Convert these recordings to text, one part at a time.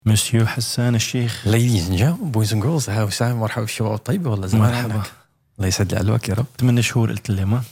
مسيو حسان الشيخ. Ladies and gentlemen, boys and girls, هاو سام مرحبا بالشباب الطيبة والله زمان مرحبا. عنك. الله يسعد لي قلبك يا رب. 8 شهور قلت لي ما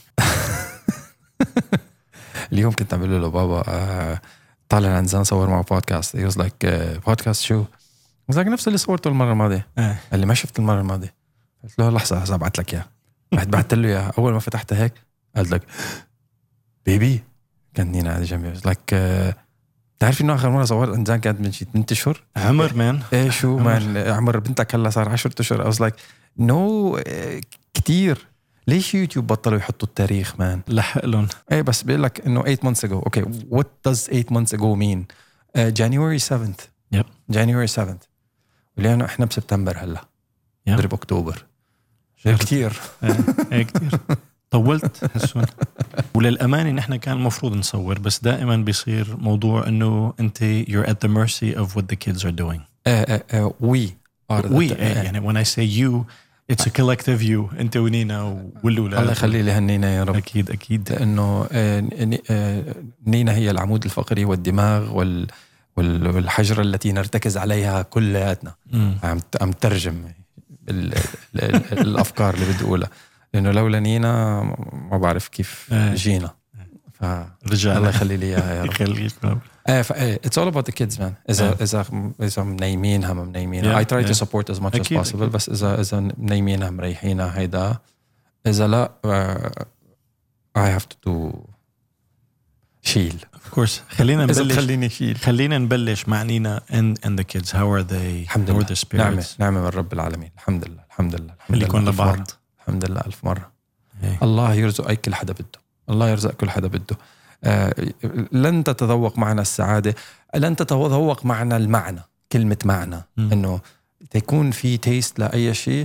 اليوم كنت أعمل له بابا طالع عن زمان صور مع بودكاست. He was like بودكاست شو؟ was like نفس اللي صورته المرة الماضية. اللي ما شفت المرة الماضية. قلت له لحظة أبعت لك إياه. بعت له إياه أول ما فتحت هيك قلت لك بيبي كان نينا قاعدة جنبي. was like تعرف إنه آخر مرة صورت عن زمان كانت من شيء 8 أشهر. عمر مان إيه شو مان عمر بنتك هلا صار 10 أشهر. I was like no كتير. ليش يوتيوب بطلوا يحطوا التاريخ مان؟ لحق لهم. ايه بس بيقول لك انه 8 months ago. Okay, what does 8 months ago mean? January 7th. Yep. January 7th. ولأنه احنا بسبتمبر هلا. ضرب اكتوبر. كتير. ايه كتير. طولت حسون. وللأمانة نحن كان المفروض نصور بس دائما بيصير موضوع انه انت you're at the mercy of what the kids are doing. We are. يعني when I say you it's a collective you. انت ونينا والولاد. الله يخلي لي هالنينا يا رب. اكيد لانه نينا هي العمود الفقري والدماغ والحجرة التي نرتكز عليها كلياتنا. عم ترجم الافكار اللي بدي اقولها لانه لولا نينا ما بعرف كيف جينا. رجعنا. الله يخلي لي اياها يا رب. يخليك. it's all about the kids man. إذا منيمينها ما منيمينها. I try to support as much as possible. بس إذا منيمينها مريحينها هيدا. إذا لا I have to do شيل. Of course. خلينا نبلش مع نينا and the kids. How are they? الحمد لله. نعمة من رب العالمين. الحمد لله. اللي كنا لبعض. الحمد لله ألف مرة. الله يرزق أي كل حدا بده. الله يرزق كل حدا بده. لن تتذوق معنا السعادة. لن تتذوق معنا المعنى. كلمة معنى إنه تكون في تيست لأي شيء.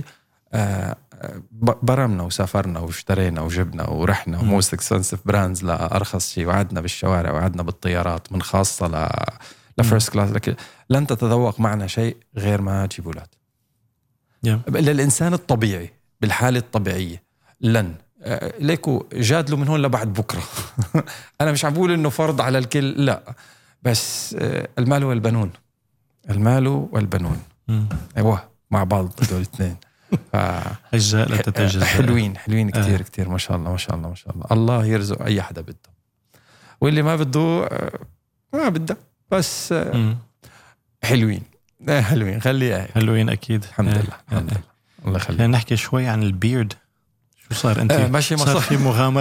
برمنا وسافرنا واشترينا وجبنا ورحنا وموست اكسبنسيف براندز لأرخص شيء وعدنا بالشوارع وعدنا بالطيارات من خاصة لفيرست كلاس. لكن لن تتذوق معنا شيء غير ما تجيب أولاد. للإنسان الطبيعي بالحالة الطبيعية لن ليكو جادلوا من هون لبعد بكرة. أنا مش عم بقول إنه فرض على الكل لا بس المال والبنون أيوة مع بعض دول الاثنين. أجزاء لا تتجزأ. حلوين كتير ما شاء الله. الله يرزق أي حدا بده واللي ما بده ما بده بس حلوين خليها حلوين أكيد. الحمد لله. الله يخليك. نحكي شوي عن البيرد. شو صار أنت؟ ماشي صار في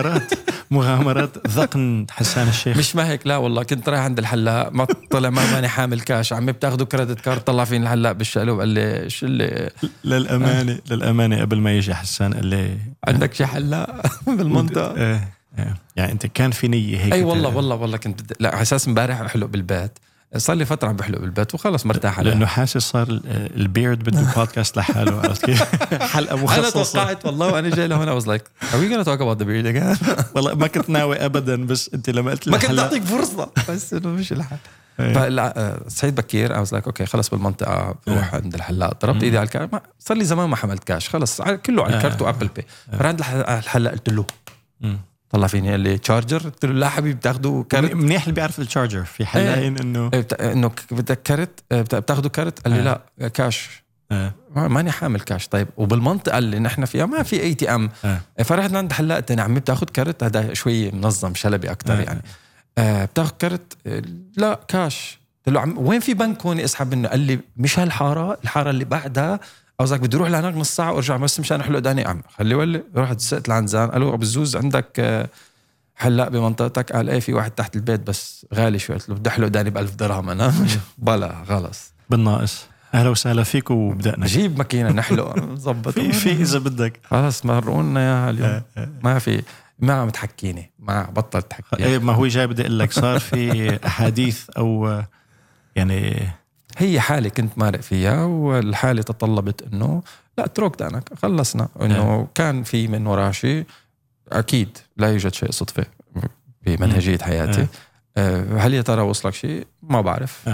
مغامرات ذقن حسان الشيخ. مش ما هيك لا والله كنت رايح عند الحلاق ما طلع ما ماني حامل كاش. عمي بتاخدوا كريدت كارد طلع فين الحلاق بالشقلوب قال لي شو اللي للأمانة قبل ما يجي حسان قال لي عندك شي حلاق بالمنطقة. يعني أنت كان في نية هيك. أي والله كنت لا أساس امبارح أحلق بالبيت. صار لي فترة عم بحلق بالبيت وخلص مرتاح عليه لأنه حاسس صار البيرد بده بودكاست لحاله. عرفت كيف؟ حلقة مخصصة. أنا توقعت والله وأنا جاي لهنا was like are we gonna talk about the beard again؟ والله ما كنت ناوي أبدا بس أنت لما قلت لي ما كنت أعطيك فرصة بس إنه مش الحال. فلا سعيد بكير I was like okay خلص بالمنطقة بروح عند الحلاق. ضربت إيدي على الكارت صار لي زمان ما حملت كاش خلص كله على الكارت وأبل بي. فرعند الحلاق قلت له طلع فيني قال لي تشارجر. قلت له لا حبيبي بتاخدوا كارت. منيح اللي بيعرف التشارجر في حلاقين انه بدك كارت بتاخدوا كارت. قال لي لا كاش. ماني حامل كاش. طيب وبالمنطقه اللي نحن فيها ما في اي تي ام. فرحت عند حلاق تاني عمي بتاخد كارت. هذا شوي منظم شلبي اكتر يعني. بتاخد كارت لا كاش. قلت له وين في بنك هون اسحب منه؟ قال لي مش الحاره اللي بعدها. أوزاك بدي أروح لهناك نص ساعة وأرجع بس مشان أحلق داني. خلي ولي رحت سألت العنزان قالوا أبو الزوز عندك حلاق بمنطقتك؟ قال إيه في واحد تحت البيت بس غالي شوي. قلت له بدي أحلق داني ب1000 درهم. أنا بلا خلص بالناقص. أهلا وسهلا فيك وبدأنا جيب ماكينة نحلق نظبط في إذا بدك خلاص مرقونا يا اليوم. ما في ما عم تحكيني ما بطلت تحكي. إيه ما هو جاي بدي أقول لك صار في أحاديث أو يعني هي حالة كنت مارق فيها والحالة تطلبت إنه لا اترك دانك خلصنا. إنه كان في من وراء شيء أكيد لا يوجد شيء صدفة بمنهجية حياتي. هل يا ترى وصلك شيء ما بعرف.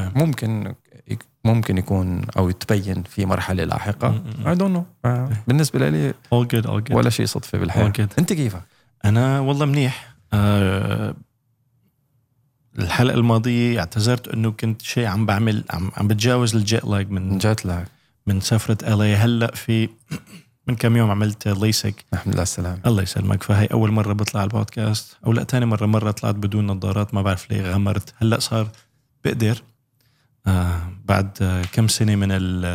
ممكن يكون أو يتبين في مرحلة لاحقة. I don't know. بالنسبة لي all good. ولا شيء صدفة بالحياة. أنت كيفك؟ أنا والله منيح. الحلقة الماضية اعتذرت انه كنت شيء عم بعمل عم بتجاوز الجيت لاج من سفرة LA. هلا في من كم يوم عملت ليسك. الحمد لله السلامة. الله يسلمك. فهي أول مرة بطلع البودكاست أو لا تاني مرة طلعت بدون نظارات، ما بعرف ليه غمرت. هلأ صار بقدر بعد كم سنة من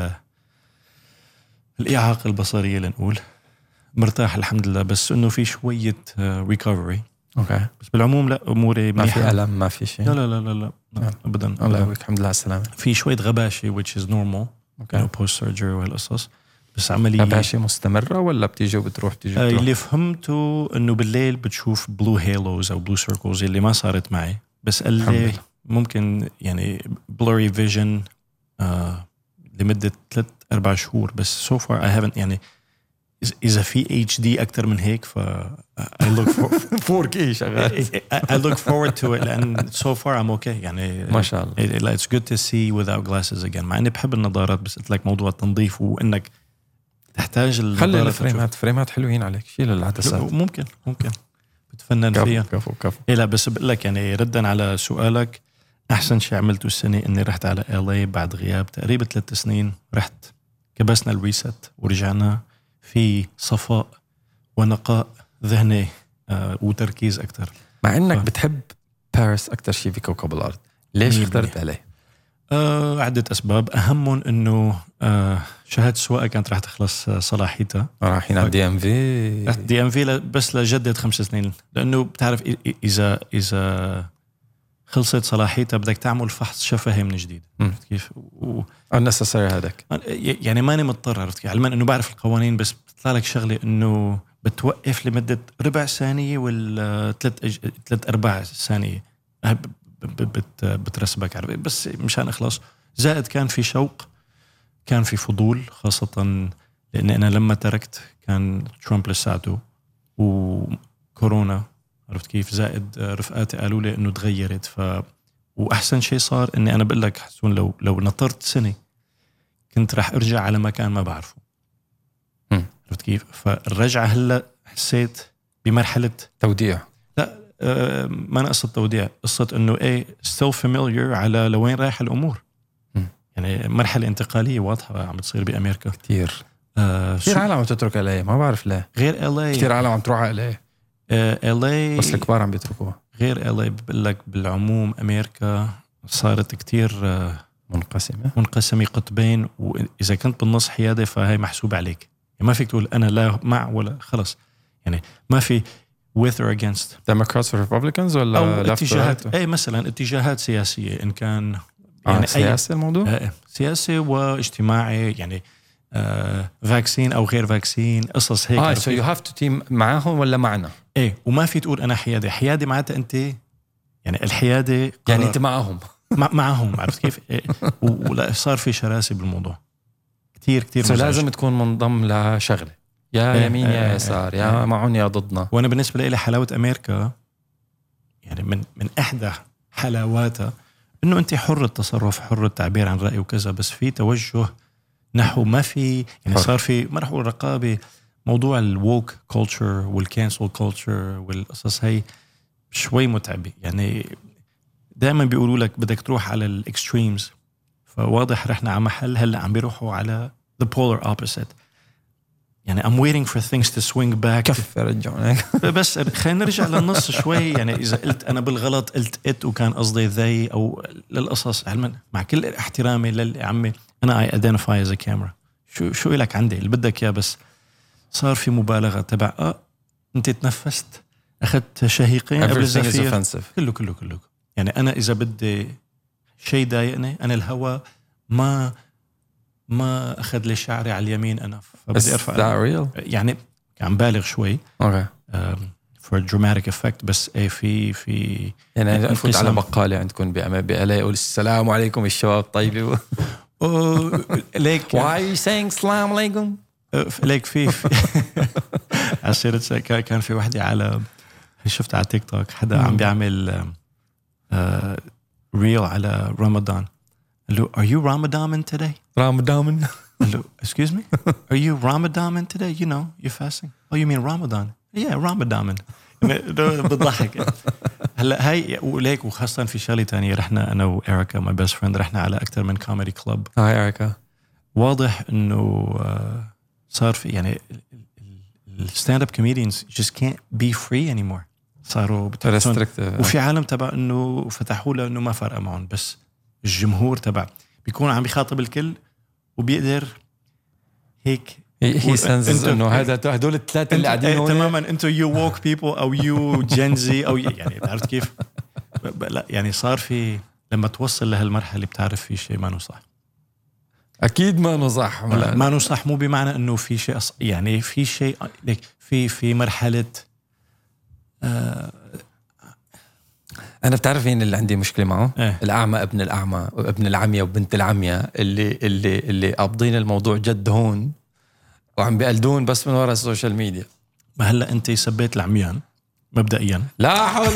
الإعاقة البصرية لنقول مرتاح الحمد لله، بس إنه في شوية recovery. أوكي. بس بالعموم لا أموري منيحة. ما في ألم ما في شيء؟ لا أبدا. الله يقويك الحمد لله السلامة. في شوية غباشة which is normal. أوكي. post surgery وهالقصص. بس عملية غباشة مستمرة ولا بتيجي وبتروح اللي فهمته إنه بالليل بتشوف blue halos أو blue circles اللي ما صارت معي، بس قال لي ممكن يعني blurry vision لمدة 3-4 شهور. بس so far I haven't يعني إذا في HD أكتر من هيك I look for 4K شغال. I look forward to it لأن so far I'm okay يعني ما شاء الله. It's good to see without glasses again. مع إني بحب النظارات بس قلت لك موضوع التنظيف وإنك تحتاج خلي الفريمات حلوين عليك، شيل العدسات. ممكن بتفنن فيها. كفو إيه لا بس بقول لك يعني ردا على سؤالك، أحسن شيء عملته السنة إني رحت على LA بعد غياب تقريبا 3 سنين. رحت كبسنا الريست ورجعنا في صفاء ونقاء ذهني وتركيز أكتر. مع إنك بتحب باريس أكتر شيء في كوكب الأرض، ليش اخترت عليه؟ عدة أسباب، أهمهم إنه شهادة السواقة كانت راح تخلص صلاحيتها. رايحين على DMV بس لجدة 5 سنين، لأنه بتعرف إذا خلصت صلاحيتها بدك تعمل فحص شفهي من جديد. عرفت كيف؟ unnecessary هذاك يعني ماني مضطر. عرفت كيف؟ علما إنه بعرف القوانين، بس بتطلع لك شغلة إنه بتوقف لمدة ربع ثانية ولا 3-4 ثانية بترسبك. عربي بس مشان أخلص. زائد كان في شوق، كان في فضول، خاصة لأن أنا لما تركت كان ترامب لساته وكورونا. عرفت كيف؟ زائد رفقاتي قالوا لي إنه تغيرت. وأحسن شيء صار إني أنا بقول لك حسون لو نطرت سنة كنت راح أرجع على مكان ما بعرفه. عرفت كيف؟ فالرجعة هلأ حسيت بمرحلة توديع. لا ما أنا قصة توديع، قصة إنه still familiar على لوين رايح الأمور. يعني مرحلة انتقالية واضحة عم بتصير بأمريكا. كتير عالم عم تترك LA، ما بعرف ليه. غير LA كتير عالم عم تروح على LA بس الكبار عم بيتركوها. غير LA بقول لك بالعموم أمريكا صارت كتير منقسمة قطبين، وإذا كنت بالنص حيادة فهي محسوب عليك. يعني ما فيك تقول أنا لا مع ولا خلص. يعني ما في with or against Democrats or Republicans ولا اتجاهات. مثلا اتجاهات سياسية إن كان يعني سياسي الموضوع سياسي واجتماعي، يعني فاكسين أو غير فاكسين، قصص هيك. so you have to team معهم ولا معنا. وما في تقول أنا حيادي معناتها أنت يعني الحيادة يعني أنت معهم معهم. عرفت كيف؟ ولا صار في شراسة بالموضوع كتير لازم تكون منضم لشغلة يا يمين يا يسار يا معهم يا ضدنا. وأنا بالنسبة لي حلاوة أمريكا يعني من إحدى حلاواتها إنه أنت حر التصرف، حر التعبير عن رأي وكذا، بس في توجه نحو ما في يعني صار في ما رح أقول رقابة. موضوع الووك كولتشر والكانسل كولتشر والقصص هاي شوي متعبة. يعني دائما بيقولوا لك بدك تروح على الإكستريمز، فواضح رحنا على محل هلأ عم بيروحوا على the polar opposite. يعني I'm waiting for things to swing back. كيف رجعونك بس خلينا نرجع للنص شوي. يعني إذا قلت أنا بالغلط قلت وكان قصدي ذي أو للقصص، علما مع كل احترامي للعمي أنا I identify as a camera. شو إلك عندي اللي بدك إياه، بس صار في مبالغة تبع أنت تنفست أخذت شهيقين قبل الزفير. كله يعني أنا إذا بدي شيء ضايقني أنا الهوا ما أخذ لي شعري على اليمين أنا فبدي أرفع. يعني كان بالغ شوي for dramatic effect. بس في يعني أفوت على بقالة عندكم بألا يقول السلام عليكم الشباب طيبة ليك why are you saying السلام عليكم ليك في عشرت كان في وحدة على شفت على تيك توك حدا عم بيعمل ريل على رمضان. قال له are you Ramadan today? Ramadan. قال له excuse me are you Ramadan today? You know you're fasting. Oh you mean Ramadan? Yeah Ramadan. بتضحك. هلا هاي وليك، وخاصة في شغلة تانية، رحنا أنا وإيريكا my best friend رحنا على أكتر من كوميدي كلوب. هاي إيريكا. واضح إنه صار في يعني الستاند اب كوميديانز just can't be free anymore. صاروا وفي عالم تبع إنه فتحوا له إنه ما فرق معهم، بس الجمهور تبع بيكون عم بيخاطب الكل وبيقدر هيك هي سنسز انه هدول الثلاثه اللي قاعدين هون تماما انتو يو ووك بيبل او يو جنزي او يعني عرفت كيف. لا يعني صار في لما توصل لهالمرحله بتعرف في شيء ما صح. اكيد ما صح، ما صح، مو بمعنى انه في شيء يعني في شيء في مرحله انا بتعرف مين اللي عندي مشكله معه؟ الاعمى ابن الاعمى وابن العمية وبنت العمية اللي قابضين الموضوع جد هون وعم بيقلدون بس من وراء السوشيال ميديا. ما هلا انت سبيت العميان مبدئيا، لا حول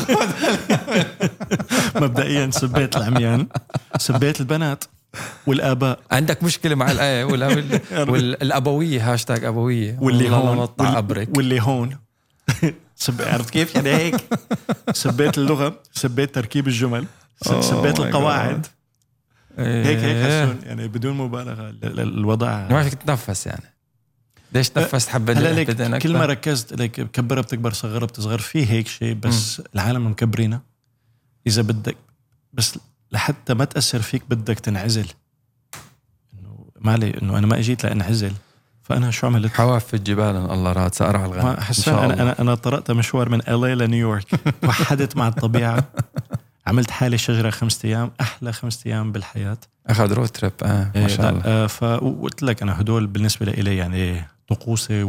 مبدئيا سبيت العميان، سبيت البنات والآباء. عندك مشكلة مع الآية والأبوية هاشتاج أبوية واللي هون واللي هون عرفت كيف يعني هيك. سبيت اللغة، سبيت تركيب الجمل، سبيت القواعد هيك حسون يعني بدون مبالغة. الوضع ما فيك تتنفس يعني. ليش تنفست حبة كل ما ركزت لك كبرها بتكبر، صغرها بتصغر، في هيك شيء بس العالم مكبرينه. إذا بدك بس لحتى ما تأثر فيك بدك تنعزل. إنه مالي إنه أنا ما أجيت لأنعزل، فأنا شو عملت؟ حواف في الجبال الله راد سأرع الغنم. أنا طرقت مشوار من LA لنيويورك، وحدت مع الطبيعة، عملت حالي شجرة 5 أيام، أحلى 5 أيام بالحياة. أخذ رود تريب ما شاء الله. فقلت لك أنا هدول بالنسبة لي يعني طقوسي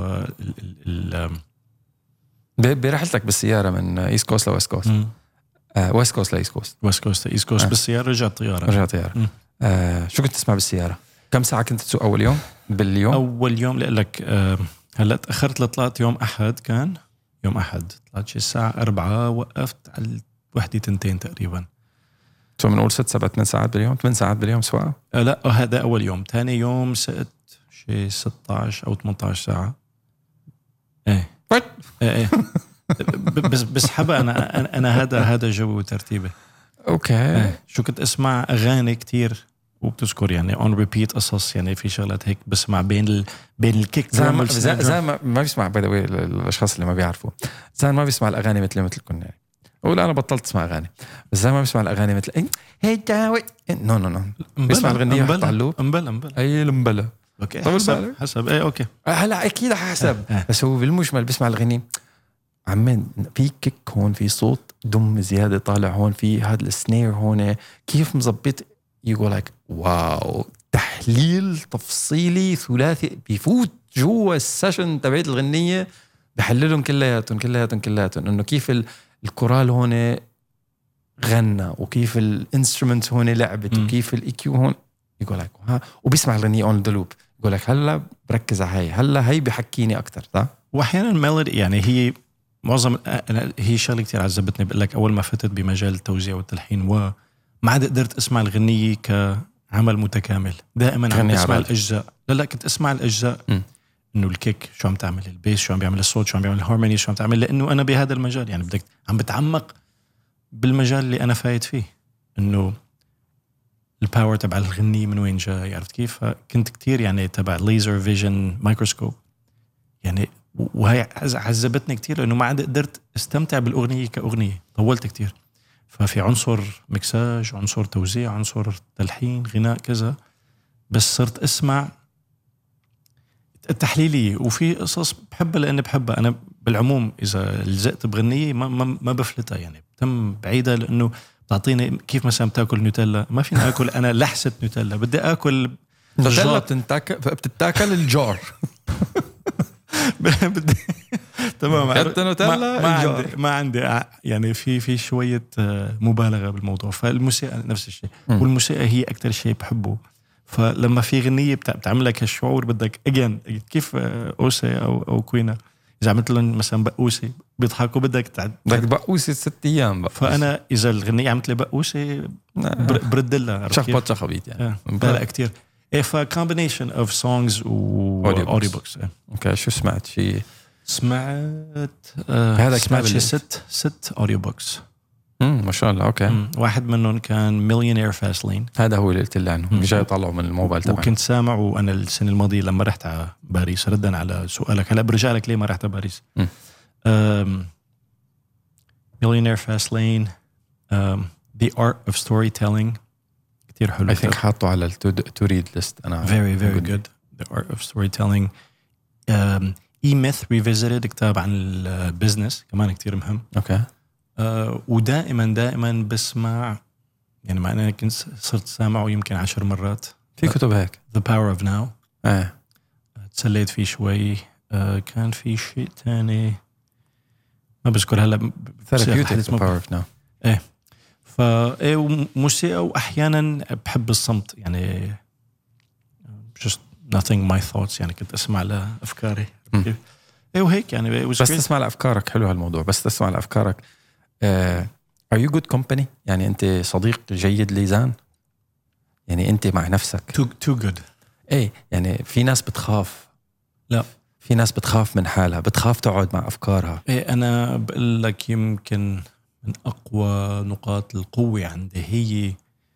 برحلتك بالسيارة من إيست كوست لويست كوست، ويست كوست لإيست كوست، ويست كوست لإيست كوست بالسيارة، رجعت طيارة. شو كنت تسمع بالسيارة؟ كم ساعة كنت تسوق أول يوم باليوم؟ أول يوم لك هلا تأخرت لطلعت يوم أحد، كان يوم أحد طلعت شي الساعة 4، وقفت على 1-2 تقريبا. شو بنقول 6-7 ساعات باليوم، 8 ساعات باليوم سواء؟ لا هذا أول يوم. تاني يوم سقت شي 16 أو 18 ساعة. إيه بس حبا أنا هذا جو وترتيبه. أوكي. شو كنت أسمع أغاني كتير وبتذكر يعني on repeat قصص، يعني في شغلات هيك بسمع بين الكيك درام زي ما بيسمع by the way الأشخاص اللي ما بيعرفوا، زي ما بيسمع الأغاني مثل كنا يعني. ولا أنا بطلت أسمع أغاني، بس زي ما بيسمع الأغاني مثل هي جاوي نو بيسمع الغنية حط على اللوب مبلا أي المبلا. أوكي حسب إيه أوكي هلا أكيد حسب بس هو بالمجمل بيسمع الغنية. عمين في كيك هون، في صوت دم زيادة طالع هون، في هذا السنير هون كيف مزبط، يقول لك واو، تحليل تفصيلي ثلاثي بيفوت جوا السيشن تبعت الغنية، بحللهم كلياتهم انه كيف الكورال هون غنى، وكيف الانسترومنت هون لعبت، وكيف الايكيو هون، يقول لك وبيسمع الغنية اون ذا لوب، يقول لك هلا بركز على هلا هي بحكيني اكثر صح. واحيانا الميلودي يعني هي معظم هي شغله كتير عذبتني. بقول لك اول ما فتت بمجال التوزيع والتلحين وما عاد قدرت اسمع الغنية كعمل متكامل. دائما عم اسمع الاجزاء. لا كنت اسمع الاجزاء، انه الكيك شو عم تعمل، البيس شو عم بيعمل، الصوت شو عم بيعمل، الهارموني شو عم تعمل، لانه انا بهذا المجال يعني بدك عم بتعمق بالمجال اللي انا فايت فيه، انه الباور تبع الغنية من وين جاي، عرفت كيف. فكنت كتير يعني تبع ليزر فيجن مايكروسكوب يعني، وهي عذبتني كتير لانه ما عاد قدرت استمتع بالاغنيه كاغنيه، طولت كتير. ففي عنصر مكساج، عنصر توزيع، عنصر تلحين، غناء كذا، بس صرت اسمع التحليليه. وفي قصص بحبها لاني بحبها انا بالعموم. اذا لزقت بغنيه ما بفلتها يعني، بتم بعيدة، لانه بتعطيني كيف مثلا بتاكل نوتيلا، ما فيني اكل انا لحسه نوتيلا، بدي اكل نوتيلا بتتاكل الجار تمام. ما عندي يعني في شويه مبالغه بالموضوع. فالموسيقى نفس الشيء، والموسيقى هي اكثر شيء بحبه. فلما في غنيه بتعمل لك هالشعور، بدك كيف اوسي او كوينة، اذا عملت لهم مثلا بقوسي بيضحكوا، بدك بقوسي 6 ايام بقى. فانا اذا الغنيه عملت لي بقوسي برد لها شخبط شخبيط يعني لا كتير. فكومبينيشن اوف سونجز واوديو بوكس. اوكي. شو سمعت؟ شيء سمعت هذا سمعت شي 6 اوديو بوكس. ما شاء الله. اوكي. واحد منهم كان مليونير فاسلين، هذا هو اللي قلت لي عنه، جاي يطلعوا من الموبايل تبعي. وكنت سامع وانا السنه الماضيه لما رحت على باريس، ردا على سؤالك هلا برجع لك ليه ما رحت على باريس. مليونير فاسلين، The Art of Storytelling، كتير حلو. I think حاطه على to read list. أنا very good. The Art of Storytelling. E-Myth Revisited، كتاب عن البزنس كمان كتير مهم. أوكي. ودائما بسمع، يعني مع أنا كنت صرت سامعه يمكن 10 مرات. في كتب هيك. The Power of Now. تسليت فيه شوي. كان في شيء تاني ما بذكر هلا. Therapeutic The Power of Now. وموسيقى، وأحيانا بحب الصمت، يعني just nothing my thoughts، يعني كنت أسمع لأفكاري. وهيك يعني بس تسمع لأفكارك. حلو هالموضوع، بس تسمع لأفكارك. Are you good company؟ يعني أنت صديق جيد ليزان، يعني أنت مع نفسك too good. يعني في ناس بتخاف. لا، في ناس بتخاف من حالها، بتخاف تقعد مع أفكارها. أنا بقول لك يمكن من أقوى نقاط القوة عندي هي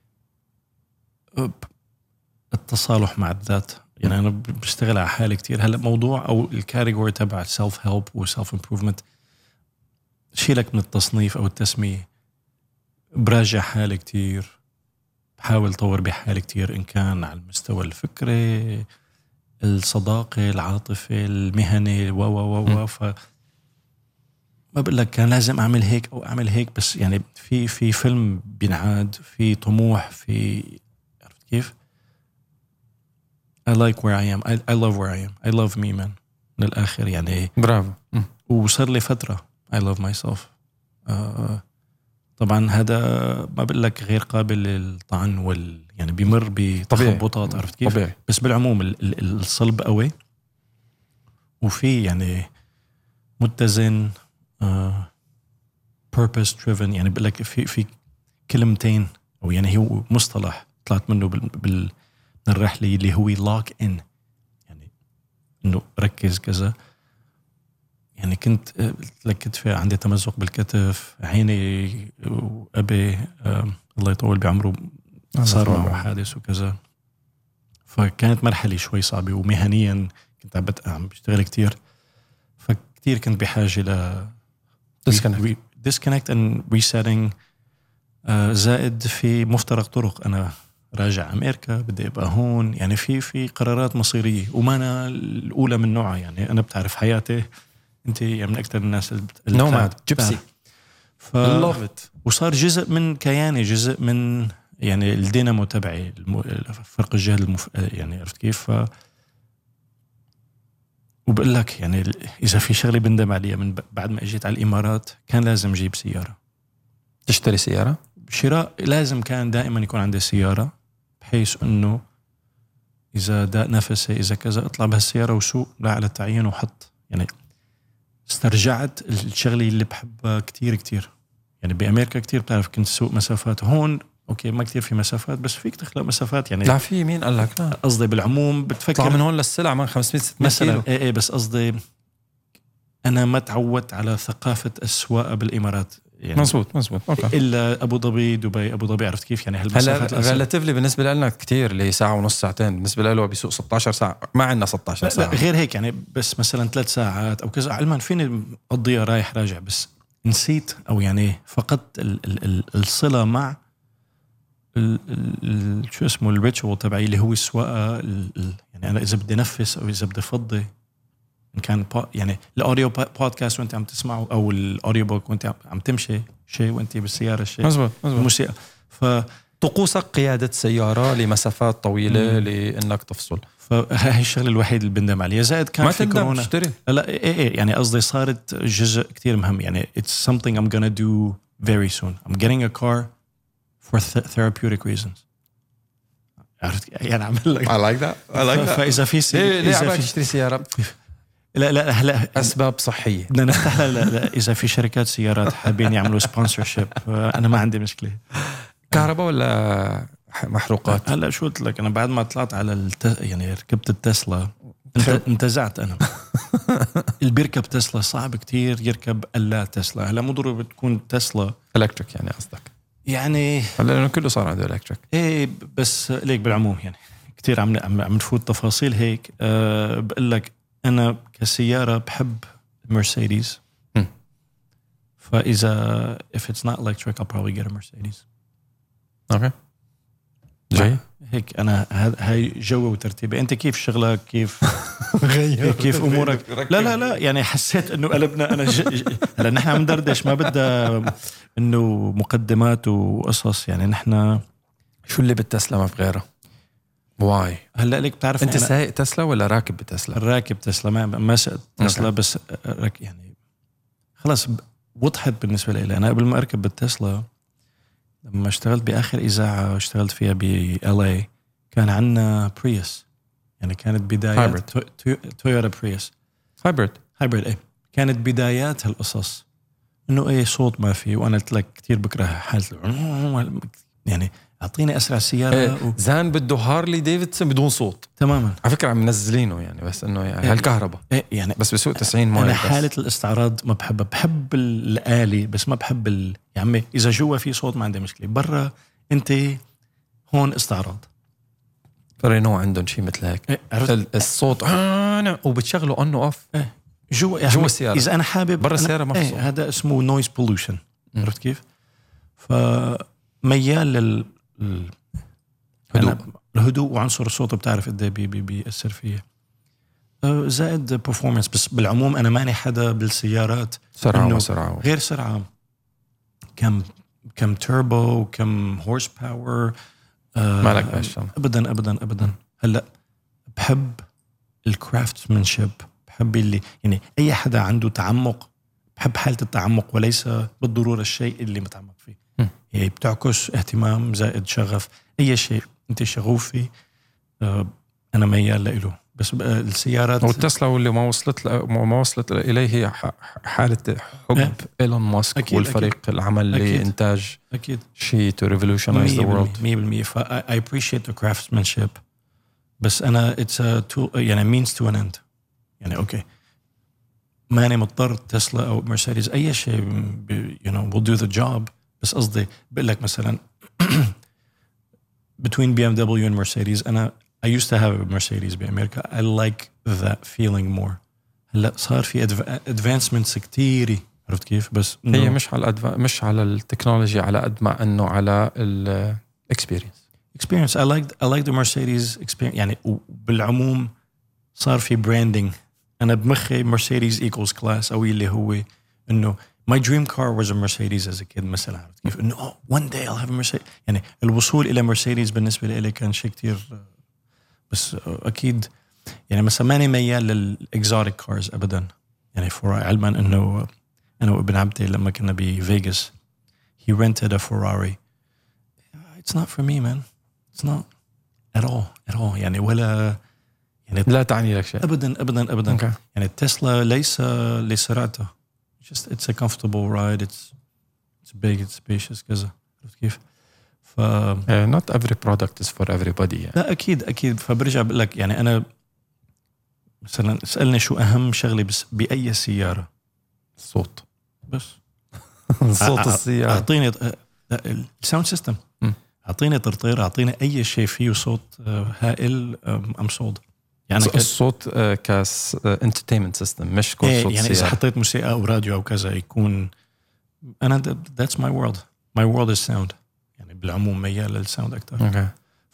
التصالح مع الذات. يعني أنا بشتغل على حالي كتير هلأ. موضوع أو الكاتيجوري تبع self help و self improvement، شيلك من التصنيف أو التسمية. براجع حالي كتير، بحاول طور بحالي كتير، إن كان على المستوى الفكري، الصداقة، العاطفة، المهني ف ما بقول لك كان لازم أعمل هيك أو أعمل هيك، بس يعني في فيلم بينعاد، في طموح، في عرفت كيف. I like where I am. I love where I am. I love me man. من الآخر يعني. برافو. وصار لي فترة I love myself. طبعا هذا ما بقول لك غير قابل للطعن يعني بيمر بتخبطات، عرفت كيف. طبيعي. بس بالعموم الصلب قوي، وفي يعني متزن، purpose driven. يعني بقول لك في كلمتين، أو يعني هو مصطلح طلعت منه من الرحلة اللي هو lock in، يعني إنه ركز كذا. يعني كنت لكت عندي تمزق بالكتف، عيني، وأبي الله يطول بعمره صار معه حادث وكذا. فكانت مرحلة شوي صعبة، ومهنيا كنت عم بشتغل كتير، فكتير كنت بحاجة ل disconnect and resetting. زائد في مفترق طرق، أنا راجع أمريكا، بدي أبقى هون، يعني في قرارات مصيرية، وما أنا الأولى من نوعها. يعني أنا بتعرف حياتي، أنت من أكثر الناس نوماد جيبسي. وصار جزء من كياني، جزء من يعني الدينامو تبعي، فرق الجهد يعني عرفت كيف. وبقول لك يعني إذا في شغلة بندم عليها من بعد ما أجيت على الإمارات، كان لازم أجيب سيارة. تشتري سيارة؟ شراء لازم كان دائما يكون عندي سيارة، بحيث أنه إذا داء نفسي، إذا كذا، أطلع بهالسيارة وسوق لا على التعيين وحط. يعني استرجعت الشغلة اللي بحبها كتير. يعني بأمريكا كتير بتعرف كنت سوق مسافات، هون أوكي ما كتير في مسافات، بس فيك تخلق مسافات. يعني لا، في مين قال لك لا؟ قصدي بالعموم بتفكر طلع من هون للسلع من 500-600 كيلو. إيه بس قصدي أنا ما تعودت على ثقافة السواقة بالإمارات. يعني مزبوط أوكي. إلا أبو ظبي، دبي، أبو ظبي، عرفت كيف. يعني هالمسافات ريلاتيفلي بالنسبة لنا كتير، اللي ساعة ونص ساعتين، بالنسبة له بيسوق 16 ساعة، ما عندنا 16 ساعة. لا غير هيك، يعني بس مثلا 3 ساعات أو كذا علما فيني أقضيها رايح راجع، بس نسيت أو يعني فقدت الصلة مع شو اسمه الريتشوال تبعي، اللي هو السواقة. يعني أنا إذا بدي نفس أو إذا بدي فضي، إن كان يعني الأوديو بودكاست وأنت عم تسمعه، أو الأوديو بوك وأنت عم تمشي شيء، وأنت بالسيارة شيء. مزبوط. الموسيقى. طقوسك قيادة سيارة لمسافات طويلة لأنك تفصل. فهي الشغلة الوحيد اللي بندم عليها. زائد كان في كورونا. تشتري. لا إيه يعني قصدي صارت جزء كتير مهم. يعني it's something I'm gonna do very soon. I'm getting a car for therapeutic reasons. عرفت يعني عمل لك. I like that. فإذا في ليه عم تشتري سيارة؟ لا هلا أسباب صحية. بدنا نفتح. لا إذا في شركات سيارات حابين يعملوا سبونسرشيب، أنا ما عندي مشكلة. كهرباء ولا محروقات؟ هلا شو قلت لك، أنا بعد ما طلعت على يعني ركبت التسلا انتزعت أنا. بيركب تسلا صعب كتير يركب الا تسلا. هلا مو ضروري بتكون تسلا الكتريك يعني قصدك؟ يعني هلا لانه كله صار عنده الكتريك. ايه بس ليك بالعموم يعني كتير عم نفوت تفاصيل هيك. بقول لك انا كسياره بحب مرسيدس. فاذا if it's not electric I'll probably get a Mercedes. اوكي جاي هيك انا هاي جو وترتيبي. انت كيف شغلك؟ كيف كيف امورك؟ لا يعني حسيت انه قلبنا انا هلا نحن عم ندردش، ما بدها انه مقدمات وقصص. يعني نحن شو اللي بالتسلا ما في غيره؟ واي هلا ليك بتعرف انت سايق تسلا ولا راكب بتسلا؟ راكب تسلا، ما سقت تسلا بس يعني خلاص وضحت بالنسبه لي. انا قبل ما اركب بالتسلا لما اشتغلت باخر اذاعه اشتغلت فيها بLA كان عندنا بريوس. يعني كانت بدايات تويوتا بريوس هايبريد ايه. كانت بدايات هالقصص انه ايه صوت ما في. وانا قلت لك كثير بكره حالة يعني اعطيني اسرع سياره إيه زان بده هارلي ديفيدسون بدون صوت تماما. على فكره عم منزلينه يعني بس انه يعني هالكهرباء يعني بس بسوق 90 مايل. انا حاله الاستعراض ما بحبها. بحب الآلي بس ما بحب يا عمي اذا جوا في صوت ما عندي مشكله، برا انت هون استعراض. فرينو عندهم شيء مثل هيك الصوت وبتشغله اون اوف جوا السياره. اذا انا حابب برا السياره ما في صوت. هذا اسمه نويز بولوشن. عرفت كيف؟ فميال الهدوء وعنصر الصوت بتعرف قد ايه بيأثر فيه. زائد performance. بس بالعموم انا ماني حدا بالسيارات سرعه غير سرعه. كم توربو كم هورس باور مالك بهالشغله ابدا. هلا بحب الكرافتسمانشيب. بحب اللي يعني اي حدا عنده تعمق. بحب حاله التعمق وليس بالضروره الشيء اللي متعمق فيه. يعني بتعكس اهتمام زائد شغف. اي شيء انت شغوف فيه انا ميال له. بس السيارات والتسلا واللي ما وصلت اليه هي حاله حب إيلون ماسك أكيد والفريق أكيد. العمل لإنتاج أكيد شيء to revolutionize the world. 100%. I appreciate the craftsmanship. بس أنا it's a tool يعني means to an end. يعني أوكي ماني مضطر تسلا أو مرسيدس أي شيء you know will do the job. بس قصدي بقول لك مثلا between BMW and Mercedes أنا I used to have a Mercedes بأمريكا. I like that feeling more. هلا صار في advancements كتيرة. عرفت كيف؟ بس هي مش على التكنولوجيا على قد ما انه على experience. I like the Mercedes experience. يعني بالعموم صار في branding. أنا بمخي Mercedes equals class أو اللي هو إنه my dream car was a Mercedes as a kid مثلا. عرفت كيف؟ إنه one day I'll have a Mercedes. يعني الوصول إلى Mercedes بالنسبة لي كان شيء كتير. بس أكيد يعني مثلا ماني ميال للإكزوتيك كارز أبدا. يعني علما أنه أنا وابن عمتي لما كنا بفيغاس he rented a Ferrari. It's not for me man. It's not at all. يعني ولا يعني لا تعني لك شيء أبدا. Okay. يعني التسلا ليس لسرعته. It's a comfortable ride. It's big. It's spacious كذا. عرفت كيف؟ not every product is for everybody يعني. لا أكيد. فبرجع بقول لك يعني أنا مثلا اسألني شو أهم شغلة بس بأي سيارة؟ الصوت بس صوت السيارة. أعطيني الساوند سيستم. أعطيني طرطير. أعطيني أي شيء فيه صوت هائل. I'm sold. يعني الصوت كاس entertainment system مش كل صوت يعني إذا حطيت موسيقى أو راديو أو كذا يكون أنا that's my world. My world is sound. بالعموم ميال للساوند أكتر. Okay.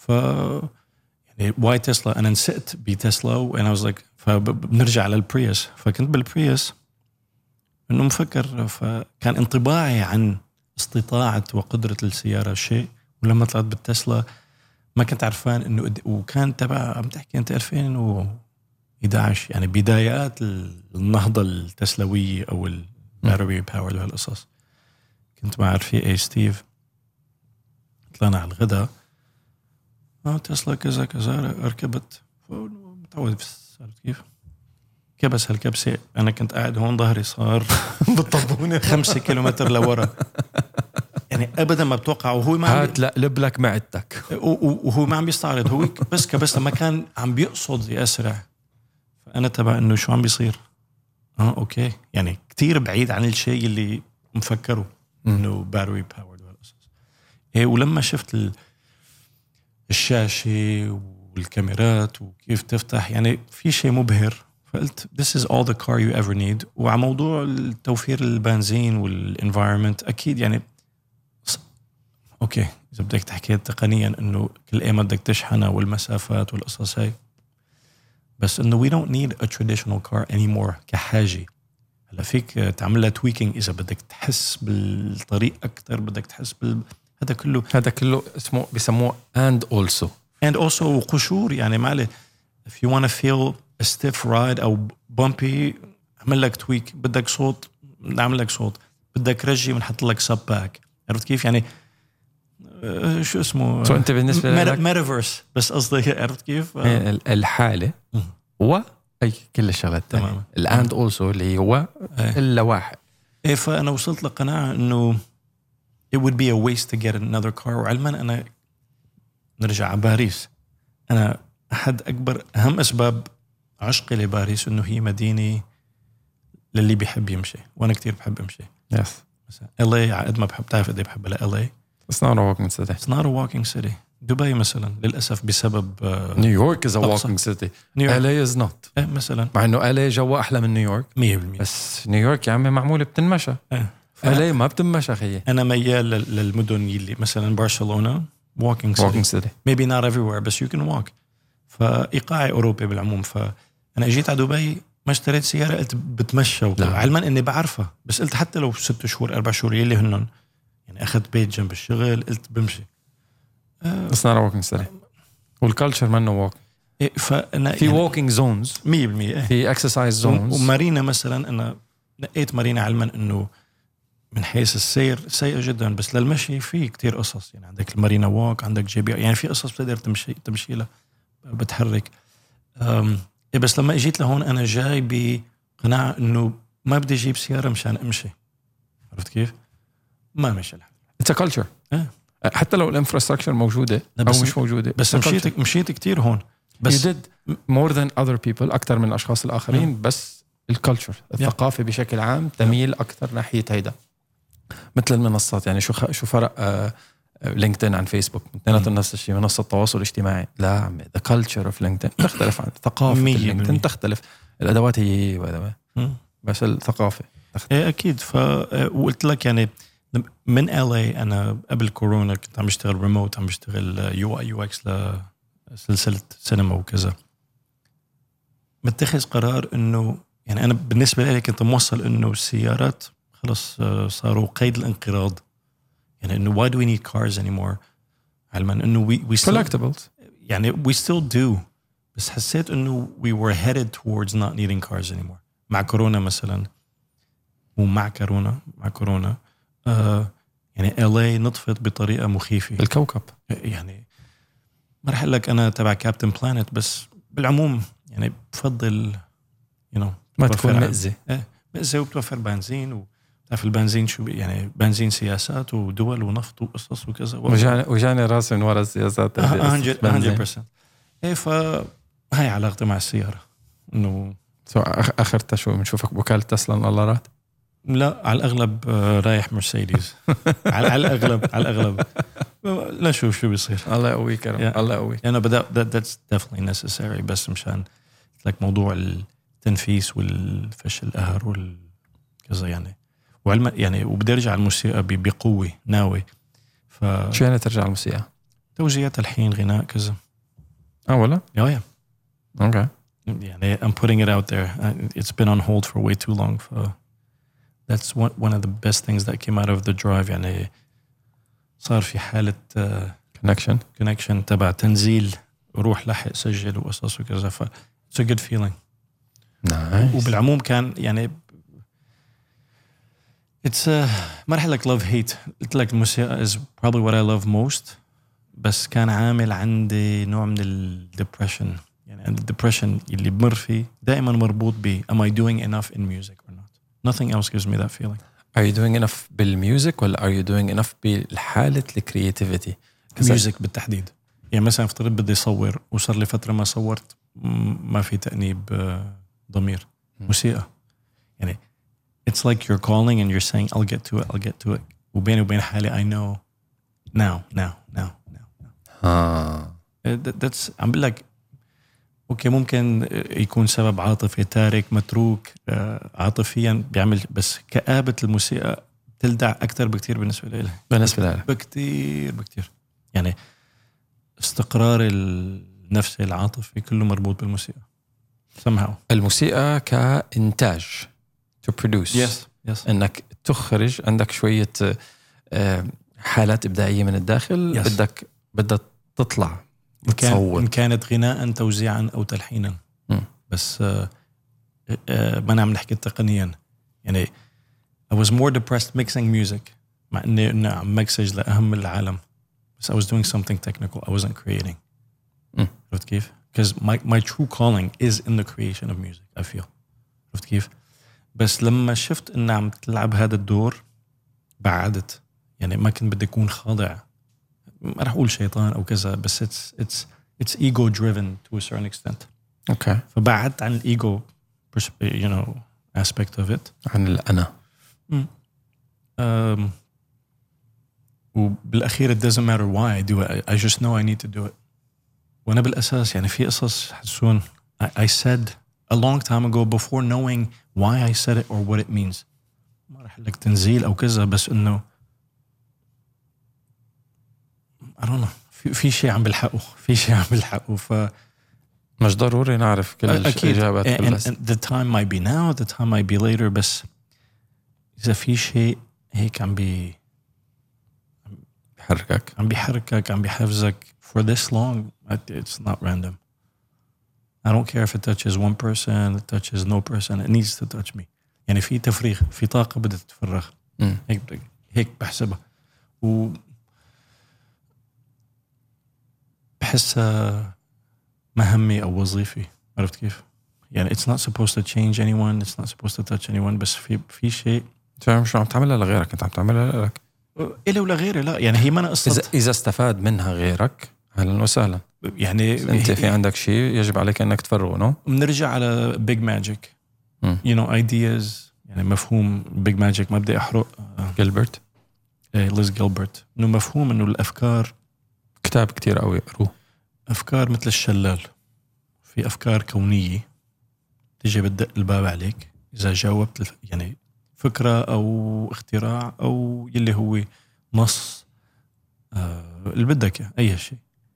يعني واي تسلا أنا نسأت بتسلا وأنا was like فبنرجع للبريوس. فكنت بالبريوس إنه مفكر. فكان انطباعي عن استطاعة وقدرة السيارة شيء. ولما طلعت بالتسلا ما كنت عارفان إنه وكان تبع عم تحكي أنت 2011 يعني بدايات النهضة التسلاوية أو الباتري باور وهالقصص. كنت مع رفيقي ستيف طلعنا على الغداء تسلا كذا ركبت متعود بس كيف كبس هالكبسة. أنا كنت قاعد هون ظهري صار بالطبونة 5 كيلومتر لورا. يعني أبدا ما بتوقع. وهو ما هات لقلب لك معدتك وهو ما عم بيستعرض. هو بس كبس لما كان عم بيقصد يأسرع. فأنا تبع إنه شو عم بيصير. اوكي يعني كتير بعيد عن الشيء اللي مفكره انه باتري باورد والقصص. ولما شفت الشاشة والكاميرات وكيف تفتح يعني في شيء مبهر، فقلت this is all the car you ever need. وعلى موضوع التوفير البنزين والenvironment أكيد يعني أوكي إذا بدك تحكي تقنيا إنه كل أيام بدك تشحنها والمسافات والقصص هاي، بس إنه we don't need a traditional car anymore كحاجة. هلا فيك تعملها tweaking إذا بدك تحس بالطريق أكتر، بدك تحس هذا كله اسمه بيسموه and also قشور يعني معلي if you want to feel a stiff ride أو bumpy عمل لك tweak. بدك صوت نعمل لك صوت، بدك رجي ونحط لك sub back. عرفت كيف يعني شو اسمه أنت بالنسبة لك metaverse بس قصدي عرفت كيف الحالة أي كل الشغلات تمام and also اللي هو إلا واحد. فأنا وصلت لقناعة إنه it would be a waste to get another car. وعلما أنا نرجع على باريس، أنا أحد أهم أسباب عشقي لباريس إنه هي مدينة للي بيحب يمشي، وأنا كتير بحب أمشي. yes. مثلا LA عقد ما بحب تعرف قدي بحب LA. It's not a walking city. It's not a walking city. دبي مثلا للأسف بسبب نيويورك is a walking city. LA is not. مثلا مع إنه LA جو أحلى من نيويورك 100%. بس نيويورك يا عمي معمولة بتنمشى. LA ما بتنمشى خيي. أنا ميال للمدن اللي مثلا برشلونة walking city. Maybe not everywhere بس you can walk. فإيقاعي أوروبي بالعموم. فأنا جيت على دبي ما اشتريت سيارة، قلت بتمشى علما إني بعرفها، بس قلت حتى لو 6 شهور 4 شهور يلي هنن يعني أخذت بيت جنب الشغل قلت بمشي. بس not a walking city. والكالتشر منه walk. فأنا في يعني walking zones 100%. في exercise zones. ومارينا مثلا أنا نقيت مارينا علما إنه من حيث السير سيئة جدا، بس للمشي في كتير قصص يعني. عندك المارينا ووك، عندك JBR، يعني في قصص بتقدر تمشي لها بتحرك. بس لما اجيت لهون أنا جاي بقناعة إنه ما بدي أجيب سيارة مشان أمشي. عرفت كيف؟ ما مشي الحال. It's a culture. حتى لو الانفراستراكشر موجودة أو مش موجودة، بس مشيت كتير هون. بس you did more than other people، أكتر من الأشخاص الآخرين. بس الكالتشر الثقافة بشكل عام تميل أكثر ناحية هيدا. مثل المنصات يعني شو فرق لينكدين عن فيسبوك؟ اثنيناتهم نفس الشيء، منصة تواصل اجتماعي. لا عمي the culture of LinkedIn تختلف عن ثقافة لينكدين، تختلف. الأدوات هي بس الثقافة تختلف. أكيد. وقلت لك يعني من LA أنا قبل كورونا كنت عم بشتغل ريموت، عم بشتغل UI UX لسلسلة سينما وكذا. متخذ قرار إنه يعني أنا بالنسبة لي كنت موصل إنه السيارات خلص صاروا قيد الانقراض. يعني إنه why do we need cars anymore؟ علما إنه we still collectibles يعني we still do. بس حسيت إنه we were headed towards not needing cars anymore. مع كورونا مثلا ومع كورونا يعني LA نطفت بطريقة مخيفة. الكوكب يعني ما رح أقول لك أنا تبع كابتن بلانت، بس بالعموم يعني بفضل ما تكون مأزة وبتوفر بنزين. وتعرف البنزين شو يعني بنزين سياسات ودول ونفط وقصص وكذا. وجاني راسي من وراء السياسات 100%. فهاي علاقتي مع السيارة. إنه آخرتها شو بنشوفك بوكالة تسلا الألارات؟ لا على الأغلب رايح مرسيدس. على الأغلب لا شو بيصير. الله يقويك الله يقويك. أنا that's definitely necessary. بس مشان لك موضوع التنفيس والفشل القهر والكذا يعني. وعلما يعني وبدي أرجع الموسيقى بقوة ناوي. شو يعني ترجع الموسيقى؟ توزيعات الحين غناء كذا. ولا؟ yeah. Okay. يعني I'm putting it out there. It's been on hold for way too long. That's one of the best things that came out of the drive. يعني صار في حالة connection تبع تنزيل روح لحق سجل وقصص وكذا. it's a good feeling. nice. وبالعموم كان يعني it's ما رح لك love hate. قلت لك الموسيقى is probably what I love most. بس كان عامل عندي نوع من الdepression. يعني الdepression اللي بمر فيه دائما مربوط ب am I doing enough in music or not. Nothing else gives me that feeling. Are you doing enough بالميوزك ولا are you doing enough بالحالة الكرياتيفيتي؟ ميوزك بالتحديد. يعني مثلا افترض بدي أصور وصار لي فترة ما صورت، ما في تأنيب ضمير. موسيقى يعني it's like you're calling and you're saying I'll get to it وبيني وبين حالي I know now that's عم بقول لك اوكي ممكن يكون سبب عاطفي تارك متروك عاطفيا بيعمل بس كآبة الموسيقى تلدع أكتر بكتير بالنسبة لي بكتير يعني استقرار النفس العاطفي كله مربوط بالموسيقى somehow. الموسيقى كإنتاج to produce yes. إنك تخرج عندك شوية حالات إبداعية من الداخل بدك تطلع إن كانت غناء توزيعا أو تلحينا بس ما نعم نحكي تقنيا يعني I was more depressed mixing music مع إني عم مكسج لأهم العالم بس I was doing something technical I wasn't creating عرفت كيف؟ because my true calling is in the creation of music I feel عرفت كيف؟ بس لما شفت إن عم تلعب هذا الدور بعدت يعني ما كنت بدي أكون خاضع ما رح أقول شيطان أو كذا بس it's ego driven to a certain extent. Okay. فبعدت عن الego aspect of it. عن الأنا. وبالأخير it doesn't matter why I do it. I just know I need to do it. وأنا بالأساس يعني في قصص حسون I said a long time ago before knowing why I said it or what it means. ما رح لك تنزيل أو كذا بس إنه I don't know في شيء عم بلحقه مش ضروري نعرف كل الإجابات the time might be now the time might be later بس إذا في شيء هيك عم بيحركك عم بيحفزك for this long it's not random. I don't care if it touches one person it touches no person it needs to touch me يعني في تفريغ في طاقة بدها تتفرغ هيك بحسبها بحسها مهمي أو وظيفي عرفت كيف يعني it's not supposed to change anyone it's not supposed to touch anyone بس في شيء مش عم تعملها لغيرك أنت عم تعملها لك إلي ولغيري لا يعني هي ما قصة إذا استفاد منها غيرك أهلا وسهلا يعني أنت في عندك شيء يجب عليك أنك تفرغه بنرجع على big magic ideas يعني مفهوم big magic ما بدي أحرق جيلبرت ليز جيلبرت إنه مفهوم إنه الأفكار كتاب كتير قوي قروه أفكار مثل الشلال في أفكار كونية تيجي بتدق الباب عليك إذا جاوبت يعني فكرة أو اختراع أو يلي هو نص اللي بدك أي شيء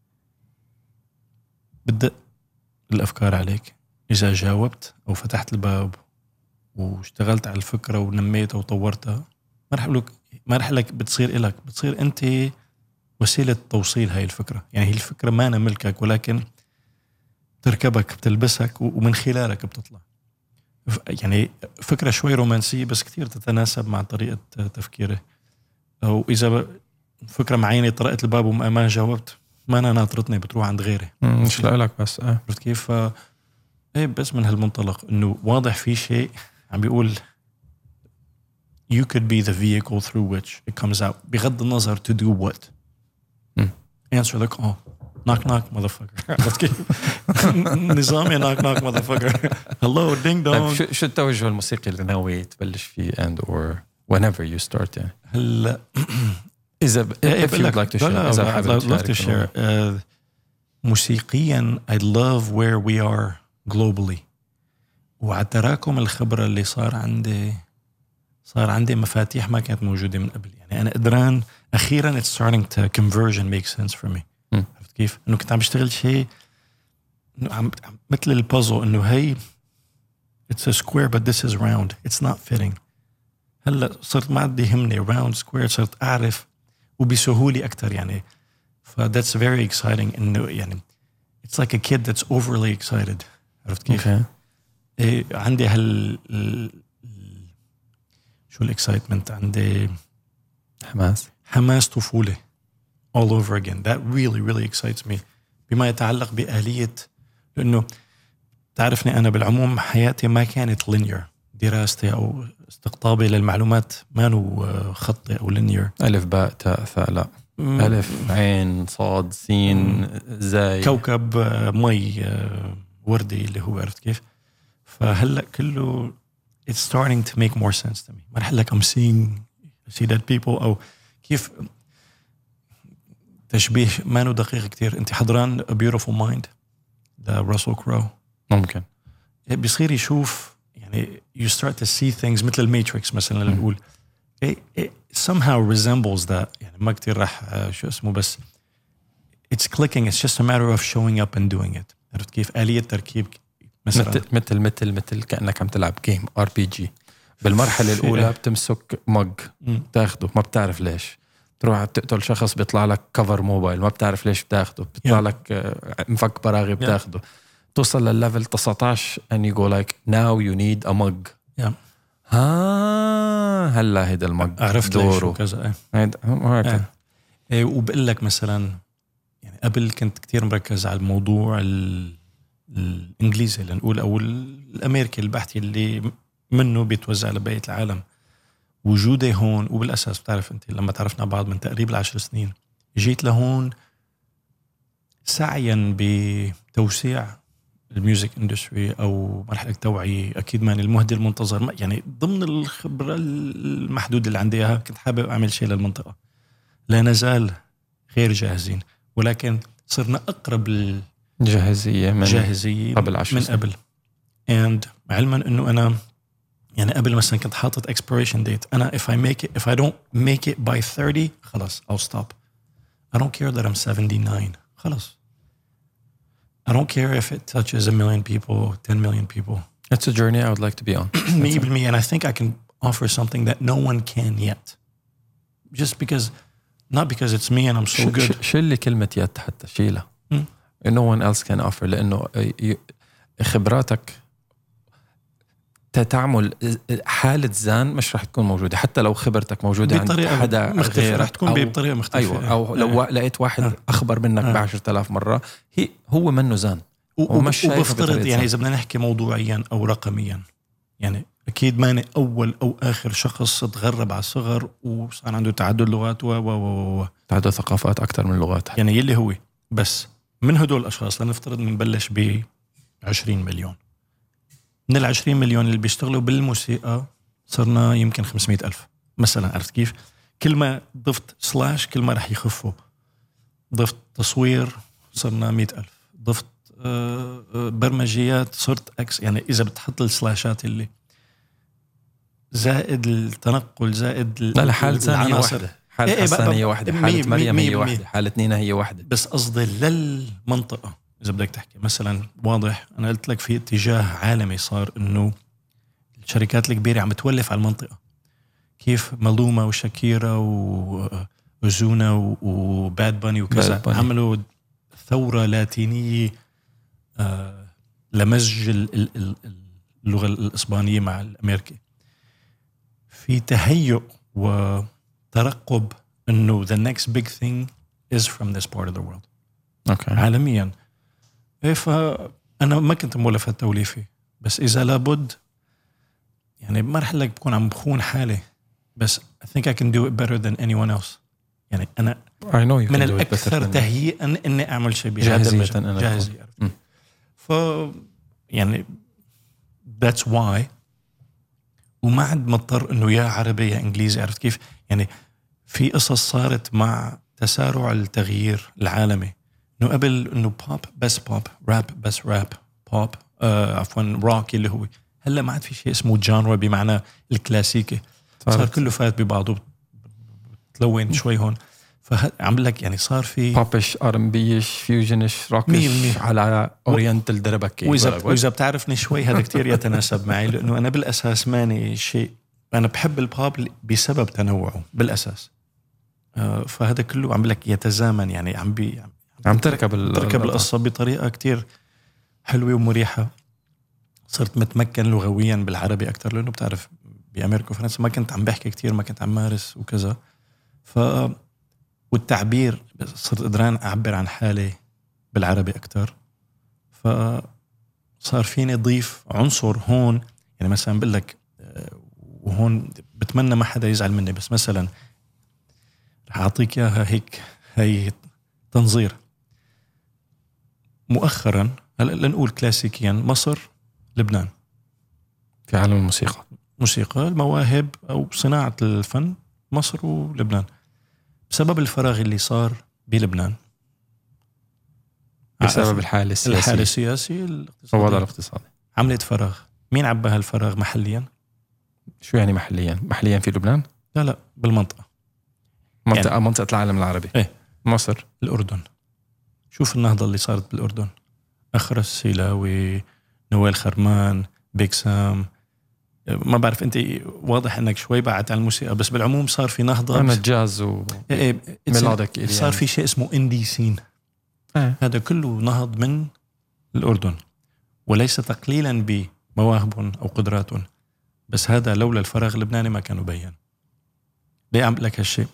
بدق الأفكار عليك إذا جاوبت أو فتحت الباب واشتغلت على الفكرة ونميتها وطورتها ما رح لك بتصير أنت وسيلة توصيل هاي الفكرة يعني هي الفكرة ما أنا ملكك ولكن تركبك بتلبسك ومن خلالك بتطلع يعني فكرة شوي رومانسية بس كتير تتناسب مع طريقة تفكيري أو إذا فكرة معينة طرقت الباب وما جاوبت ما أنا ناطرتني بتروح عند غيري مش لك بس عرفت كيف إيه بس من هالمنطلق إنه واضح في شيء عم بيقول you could be the vehicle through which it comes out بغض النظر to do what answer the call knock knock motherfucker عرفت كيف نظامي knock knock motherfucker hello ding dong شو التوجه الموسيقي اللي ناوي تبلش فيه and or whenever you start يعني هلا إذا if you'd like to share I'd love to share موسيقيا I love where we are globally وعلى تراكم الخبرة اللي صار عندي مفاتيح ما كانت موجودة من قبل يعني أنا قدران أخيرا it's starting to conversion makes sense for me عرفت كيف إنه كنت عم بشتغل شيء إنه مثل البازل إنه هي it's a square but this is round it's not fitting هلا صرت ما عندي يهمني round square صرت أعرف وبسهولة أكتر يعني that's very exciting إنه يعني it's like a kid that's overly excited عرفت كيف إيه عندي شو الاكسايتمنت عندي حماس طفولة all over again that really excites me بما يتعلق بآلية لأنه تعرفني أنا بالعموم حياتي ما كانت linear دراستي أو استقطابي للمعلومات ما هو خطي أو linear ألف باء تاء ثاء لا ألف عين صاد سين زاي كوكب مي وردي اللي هو عرفت كيف فهلأ كله it's starting to make more sense to me. ما رح لك I'm see that people أو كيف تشبيه ما إنه دقيق كتير. أنت حضران A Beautiful Mind لراسل كرو؟ ممكن بيصير يشوف يعني you start to see things مثل الماتريكس مثلا اللي نقول it somehow resembles that. يعني ما كتير راح شو اسمه بس it's clicking. It's just a matter of showing up and doing it. عرفت كيف آلية تركيب مثل كأنك عم تلعب جيم RPG. بالمرحلة الأولى بتمسك مج تاخده ما بتعرف ليش، تروح تقتل شخص بيطلع لك كفر موبايل ما بتعرف ليش بتاخده، بيطلع لك مفك براغي بتاخده، توصل للليفل 19 and you go like now you need a mug. هلا هيدا المج عرفت ليش وكذا. وبقول لك مثلا يعني قبل كنت كتير مركز على الموضوع الإنجليزي اللي نقول أو الأمريكي البحثي اللي منه بيتوزع لبقية العالم. وجودي هون وبالأساس بتعرف أنت لما تعرفنا بعض من تقريبا 10 سنين جيت لهون سعيا بتوسيع الميوزك اندستري أو مرحلة توعية. أكيد ماني المهدي المنتظر يعني ضمن الخبرة المحدودة اللي عندي إياها كنت حابب أعمل شيء للمنطقة. لا نزال غير جاهزين ولكن صرنا أقرب جاهزية قبل 10 سنين. من قبل and علما إنه أنا يعني قبل مثلا كنت حاطط expiration date. أنا if I don't make it by 30 خلاص I'll stop. I don't care that I'm 79 خلاص. I don't care if it touches 1 million people 10 million people. It's a journey I would like to be on. Me and I think I can offer something that no one can yet. Just because not because it's me and I'm so good. شيل كلمة يد حتى شيلها. No one else can offer لأنه خبراتك تعمل حالة زان مش رح تكون موجودة حتى لو خبرتك موجودة عند حدا غير رح تكون بطريقة مختلفة. أيوة أو لو لقيت واحد أخبر منك ب10,000 مرة هو منه زان وبفترض يعني إذا بدنا نحكي موضوعيا أو رقميا يعني أكيد ماني أول أو آخر شخص تغرب على الصغر وصار عنده تعدد لغات تعدد ثقافات أكتر من لغات يعني يلي هو بس من هدول الأشخاص لنفترض نبلش ب20 مليون. من 20 مليون اللي بيشتغلوا بالموسيقى صرنا يمكن 500,000 مثلا. عرفت كيف؟ كل ما ضفت سلاش كل ما رح يخفوا. ضفت تصوير صرنا 100,000. ضفت برمجيات صرت أكس. يعني إذا بتحط السلاشات اللي زائد التنقل زائد لا حالة ثانية واحدة حالة حسان هي واحدة حالة مريم هي واحدة حالة نينا هي واحدة. بس قصدي للمنطقة إذا بدك تحكي مثلا واضح أنا قلت لك في اتجاه عالمي صار إنه الشركات الكبيرة عم تولف على المنطقة. كيف مالوما وشاكيرا وزونا وباد باني وكذا عملوا ثورة لاتينية لمزج اللغة الإسبانية مع الأمريكي. في تهيؤ وترقب إنه the next big thing is from this part of the world. عالميا. فأنا ما كنت مولف هالتوليفي بس إذا لابد يعني ما رح لك بكون عم بخون حالي بس I think I can do it better than anyone else. يعني أنا من الأكثر تهيئا إني أعمل شيء بهذا المجال جاهزية. يعني that's why وما عاد مضطر إنه يا عربي يا إنجليزي. عرفت كيف؟ يعني في قصص صارت مع تسارع التغيير العالمي إنه قبل إنه بوب بس بوب راب بس راب بوب عفوا روك اللي هو هلا ما عاد في شيء اسمه جانرا بمعنى الكلاسيكي. صار كله فات ببعضه بتلون شوي هون. فعمل لك يعني صار في بوبش ار&بيش فيوجنش روكش على اورينتال دربكي. وإذا بتعرفني شوي هذا كتير يتناسب معي لأنه أنا بالأساس ماني شيء. أنا بحب البوب بسبب تنوعه بالأساس. فهذا كله عم لك يتزامن يعني عم تركب القصة بطريقة كتير حلوة ومريحة. صرت متمكن لغويا بالعربي أكتر لأنه بتعرف بأمريكا وفرنسا ما كنت عم بحكي كتير ما كنت عم مارس وكذا. والتعبير صرت قدران أعبر عن حالي بالعربي أكتر. فصار فيني ضيف عنصر هون. يعني مثلا بقول لك وهون بتمنى ما حدا يزعل مني بس مثلا رح أعطيك إياها هيك هي تنظير. مؤخرا هلا لنقول كلاسيكيا مصر لبنان في عالم الموسيقى، موسيقى المواهب أو صناعة الفن، مصر ولبنان. بسبب الفراغ اللي صار بلبنان، بسبب الحالة السياسية والوضع الاقتصادي، عملت فراغ. مين عبى هالفراغ محليا؟ شو يعني محليا في لبنان؟ لا بالمنطقة، منطقة العالم العربي. إيه؟ مصر، الأردن. شوف النهضة اللي صارت بالأردن، أخرس سيلاوي، نوال خرمان، بيك سام. ما بعرف أنت واضح أنك شوي بعد عن الموسيقى، بس بالعموم صار في نهضة. أنا جاز وميلوديك، صار في شيء اسمه اندي سين. هذا كله نهض من الأردن، وليس تقليلا بمواهبهم أو قدراتهم، بس هذا لولا الفراغ اللبناني ما كانوا بيان. ليه أعمل لك هالشيء؟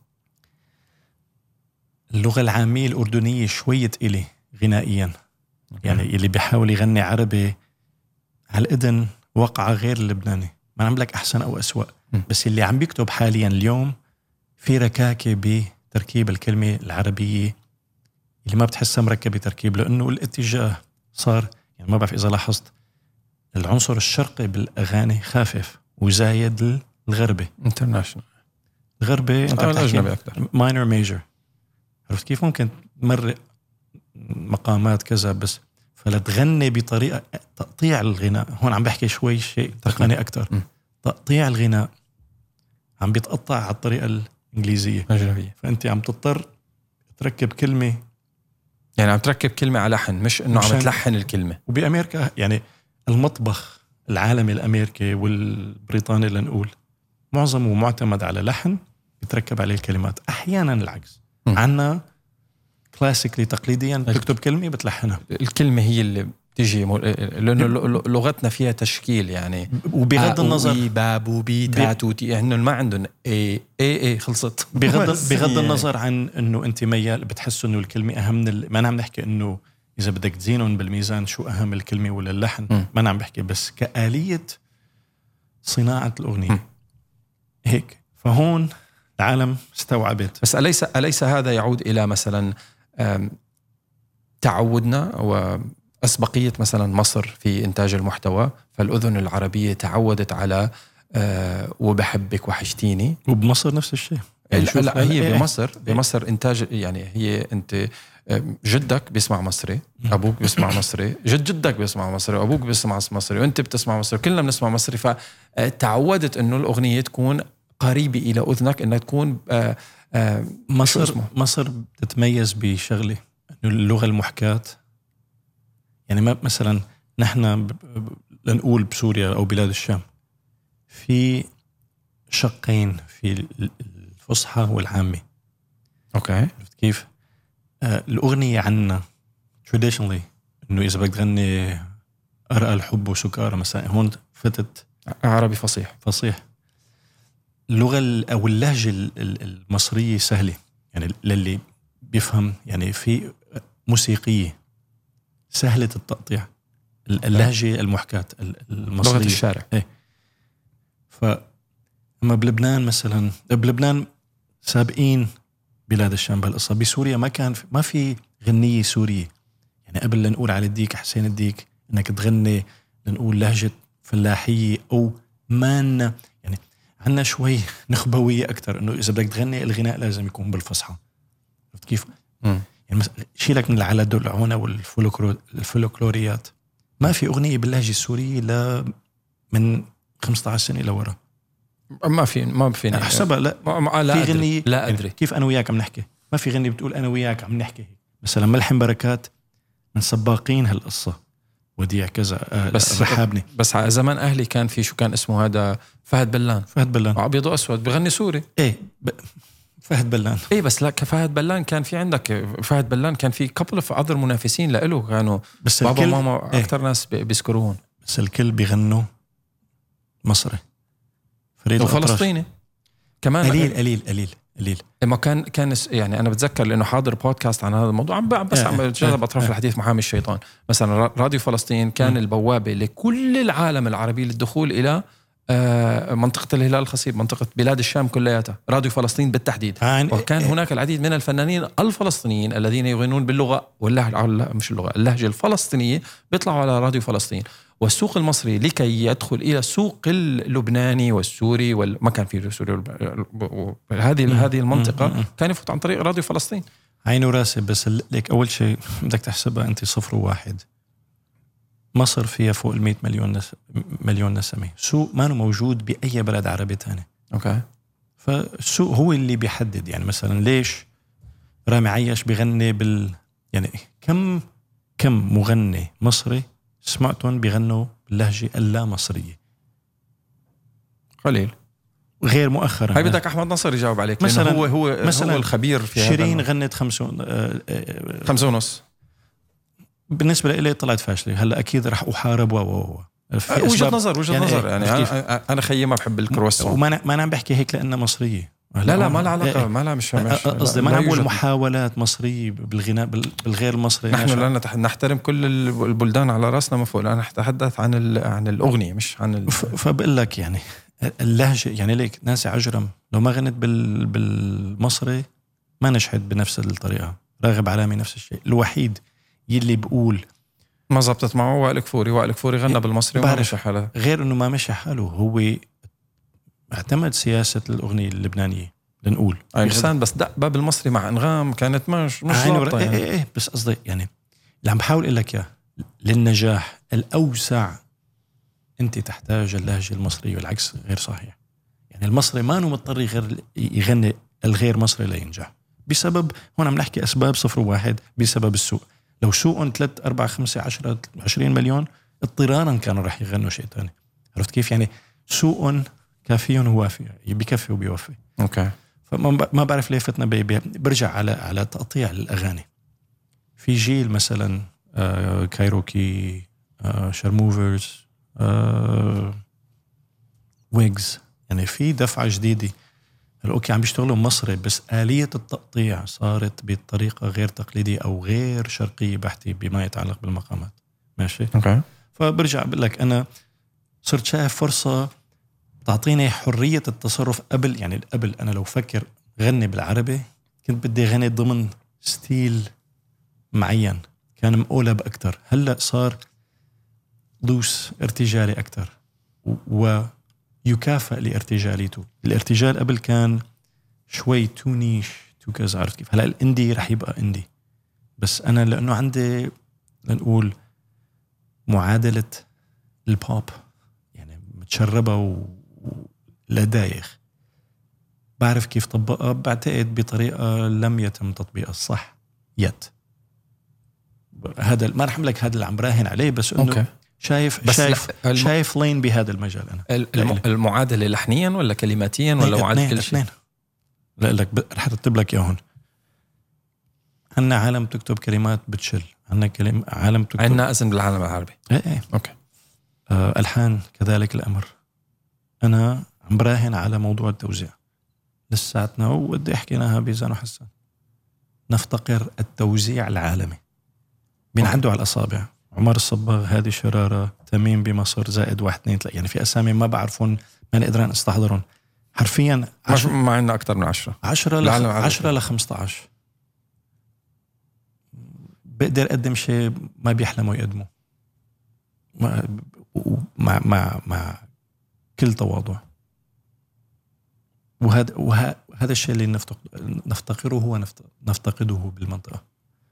اللغة العامية الأردنية شوية إلي غنائيا، يعني اللي بيحاول يغني عربي على الإذن وقعة غير اللبناني. ما عم لك أحسن أو أسوأ، بس اللي عم بيكتب حاليا اليوم في ركاكة بتركيب الكلمة العربية اللي ما بتحسها مركبة تركيب، لأنه الاتجاه صار، يعني ما بعرف إذا لاحظت العنصر الشرقي بالأغاني خافف وزايد الغربي انترناشنال. الغربي أنت الأجنبي أكثر، ماينر ميجر. عرفت كيف؟ ممكن تمرق مقامات كذا، بس فلا تغني بطريقة تقطيع الغناء. هون عم بحكي شوي شيء تقني أكتر. تقطيع الغناء عم بيتقطع على الطريقة الإنجليزية أجنبية، فأنت عم تضطر تركب كلمة، يعني عم تركب كلمة على لحن، مش إنه عم تلحن الكلمة. وبأمريكا يعني المطبخ العالمي الأمريكي والبريطاني لنقول معظمه معتمد على لحن يتركب عليه الكلمات. أحيانا العكس، عنا كلاسيكلي تقليديا تكتب كلمة بتلحنها. الكلمة هي اللي بتيجي لأنه لغتنا فيها تشكيل، يعني وبغض النظر بابو بي تاتوتي، إنه ما عندهم اي خلصت. بغض النظر عن إنه أنت ميال بتحس إنه الكلمة أهم ما نعم نحكي إنه إذا بدك تزينهم بالميزان شو أهم الكلمة ولا اللحن، ما نعم بحكي، بس كآلية صناعة الأغنية هيك. فهون العالم استوعبت. بس أليس هذا يعود إلى مثلا تعودنا وأسبقية مثلا مصر في إنتاج المحتوى، فالأذن العربية تعودت على وبحبك وحشتيني. وبمصر نفس الشيء. لا هي بمصر إنتاج، يعني هي أنت جدك بيسمع مصري، أبوك بيسمع مصري، جدك بيسمع مصري، وأبوك بيسمع مصري، وأنت بتسمع مصري، كلنا بنسمع مصري. فتعودت إنه الأغنية تكون قريبة إلى أذنك، إنها تكون مصر بتتميز بشغلة إنه اللغة المحكاة. يعني مثلا نحن لنقول بسوريا أو بلاد الشام في شقين، في الفصحى والعامة. أوكي، كيف؟ الأغنية عنا traditionally إنه إذا بدك تغني أرقى الحب وسكارة مثلا، هون فتت عربي فصيح. اللغة أو اللهجة المصرية سهلة، يعني للي بيفهم، يعني في موسيقية سهلة التقطيع، اللهجة المحكاة المصرية، لغة الشارع. إيه. فأما بلبنان مثلا، بلبنان سابقين بلاد الشام بهالقصة. بسوريا ما في غنية سورية، يعني قبل لنقول على الديك حسين الديك إنك تغني لنقول لهجة فلاحية أو مان، يعني عنا شوي نخبوية أكتر، إنه إذا بدك تغني الغناء لازم يكون بالفصحى. عرفت كيف؟ يعني شيلك من العلد والعونة والفولكلوريات، ما في أغنية باللهجة السورية لا من 15 سنة لورا. ما فيني أحسبها. لا في غنية لا أدري كيف أنا وياك عم نحكي. ما في غنية بتقول أنا وياك عم نحكي هيك. مثلا ملحم بركات من سباقين هالقصة، وديع كذا، بس رحابني. بس على زمان أهلي كان في شو كان اسمه هذا، فهد بلان أبيض وأسود بغني سوري. إيه فهد بلان. إيه بس لا، كفهد بلان كان في عندك فهد بلان كان في couple of other منافسين لإله كانوا، بس بابا وماما أكتر ناس بيذكروهم. بس الكل بيغنوا مصري، فريد وفلسطيني كمان قليل. لما كان يعني أنا بتذكر لأنه حاضر بودكاست عن هذا الموضوع، عم بجرب أطراف الحديث محامي الشيطان مثلا. راديو فلسطين كان البوابة لكل العالم العربي للدخول إلى منطقة الهلال الخصيب، منطقة بلاد الشام كلياتها، راديو فلسطين بالتحديد. وكان هناك العديد من الفنانين الفلسطينيين الذين يغنون باللغة اللهجة الفلسطينية بيطلعوا على راديو فلسطين. والسوق المصري لكي يدخل إلى السوق اللبناني والسوري ما كان فيه سوري هذه المنطقة كان يفوت عن طريق راديو فلسطين. عيني وراسي، بس لك أول شيء بدك تحسبها أنت 0.1. مصر فيها فوق 100 مليون نسمة، سوق ما هو موجود بأي بلد عربي تاني. أوكي. فالسوق هو اللي بيحدد. يعني مثلا ليش رامي عياش بيغني يعني كم مغني مصري سمعتهم بيغنوا باللهجة اللا مصرية؟ قليل، غير مؤخرا. هاي بدك أحمد نصر يجاوب عليك، مثلا هو الخبير في هذا. شيرين غنت 5.5. بالنسبة لي طلعت فاشلة. هلا أكيد رح أحارب وجهة نظر يعني أنا خيي ما بحب الكرواسون، وما أنا عم بحكي هيك لأنها مصرية. لا ما لها علاقة، ما لها مش قصدي ما نقول محاولات مصرية بالغناء بالغير المصري. نحن لا نحترم كل البلدان على رأسنا مفوق. لا نتحدث عن الأغنية مش عن فبقول لك يعني اللهجة. يعني ليك ناسي عجرم لو ما غنت بالمصري ما نجحت بنفس الطريقة. راغب علامي نفس الشيء، الوحيد يلي بقول ما زبطت معه وائل كفوري غنى بالمصري وما مشى حاله. غير انه ما مشى حاله، هو اعتمد سياسة الأغنية اللبنانية لنقول إحسان، بس دق باب المصري مع أنغام كانت مش ضابطة يعني. بس قصدي يعني اللي عم بحاول اقول لك للنجاح الأوسع أنت تحتاج اللهجة المصرية، والعكس غير صحيح. يعني المصري ما مضطر يغني الغير مصري لينجح بسبب، هون عم نحكي أسباب 0.1 بسبب السوق. لو سوقهم 3 4 5 10 20 مليون اضطرارا كانوا رح يغنوا شيء تاني. عرفت كيف؟ يعني سوقهم كافيون ووافي، بكفي وبيوفي. اوكي. فما بعرف ليه فتنا برجع على تقطيع الأغاني. في جيل مثلا كايروكي، شارموفرز، ويجز، يعني في دفعة جديدة. أوكي عم بيشتغلوا مصري، بس آلية التقطيع صارت بطريقة غير تقليدية أو غير شرقية بحتة بما يتعلق بالمقامات. ماشي. أوكي. فبرجع بقول لك أنا صرت شايف فرصة تعطيني حرية التصرف. قبل أنا لو فكر غني بالعربي كنت بدي غني ضمن ستيل معين كان مقولب أكتر. هلأ صار لوس، ارتجالي أكتر، ويكافئ لارتجاليته. الارتجال قبل كان شوي تو نيش تو كذا، عرفت كيف؟ هلأ الاندي رح يبقى اندي، بس أنا لأنه عندي لنقول معادلة البوب، يعني متشربة ولدايخ، بعرف كيف طبقها. بعتقد بطريقة لم يتم تطبيقها الصح يت. هذا ما رح أملك هذا اللي عم براهن عليه، بس إنه أوكي. شايف لين بهذا المجال. أنا المعادلة لحنيا ولا كلماتيا ولا معادلة كل شيء؟ لا لك رح أرتب لك إياهن. عنا عالم تكتب كلمات بتشل، عنا عالم تكتب، عنا أذن بالعالم العربي. إيه. أوكي. ألحان كذلك الأمر. أنا عم براهن على موضوع التوزيع لساتنا، ودي حكيناها بيزان وحسن. نفتقر التوزيع العالمي بينعدوا على الأصابع. عمر الصباغ، هادي شرارة، تميم بمصر، زائد 1 2 3. يعني في أسامي ما بعرفون، ما نقدران استحضرهم حرفيا. ما عندنا أكتر من 10 ل 15. بقدر أقدم شيء ما بيحلموا يقدموا، مع كل تواضع. وهذا الشيء اللي نفتقره هو نفتقده بالمنطقة.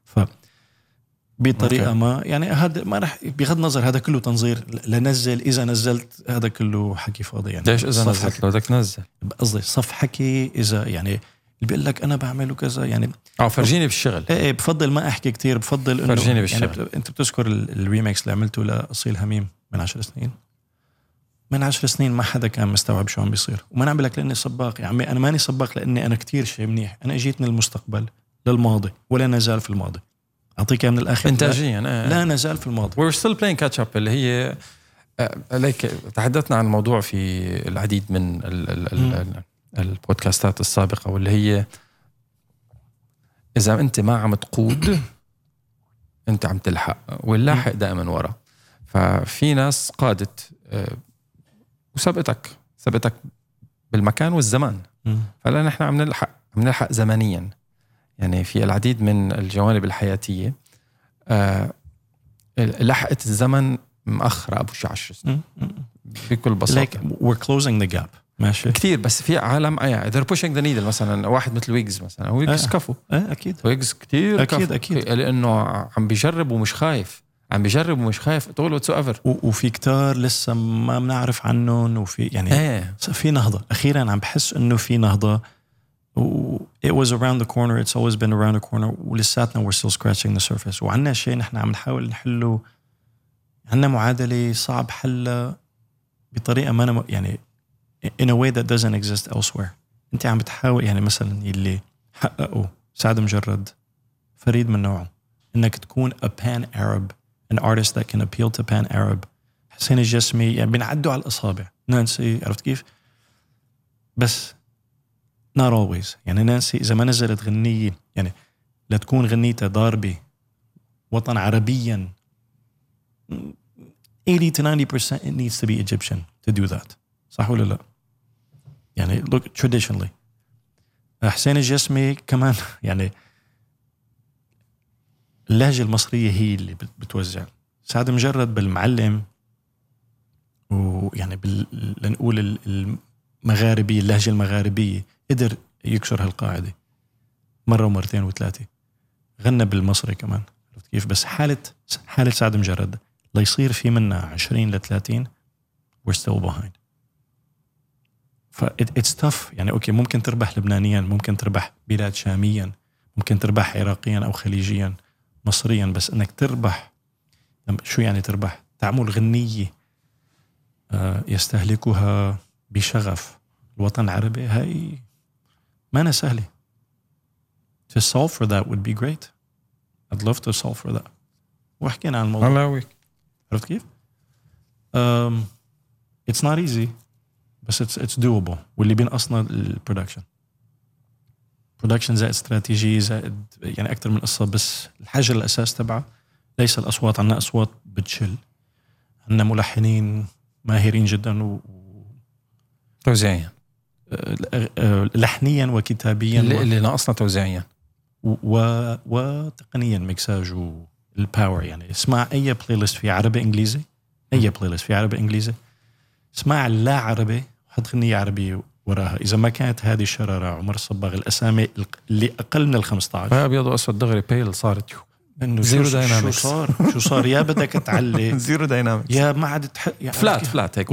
بطريقة ما يعني هذا ما رح بغض النظر، هذا كله تنظير لنزل. إذا نزلت هذا كله حكي فاضي. يعني ليش إذا نزلت؟ لو بدك تنزل قصدي صف حكي. إذا يعني اللي بيقول لك أنا بعمله كذا يعني فرجيني بالشغل. إيه بفضل ما أحكي كتير، بفضل إنه فرجيني بالشغل. يعني أنت بتذكر الريميكس اللي عملته لأصيل هميم من 10 سنين. من 10 سنين ما حدا كان مستوعب شو عم بيصير. وما نعمل لك لأني سباق يا عمي، أنا ماني سباق لأني أنا كتير شيء منيح. أنا جيت من المستقبل للماضي ولا نزال في الماضي. أعطيك من الآخر إنتاجيا لا نزال في الماضي. we're still playing catch up. اللي هي ليك تحدثنا عن الموضوع في العديد من البودكاستات السابقة، واللي هي إذا أنت ما عم تقود أنت عم تلحق، واللاحق دائما ورا. ففي ناس قادت وسبقتك بالمكان والزمان. فلا نحن عم نلحق زمنيا، يعني في العديد من الجوانب الحياتية لحقت الزمن مأخرة أبو 10 سنين بكل بساطة. we're closing the gap. ماشي كتير، بس في عالم they're pushing the needle. مثلا واحد مثل ويجز، مثلا ويجز كفو. أكيد ويجز كتير أكيد لأنه عم بيجرب ومش خايف، تقول whatsoever. وفي كتار لسه ما بنعرف عنهم، وفي يعني في نهضة أخيرا. عم بحس إنه في نهضة. it was around the corner, it's always been around the corner، ولساتنا we're still scratching the surface. وعنا شيء نحن عم نحاول نحله، عنا معادلة صعب حلها بطريقة ما يعني in a way that doesn't exist elsewhere. انت عم بتحاول، يعني مثلا يلي حققوا سعد مجرد فريد من نوعه، انك تكون a pan-Arab, an artist that can appeal to pan-Arab. حسين الجسمي يعني بنعدوا على الأصابع. نانسي، عرفت كيف؟ بس not always. يعني نانسي إذا ما نزلت غنية، يعني لا تكون غنيتها ضاربة وطن عربيا 80 to 90% it needs to be Egyptian to do that. صح ولا لا؟ يعني look traditionally حسين الجسمي كمان، يعني اللهجة المصرية هي اللي بتوزع. سعد مجرد بالمعلم، ويعني لنقول المغاربية، اللهجة المغاربية، قدر يكسر هالقاعدة مرة ومرتين وثلاثة. غنى بالمصري كمان، عرفت كيف؟ بس حالة سعد مجرد لا يصير في منا 20 ل 30 we're still behind. it's tough. يعني أوكي، ممكن تربح لبنانيا، ممكن تربح بلاد شاميا، ممكن تربح عراقيا أو خليجيا مصريا، بس أنك تربح، شو يعني تربح؟ تعمل غنية يستهلكها بشغف الوطن العربي، هاي ما أنا سهلة. to solve for that would be great. I'd love to solve for that. وحكينا عن الموضوع. الله، عرفت كيف؟ it's not easy بس it's doable. واللي بينقصنا البرودكشن زائد استراتيجي زائد يعني أكتر من قصة. بس الحاجة الأساس تبعه ليس الأصوات. عنا أصوات بتشل، عنا ملحنين ماهرين جدا توزيعيا، لحنيا وكتابيا، اللي ناقصنا توزيعيا وتقنيا ميكساج والباور. يعني اسمع أي بلاي ليست في عربي إنجليزي، أي بلاي ليست في عربي إنجليزي، اسمع لا عربي وحط غنية عربية وراها. إذا ما كانت هذه الشرارة، عمر الصباغ، الأسامي اللي أقل من 15 أبيض وأسود دغري بيل صارت إنه زيرو داينامكس. شو صار يا بدك تعلي زيرو داينامكس، يا ما عاد يعني فلات هيك.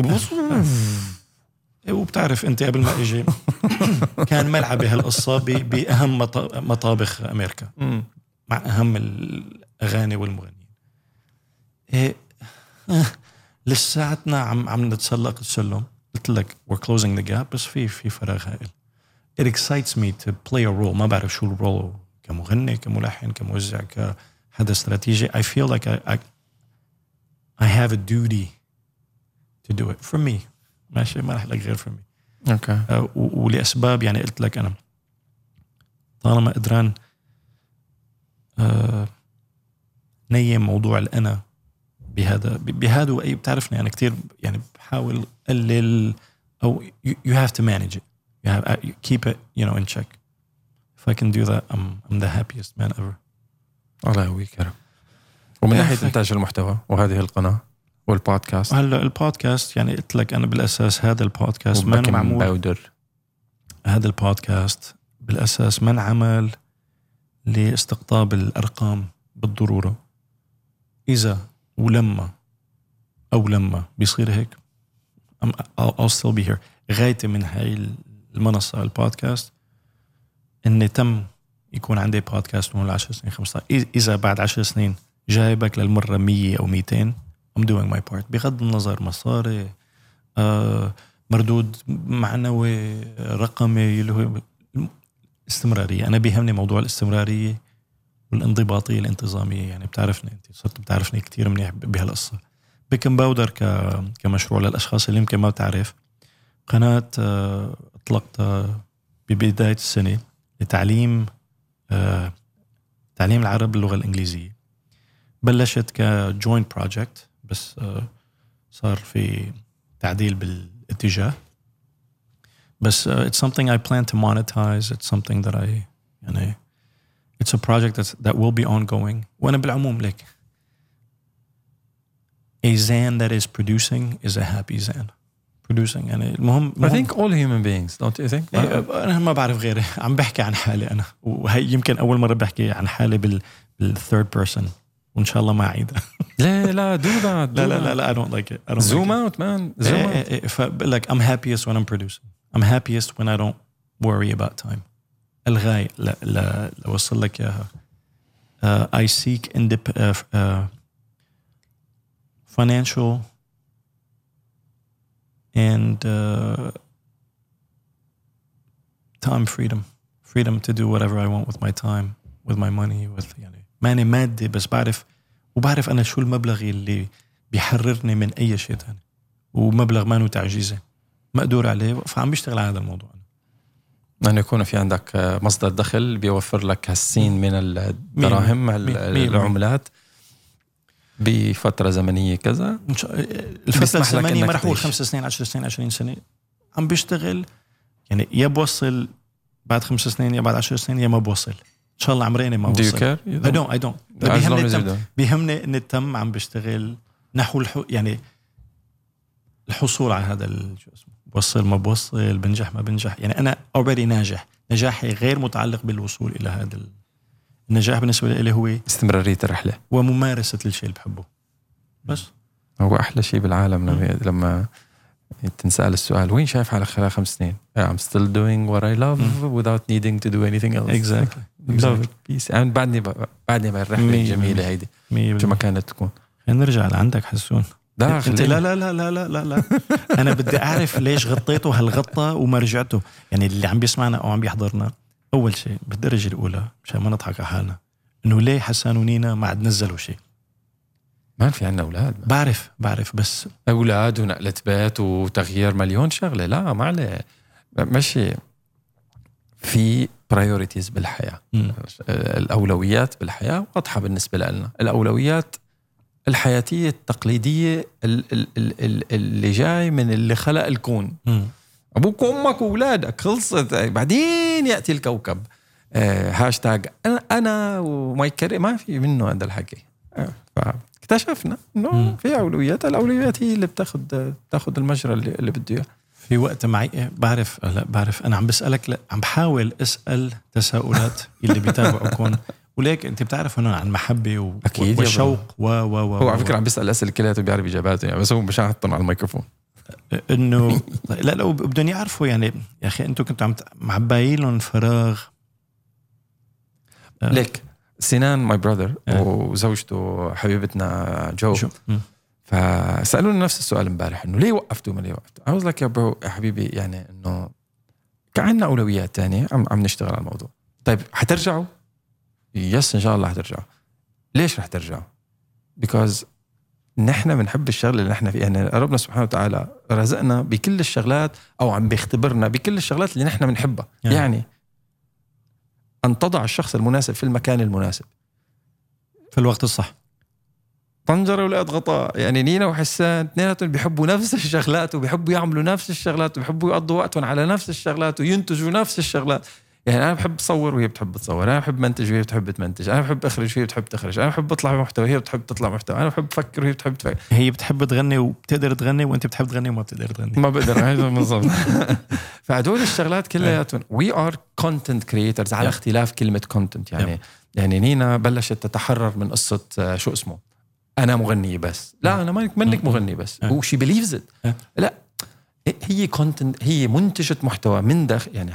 وبتعرف أنت قبل ما إجي كان ملعبي هالقصة بأهم مطابخ أمريكا مع أهم الأغاني والمغنيين. لساعتنا عم نتسلق السلم. قلت لك we're closing the gap، بس في فراغ هائل. It excites me to play a role. ما بعرف شو الرول، كمغني، كملحن، كموزع، كحدا استراتيجي. I feel like I have a duty to do it for me. ماشي، ما رح لك غير for me. okay. ولأسباب يعني قلت لك أنا طالما قدران نيم موضوع الأنا بهذا وأي، بتعرفني أنا كتير يعني بحاول أقلل، أو you have to manage it, you keep it in check. If I can do that, I'm the happiest man ever. الله يقويك يا رب. ومن ناحية إنتاج المحتوى وهذه القناة والبودكاست، هلا البودكاست يعني قلت لك أنا بالأساس هذا البودكاست ما معمول باودر. هذا البودكاست بالأساس ما انعمل لاستقطاب الأرقام بالضرورة. إذا ولما بيصير هيك I'll still be here. غايتي من هاي المنصة البودكاست إن تم يكون عندي بودكاست من 10 سنين 15. إذا بعد 10 سنين جايبك للمرة 100 أو 200 I'm doing my part. بغض النظر مصاري، مردود معنوي، رقمي، اللي هو استمرارية. أنا بيهمني موضوع الاستمرارية والانضباطية الانتظامية. يعني بتعرفني أنت، صرت بتعرفني كتير منيح بهالقصة. بيكن باودر كمشروع للأشخاص اللي يمكن ما بتعرف، قناة أطلقتها ببداية السنة لتعليم العرب باللغة الإنجليزية. بلشت كجوين بروجكت، بس صار في تعديل بالاتجاه. بس it's something I plan to monetize. It's something that I يعني it's a project that will be ongoing. وأنا بالعموم لك a Zan that is producing is a happy Zan. Producing يعني المهم I think all human beings, don't you think? أنا ما بعرف غيره. عم بحكي عن حالي أنا، وهي يمكن أول مرة بحكي عن حالي بالthird person، وإن شاء الله ما أعيدها. لا do that. لا I don't like it. I don't zoom like out man. Zoom out. Like I'm happiest when I'm producing. I'm happiest when I don't worry about time. الغاية لا وصل لك إياها. I seek financial and time freedom to do whatever I want with my time, with my money, with يعني ماني مادي، بس بعرف أنا شو المبلغ اللي بيحررني من أي شيء تاني، ومبلغ ما نو تعجيزه مقدور عليه، فعم بيشتغل على هذا الموضوع. أن يكون في عندك مصدر دخل بيوفر لك هالسين من الدراهم العملات بفترة زمنية كذا. الفترة الزمنية ما رح أقول 5 سنين 10 سنين 20 سنة، عم بيشتغل يعني يا بوصل بعد 5 سنين يا بعد 10 سنين يا ما بوصل. إن شاء الله عمريني ما بوصل. I don't. بيهمني إن التم عم بيشتغل نحو يعني الحصول على هذا شو اسمه، بوصل ما بوصل، بنجح ما بنجح، يعني أنا already ناجح. نجاحي غير متعلق بالوصول إلى هذا النجاح. بالنسبة لي هو استمرارية الرحلة وممارسة الشيء اللي بحبه. بس هو أحلى شيء بالعالم لما تنسأل السؤال وين شايف حالك خلال 5 سنين؟ I'm still doing what I love without needing to do anything else. Exactly. Peace. يعني بعدني بالرحلة الجميلة هيدي شو ما كانت تكون. نرجع لعندك حسون. انت لا انا بدي اعرف ليش غطيته هالغطه وما رجعته. يعني اللي عم بيسمعنا او عم بيحضرنا، اول شيء بالدرجه الاولى مشان ما نضحك على حالنا، انه ليه حسان ونينا ما عاد نزلوا شيء؟ ما في عنا اولاد. بعرف بس اولاد ونقله بيت وتغيير مليون شغله. لا ما عليه، ماشي في priorities بالحياه. الاولويات بالحياه واضحه بالنسبه لنا. الاولويات الحياتية التقليدية اللي جاي من اللي خلق الكون. أبوك وأمك وأولادك، خلصت. بعدين يأتي الكوكب. هاشتاج أنا ومايك كاري، ما في منه هذا الحكي. فاكتشفنا إنه في أولويات. الأولويات هي اللي بتاخد المجرى اللي بده إياه. في وقت معي بعرف أنا عم بسألك، لا عم بحاول أسأل تساؤلات اللي بيتابعوكم. وليك انت بتعرف انه عن محبه والشوق هو على فكره عم بيسال اسئله كلها بيعرف اجاباته يعني، بس هو مش حاطهم على الميكروفون انه لا بدهم يعرفوا يعني يا اخي انتم كنتوا معبايين لهم فراغ. ليك سنان ماي براذر وزوجته حبيبتنا جو فسالوني نفس السؤال امبارح، انه ليه وقفتوا ما ليه وقفتوا. I was like يا حبيبي يعني انه كان عندنا اولويات تانية عم نشتغل على الموضوع. طيب حترجعوا؟ يس إن شاء الله حترجعوا. ليش رح ترجعوا؟ because نحن بنحب الشغله اللي نحن فيها. يعني ربنا سبحانه وتعالى رزقنا بكل الشغلات، او عم بيختبرنا بكل الشغلات اللي نحن بنحبها. يعني أن تضع الشخص المناسب في المكان المناسب في الوقت الصح. طنجرة ولقت غطاء. يعني نينا وحسان اثنيناتهم بيحبوا نفس الشغلات وبيحبوا يعملوا نفس الشغلات وبيحبوا يقضوا وقتهم على نفس الشغلات وينتجوا نفس الشغلات. يعني أنا بحب أصور وهي بتحب تصور، أنا بحب منتج وهي بتحب تمنتج، أنا بحب أخرج وهي بتحب تخرج، أنا بحب أطلع بمحتوى وهي بتحب تطلع محتوى، أنا بحب أفكر وهي بتحب تفكر. هي بتحب تغني وبتقدر تغني، وأنت بتحب تغني وما بتقدر تغني. ما بقدر هذا بالضبط. فهدول الشغلات كلياتهم we are content creators على اختلاف كلمة content. يعني نينا بلشت تتحرر من قصة شو اسمه أنا مغنية بس. لا أنا منك مغني بس. وشي believes it. لا هي content، هي منتجة محتوى من داخل. يعني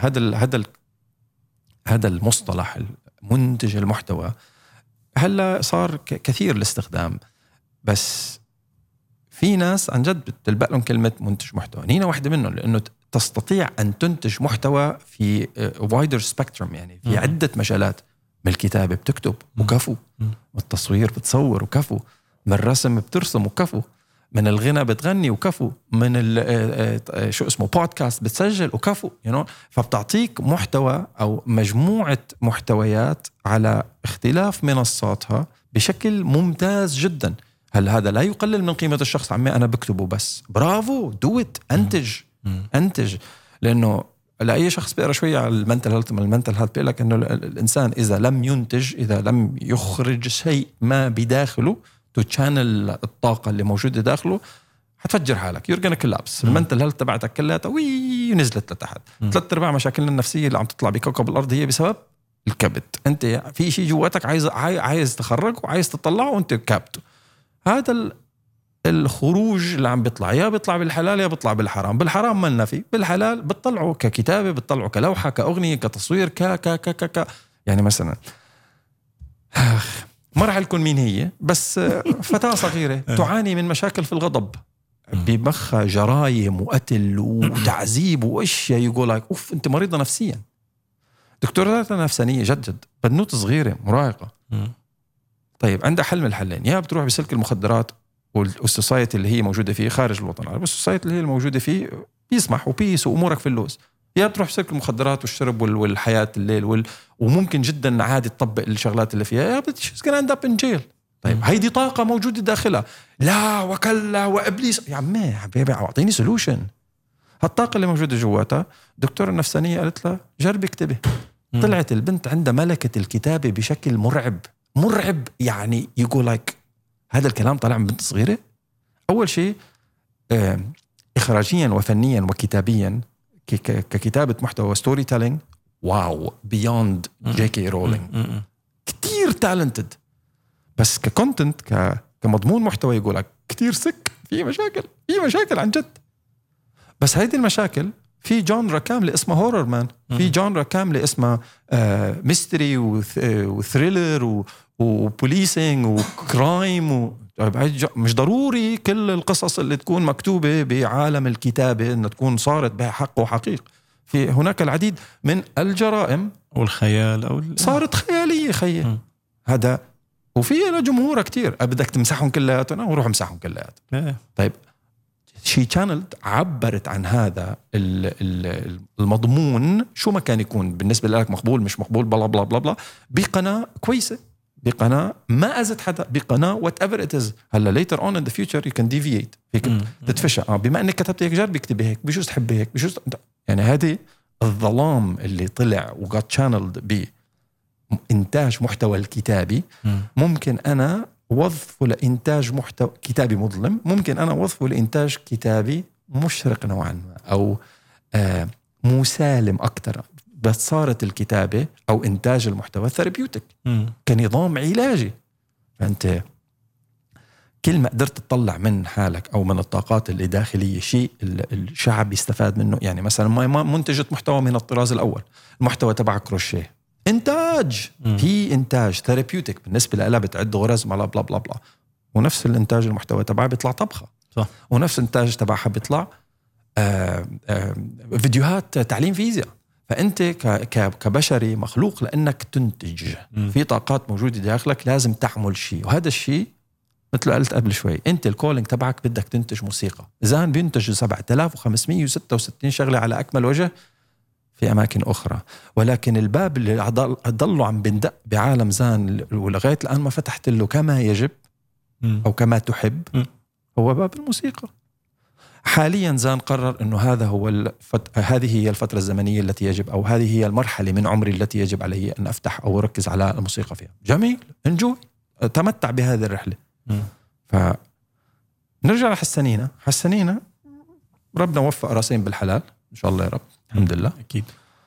هذا المصطلح منتج المحتوى هلا صار كثير الاستخدام، بس في ناس عن جد بتلبق لهم كلمة منتج محتوى. نينا واحدة منهم، لأنه تستطيع أن تنتج محتوى في wider spectrum، يعني في عدة مجالات. من الكتابة بتكتب وكفو، من التصوير بتصور وكفو، من الرسم بترسم وكفو، من الغنى بتغني وكفو، من شو اسمه بودكاست بتسجل وكفو. فبتعطيك محتوى أو مجموعة محتويات على اختلاف منصاتها بشكل ممتاز جدا. هل هذا لا يقلل من قيمة الشخص؟ عمي أنا بكتبه بس، برافو، دوت، أنتج. لأنه لأي شخص بيقرأ شوية على المنتل هيلث بيقول لك إنه الإنسان إذا لم ينتج، إذا لم يخرج شيء ما بداخله تشانل الطاقة اللي موجودة داخله، حتفجر حالك، يورجن كلابس. المنتل هيلث تبعتك كلها ونزلت لتحت. 3/4 مشاكلنا النفسية اللي عم تطلع بكوكب الأرض هي بسبب الكبت. أنت في شيء جواتك عايز تخرج وعايز تطلعه وأنت كابته. هذا الخروج اللي عم بيطلع، يا بيطلع بالحلال يا بيطلع بالحرام. بالحرام مالنا فيه، بالحلال بتطلعه ككتابة، بتطلعه كلوحة، كأغنية، كتصوير، ك يعني مثلا ما راح لكم مين هي، بس فتاة صغيرة تعاني من مشاكل في الغضب، بمخها جرايم وقتل وتعذيب واشياء، يقول لك اوف انت مريضة نفسيا. دكتورة نفسانية جد بنوت صغيرة مراهقة. طيب عندها حل من الحلين، يا بتروح بسلك المخدرات والسوسايتي اللي هي موجودة فيه خارج الوطن العربي، والسوسايتي اللي هي الموجودة فيه بيسمح وبيس وأمورك في اللوز، يا بتروح بسلك المخدرات والشرب والحياة الليل وممكن جدا عادي تطبق الشغلات اللي فيها، يا she's gonna end up in jail. طيب هيدي طاقة موجودة داخلها، لا وكلا وإبليس. يا عمي حبيبي أعطيني سولوشن. هالطاقة اللي موجودة جواتها، دكتورة النفسانية قالت لها جربي اكتبي. طلعت البنت عندها ملكة الكتابة بشكل مرعب. يعني يقول لك هذا الكلام طلع من بنت صغيرة. أول شيء إخراجيا وفنيا وكتابيا ككتابة محتوى ستوري تيلينج، واو، بيوند جي كي رولينج، كتير تالنتد. بس ككونتنت كمضمون محتوى يقول لك كتير سك، في مشاكل عن جد. بس هيدي المشاكل في جانرا كاملة اسمها هورر مان، في جانرا كاملة اسمها ميستري وثريلر وبوليسينج وكرايم مش ضروري كل القصص اللي تكون مكتوبة بعالم الكتابة أن تكون صارت بها حق وحقيق. في هناك العديد من الجرائم والخيال صارت خيالية خيال هذا، وفي له جمهور كتير. بدك تمسحهم كلياتنا وروح امسحهم كلياتنا. طيب شي channel عبرت عن هذا المضمون، شو ما كان يكون بالنسبة لك مقبول مش مقبول بلا بلا بلا بلا، بقناة كويسة، بقناة ما أذت حدا، بقناة whatever it is. هلا later on in the future you can deviate، فيك تتفشى. بما أنك كتبت هيك جرب اكتبي هيك، بجوز تحبي هيك، بجوز يعني هذه الظلام اللي طلع وقات channeled بإنتاج محتوى الكتابي. ممكن أنا وظفه لإنتاج محتوى كتابي مظلم، ممكن أنا وظفه لإنتاج كتابي مشرق نوعا ما أو مسالم أكتر. بس صارت الكتابة أو إنتاج المحتوى ثيرابيوتيك كنظام علاجي. فأنت كل ما قدرت تطلع من حالك أو من الطاقات اللي داخلية شيء الشعب يستفاد منه. يعني مثلا ما منتجة محتوى من الطراز الأول، المحتوى تبع كروشيه إنتاج، هي إنتاج ثيرابيوتيك بالنسبة لها، بتعد غرز بلا بلا بلا بلا. ونفس الإنتاج المحتوى تبعها بيطلع طبخة صح. ونفس الإنتاج تبعها بيطلع فيديوهات تعليم فيزياء. فأنت كبشري مخلوق لأنك تنتج، في طاقات موجودة داخلك لازم تعمل شيء. وهذا الشيء مثل قلت قبل شوي، أنت الكولينج تبعك بدك تنتج موسيقى. زان بينتج 7566 شغلة على أكمل وجه في أماكن أخرى، ولكن الباب اللي ضلوا عم بندق بعالم زان ولغاية الآن ما فتحت له كما يجب أو كما تحب هو باب الموسيقى. حاليا زان قرر أنه هذا هو هذه هي الفترة الزمنية التي يجب، أو هذه هي المرحلة من عمري التي يجب علي أن أفتح أو أركز على الموسيقى فيها. جميل، انجوي، تمتع بهذه الرحلة. فنرجع لحسنينا ربنا وفق راسين بالحلال إن شاء الله يا رب، الحمد لله أكيد.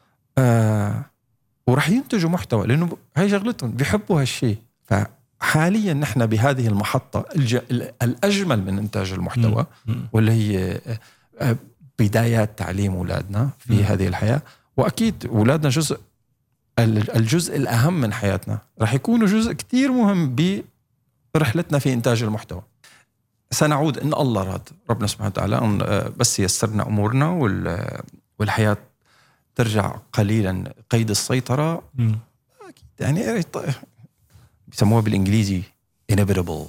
ورح ينتجوا محتوى لأنه هاي شغلتهم، بيحبوا هالشيء. فحاليا نحن بهذه المحطة الأجمل من إنتاج المحتوى، واللي هي بدايات تعليم أولادنا في هذه الحياة. وأكيد أولادنا الجزء الأهم من حياتنا، رح يكونوا جزء كتير مهم برحلتنا في إنتاج المحتوى. سنعود إن الله راد ربنا سبحانه وتعالى، بس يسرنا أمورنا والحياة ترجع قليلا قيد السيطرة. يعني بيسموها بالإنجليزي inevitable،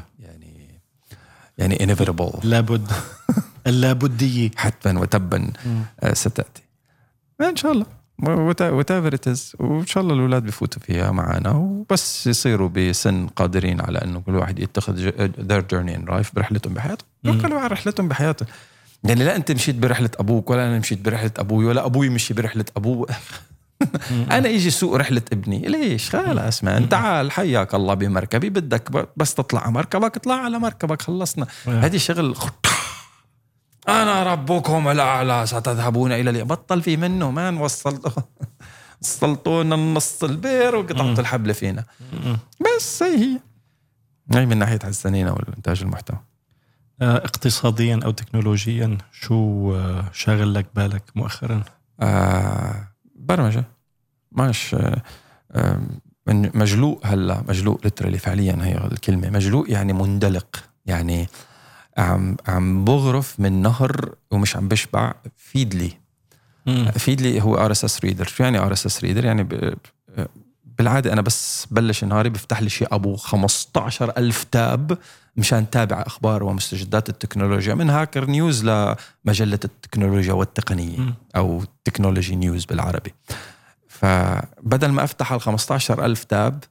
يعني inevitable، اللابدية حتما وتبا ستأتي إن شاء الله. whatever it is. وإن شاء الله الأولاد بيفوتوا فيها معنا وبس يصيروا بسن قادرين على أنه كل واحد يتخذ their journey in life برحلتهم بحياتهم. يوكلوا على رحلتهم بحياتهم. يعني لا أنت مشيت برحلة أبوك ولا أنا مشيت برحلة أبوي ولا أبوي مشي برحلة أبوه. أنا يجي سوق رحلة ابني ليش؟ خلاص ما أنت تعال حياك الله بمركبي بدك بس تطلع على مركبك اطلع على مركبك خلصنا. هذه شغل أنا ربكم الأعلى ستذهبون إلى بطل في منه ما وصلتونا النص البير وقطعت الحبل فينا. بس هي من ناحية حسنينة والإنتاج المحتوى. اقتصاديا أو تكنولوجيا شو شاغل لك بالك مؤخرا؟ برمجة ماش مجلوء. هلا مجلوء لترالي فعليا هي الكلمة مجلوء يعني مندلق. يعني عم بغرف من نهر ومش عم بشبع. فيدلي هو RSS reader. شو يعني RSS reader؟ يعني بالعادة أنا بس بلش نهاري بفتح لي شيء أبو 15,000 تاب مشان تابع أخبار ومستجدات التكنولوجيا من هاكر نيوز لمجلة التكنولوجيا والتقنية أو تكنولوجي نيوز بالعربي. فبدل ما أفتح 15,000 تاب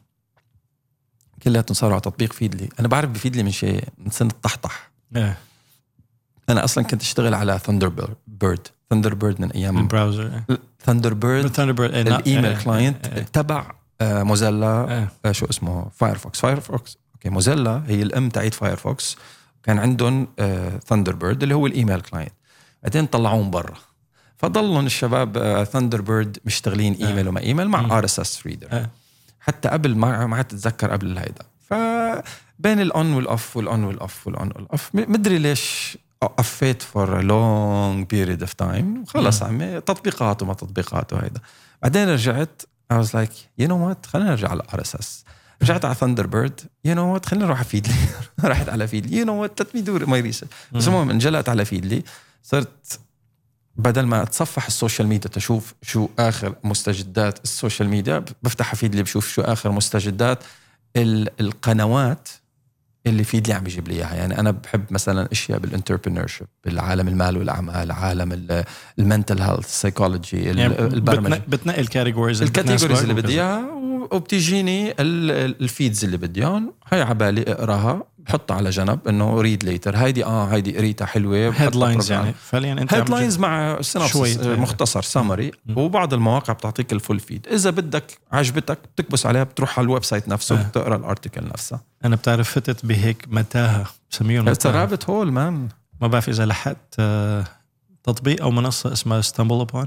كلها تنصاروا على تطبيق فيدلي. أنا بعرف بفيدلي من شيء من سنة الطحطح. أنا أصلا كنت أشتغل على ثاندربيرد من أيام البراوزر. ثاندربيرد الإيميل كلاينت تبع موزيلا. شو اسمه فايرفوكس. أوكي موزيلا هي الأم تاعت فايرفوكس. كان عندهم ثاندربيرد اللي هو الإيميل كلاينت. بعدين طلعوهم برا فضلوا الشباب ثاندربيرد مشتغلين إيميل وما إيميل مع RSS reader. حتى قبل ما تتذكر قبل هيدا. فبين الأون والأوف مدري ليش قفيت for a long period of time. خلص عمي تطبيقات وما تطبيقات وهيدا. بعدين رجعت I was like you know what خلينا نرجع على RSS. رجعت على Thunderbird you know what خلينا نروح على فيدلي. رحت على فيدلي you know what let me do my research. بس المهم انجلت على فيدلي. صرت بدل ما اتصفح السوشيال ميديا تشوف شو آخر مستجدات السوشيال ميديا بفتح فيدلي بشوف شو آخر مستجدات القنوات اللي فيدلي عم يجيب لي اياها. يعني انا بحب مثلا اشياء بالانتربرينورشيب بالعالم المال والاعمال عالم المنتل هيلث سايكولوجي البرمجه. بتنقي الكاتيجوريز اللي بدي اياها وبتجيني الفيدز اللي بدي اياهم. هاي عبالي اقراها بحطها على جنب انه ريد ليتر. هيدي قريتها حلوه هيدلاينز. يعني فعليا انت هيدلاينز مع سينابسيس مختصر سامري. وبعض المواقع بتعطيك الفول فيد. اذا بدك عجبتك بتكبس عليها بتروح على الويب سايت نفسه وبتقرا الارتيكل نفسها. انا بتعرف فتت بهيك متاهه بسميهم رابت هول مان. ما بعرف اذا لحقت تطبيق او منصه اسمها ستامبل ابون.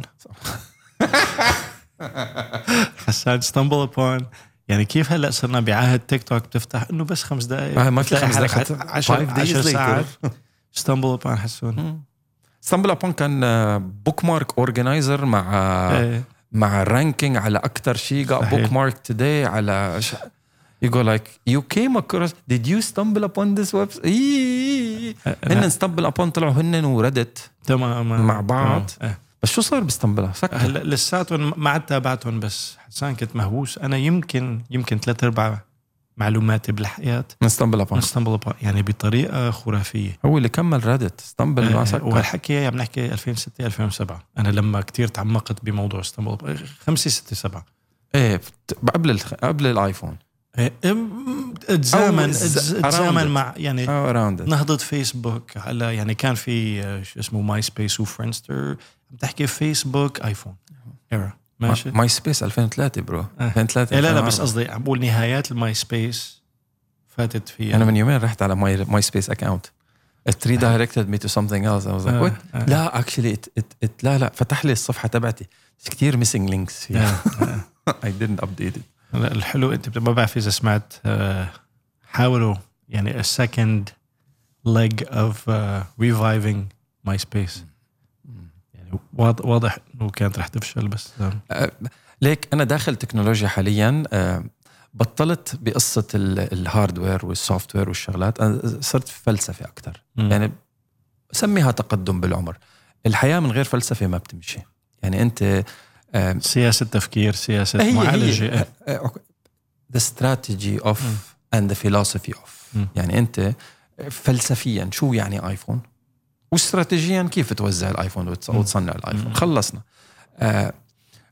حسان ستامبل ابون. يعني كيف هلأ صرنا بعهد تيك توك بتفتح إنه بس 5 دقائق ما في 5 دقائق 10 ساعات. ستامبل أبون حسون. ستامبل أبون كان بوك مارك أورجنايزر مع رانكينج على أكتر شيء got bookmarked today على you go like you came across did you stumble upon this website. هن stumble upon طلعوا هن وردت مع بعض. بس شو صار بستنبلها؟ هلا لساتهم ما عاد تابعتهم بس حسان كنت مهووس. انا يمكن 3/4 معلوماتي بالحياه نستنبل ابون يعني بطريقه خرافيه. هو اللي كمل ريدت ستنبل والحكي عم نحكي 2006 2007. انا لما كتير تعمقت بموضوع ستنبل 5 6 7 قبل الايفون. اتزامن مع يعني نهضة فيسبوك على يعني كان في شو اسمه ماي سبيس وفريندستر. بتحكي فيسبوك ايفون ايرا ماشي. ماي سبيس 2003 برو 2003. لا بس قصدي عم بقول نهايات الماي سبيس فاتت فيها. انا من يومين رحت على ماي سبيس اكاونت. It redirected me to something else. I was like what? لا actually it لا فتح لي الصفحة تبعتي كتير missing links فيها. I didn't update it. الحلو انت ما بعرف اذا سمعت حاولوا يعني a second leg of reviving MySpace. يعني واضح انه كانت رح تفشل بس ليك انا داخل تكنولوجيا حاليا. بطلت بقصة الهاردوير والسوفتوير والشغلات. صرت في فلسفة اكتر. يعني سميها تقدم بالعمر. الحياة من غير فلسفة ما بتمشي. يعني انت سياسة تفكير سياسة معالجة the strategy of and the philosophy of. يعني أنت فلسفيا شو يعني آيفون واستراتيجيا كيف توزع الآيفون وتصنع الآيفون. خلصنا.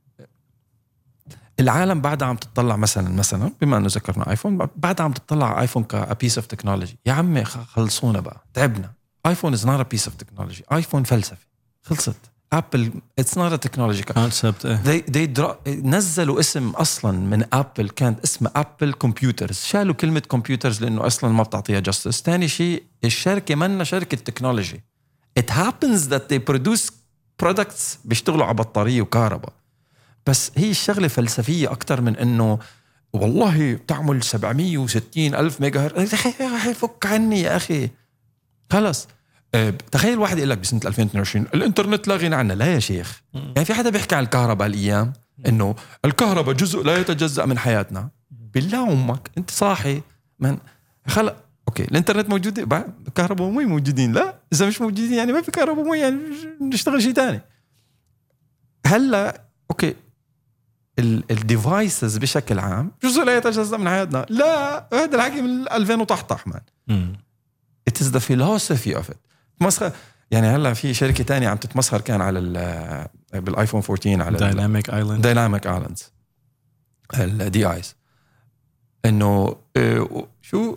العالم بعدها عم تطلع مثلا بما انه ذكرنا ايفون، بعدها عم تطلع على ايفون كبيس اوف تكنولوجي. يا عمي خلصونا بقى، تعبنا. ايفون از نوت ا بيس اوف تكنولوجي، ايفون فلسفه، خلصت. ابل اتس نوت ا تكنولوجي كونسبت. نزلوا اسم اصلا من ابل كانت اسمه ابل كمبيوترز، شالوا كلمه كمبيوترز لانه اصلا ما بتعطيها جاستس. ثاني شيء الشركه منا شركه تكنولوجي. it happens that they produce products بيشتغلوا على بطاريه وكهرباء، بس هي الشغله فلسفيه اكثر من انه والله بتعمل 760 ألف ميجا هرتز. فك عني يا اخي، خلص. تخيل واحد يقول لك بسنة 2022 الانترنت لا غنى عنه. لا يا شيخ، يعني في حدا بيحكي عن الكهرباء الأيام إنه الكهرباء جزء لا يتجزأ من حياتنا. بالله أمك أنت صاحي من خلق. أوكي الانترنت موجود، الكهرباء ومي موجودين. لا إذا مش موجودين يعني ما في كهرباء ومي، يعني نشتغل شيء تاني. هلا أوكي الديفايسز بشكل عام جزء لا يتجزأ من حياتنا. لا، هذا الحكي من 2000 وطحطح مان. It is the philosophy of it. مسخر يعني. هلا في شركه تانية عم تتمسخر كان على بالايفون 14 على دايناميك ايلاندز الدي ايز، انه شو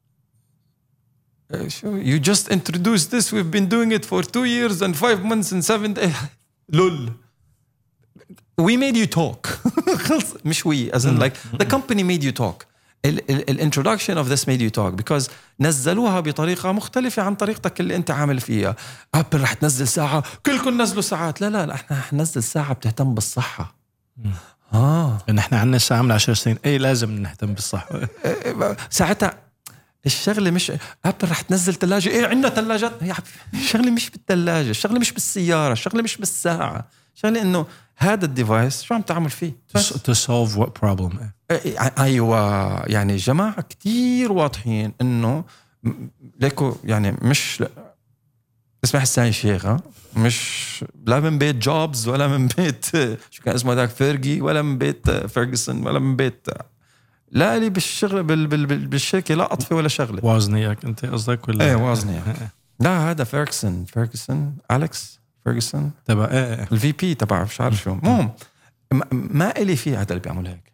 you just introduced this, we've been doing it for 2 years and 5 months and 7 days. لول we made you talk. خلص مش we as in like the company made you talk. الانترودكشن اوف ذس ميد يو توك بيكوز نزلوها بطريقه مختلفه عن طريقتك اللي انت عامل فيها. ابل رح تنزل ساعه، كلكم نزلوا ساعات. لا احنا رح ننزل ساعه بتهتم بالصحه. لان احنا عندنا ساعه من 10 سنين، اي لازم نهتم بالصحه. ساعتها الشغله مش ابل رح تنزل ثلاجه، ايه عندنا ثلاجات. الشغله مش بالثلاجه، الشغله مش بالسياره، الشغله مش بالساعه، الشغله انه هذا الديفايس شو عم تعمل فيه to solve what problem. ايوه يعني الجماعه كتير واضحين انه ليكو يعني مش اسمح الثاني الشيخ، مش لا من بيت جوبز ولا من بيت شو كان اسمه ذاك فيرجي، ولا من بيت فيرجسون، ولا من بيت لا لي بالشغل بالشركه لا اطفي ولا شغله. وازنياك انت قصدك ولا؟ ايه وازنياك. لا هذا فيرجسون أليكس فيرجسون تبع الفي بي تبع مش عارف شو. المهم ما إلي فيها هذا اللي بيعمل هيك.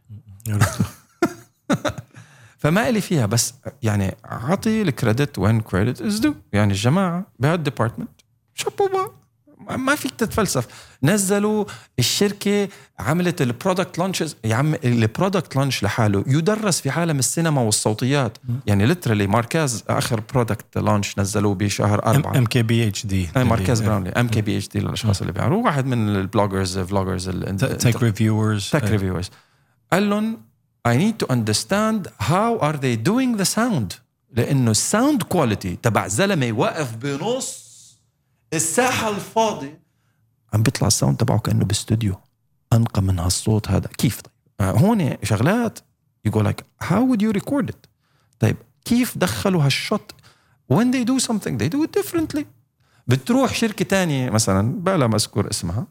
فما إلي فيها، بس يعني عطي الكريدت وين كريدت از دو. يعني الجماعة بهالديبارتمنت شابوبا، ما فيك تتفلسف. نزلوا الشركة عملت البرودكت لانشز. يا عم البرودكت لانش لحاله يدرس في عالم السينما والصوتيات. يعني ليترالي ماركاز آخر برودكت لانش نزلوه بشهر 4 MKBHD. ماركاز براونلي MKBHD للأشخاص اللي بيعرفوا. واحد من البلوجرز تك ريفيورز قال لهم I need to understand how are they doing the sound، لأنه الساوند كواليتي تبع زلمة واقف بنص الساحة الفاضي عم بيطلع الساوند تبعه كأنه باستوديو أنقى من هالصوت هذا. كيف؟ طيب هون شغلات you go like how would you record it. طيب كيف دخلوا هالشوت؟ when they do something they do it differently. بتروح شركة تانية مثلا بلا ما أذكر اسمها،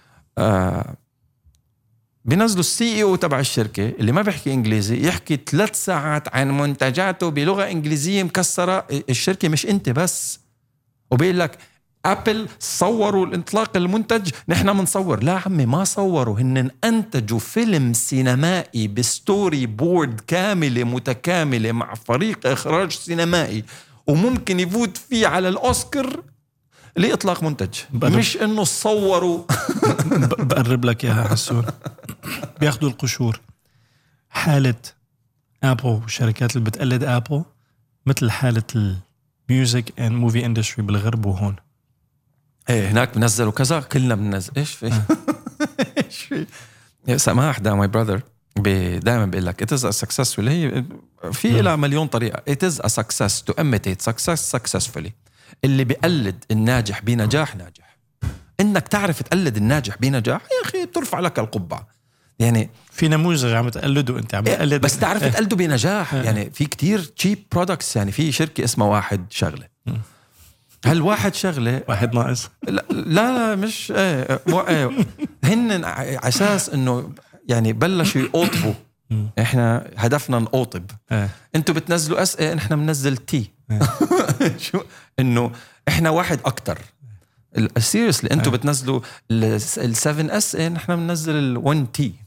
بينزلوا CEO تبع الشركة اللي ما بيحكي إنجليزي يحكي 3 ساعات عن منتجاته بلغة إنجليزية مكسرة. الشركة مش أنت بس، وبيقول لك أبل صوروا الانطلاق المنتج نحن منصور. لا عمي ما صوروا، هن أنتجوا فيلم سينمائي بستوري بورد كاملة متكاملة مع فريق إخراج سينمائي، وممكن يفوت فيه على الأوسكار لإطلاق منتج، مش إنه صوروا. بقرب لك يا حسون، بياخدوا القشور. حالة أبل والشركات اللي بتقلد أبل مثل حالة الميوزك اند موفي اندستري بالغرب وهون. ايه هناك بنزلوا كذا كلنا بننزل. ايش في ايش في يا سماح ده ماي براذر دائما بيقول لك it is a successful. هي في لها مليون طريقة. it is a success to imitate success successfully. اللي بيقلد الناجح بنجاح ناجح. انك تعرف تقلد الناجح بنجاح يا اخي بترفع لك القبعة. يعني في نموذج عم تقلده انت عم تقلد، بس تعرف تقلده بنجاح. يعني في كتير cheap products. يعني في شركة اسمها واحد شغلة. هل واحد شغلة واحد ناقص؟ لا مش هن عساس انه يعني بلشوا يقوطبوا. احنا هدفنا نقوطب. انتوا بتنزلوا احنا بننزل تي. شو انه احنا واحد اكتر. سيريسلي انتوا بتنزلوا ال7S، نحن بننزل ال1T.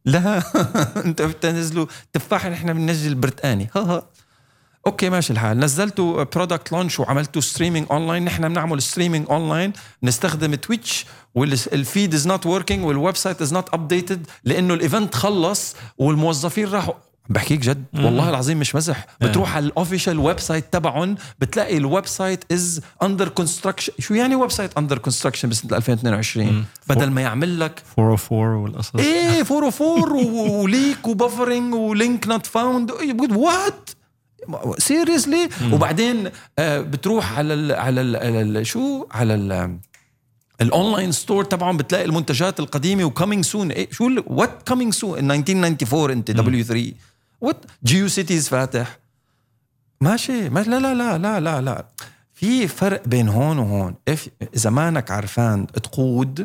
لا انت بتنزلوا تفاح، نحن بننزل برتقاني. اوكي ماشي الحال. نزلتوا برودكت لانش وعملتوا ستريمينج اونلاين، نحن بنعمل ستريمينج اونلاين، نستخدم تويتش والفيد از نوت وركينج والويب سايت از نوت ابديتد لانه الايفنت خلص والموظفين راحوا. بحكيك جد والله العظيم مش مزح. بتروح على الاوفيشال ويب سايت تبعهم بتلاقي الويب سايت از اندر كونستراكشن. شو يعني ويب سايت اندر كونستراكشن بسنه 2022؟ بدل ما يعمل لك 404 والقصص ايه 404 وليك وبفرنج ولينك نوت فاوند وات سيريسلي. وبعدين بتروح على شو على الاونلاين ستور تبعهم بتلاقي المنتجات القديمه وكامينج سون. شو وات كامينج سون 1994 انت W3 وات جيو سيتيز فاتح ماشي. لا لا لا لا لا لا في فرق بين هون وهون. اذا مانك عرفان تقود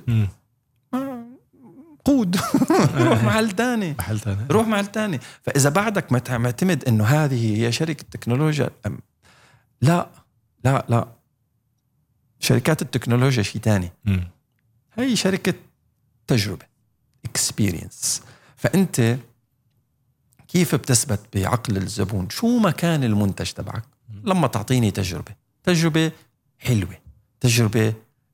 قود روح محل تاني روح محل تاني. فاذا بعدك معتمد انه هذه هي شركه تكنولوجيا، لا لا لا، شركات التكنولوجيا شيء تاني. هي شركة تجربة experience. فأنت كيف بتثبت بعقل الزبون شو مكان المنتج تبعك؟ لما تعطيني تجربة حلوة، تجربة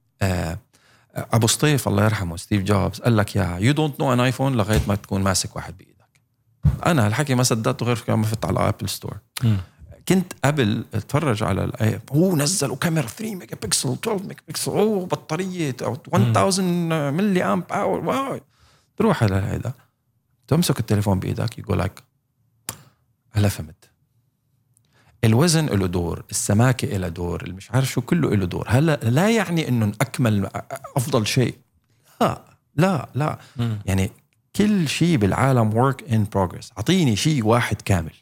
أبو سطيف الله يرحمه ستيف جوبز قال لك يا you don't know an iPhone لغاية ما تكون ماسك واحد بإيدك. أنا الحكي ما صدقته غير كما فت على آبل ستور. كنت قبل اتفرج على الآية هو نزلوا كاميرا 3 ميجا بكسل 12 ميجا بكسل بطارية 1000 ملي أمب باور. واو. تروح على هذا تمسك التليفون بإيدك يقول لك هلا فهمت الوزن له دور، السماكة له دور، مش عارف شو كله له دور. هلا لا يعني إنه أكمل أفضل شيء، لا لا لا. يعني كل شيء بالعالم work in progress. عطيني شيء واحد كامل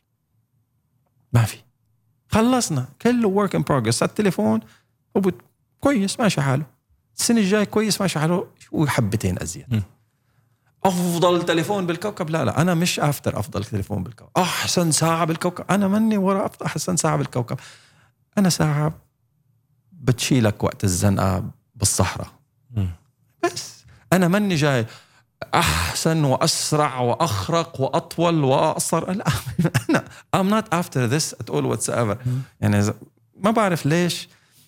ما في. خلصنا كله work in progress. التليفون كويس ماشي حاله، السنة الجاي كويس ماشي حاله، وحبتين أزيد. أفضل تليفون بالكوكب؟ لا لا، أنا مش أفتر أفضل تليفون بالكوكب. أحسن ساعة بالكوكب؟ أنا مني وراء أحسن ساعة بالكوكب. أنا ساعة بتشيلك وقت الزنقة بالصحراء بس. أنا مني جاي أحسن وأسرع وأخرق وأطول وأقصر. لا أنا I'm not after this at all whatsoever. يعني ما بعرف ليش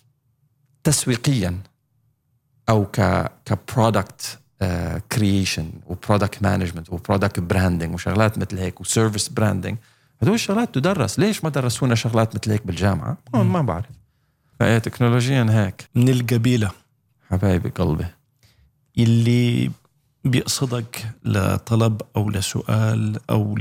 تسويقيا أو كبرودكت creation وبرودكت مانجمنت وبرودكت براندنج وشغلات مثل هيك وسيرفيس براندنج، هدول الشغلات تدرس. ليش ما درسونا شغلات مثل هيك بالجامعة؟ ما بعرف. فهي تكنولوجيا هيك من القبيلة حبايبي قلبي اللي بيقصدك لطلب أو لسؤال أو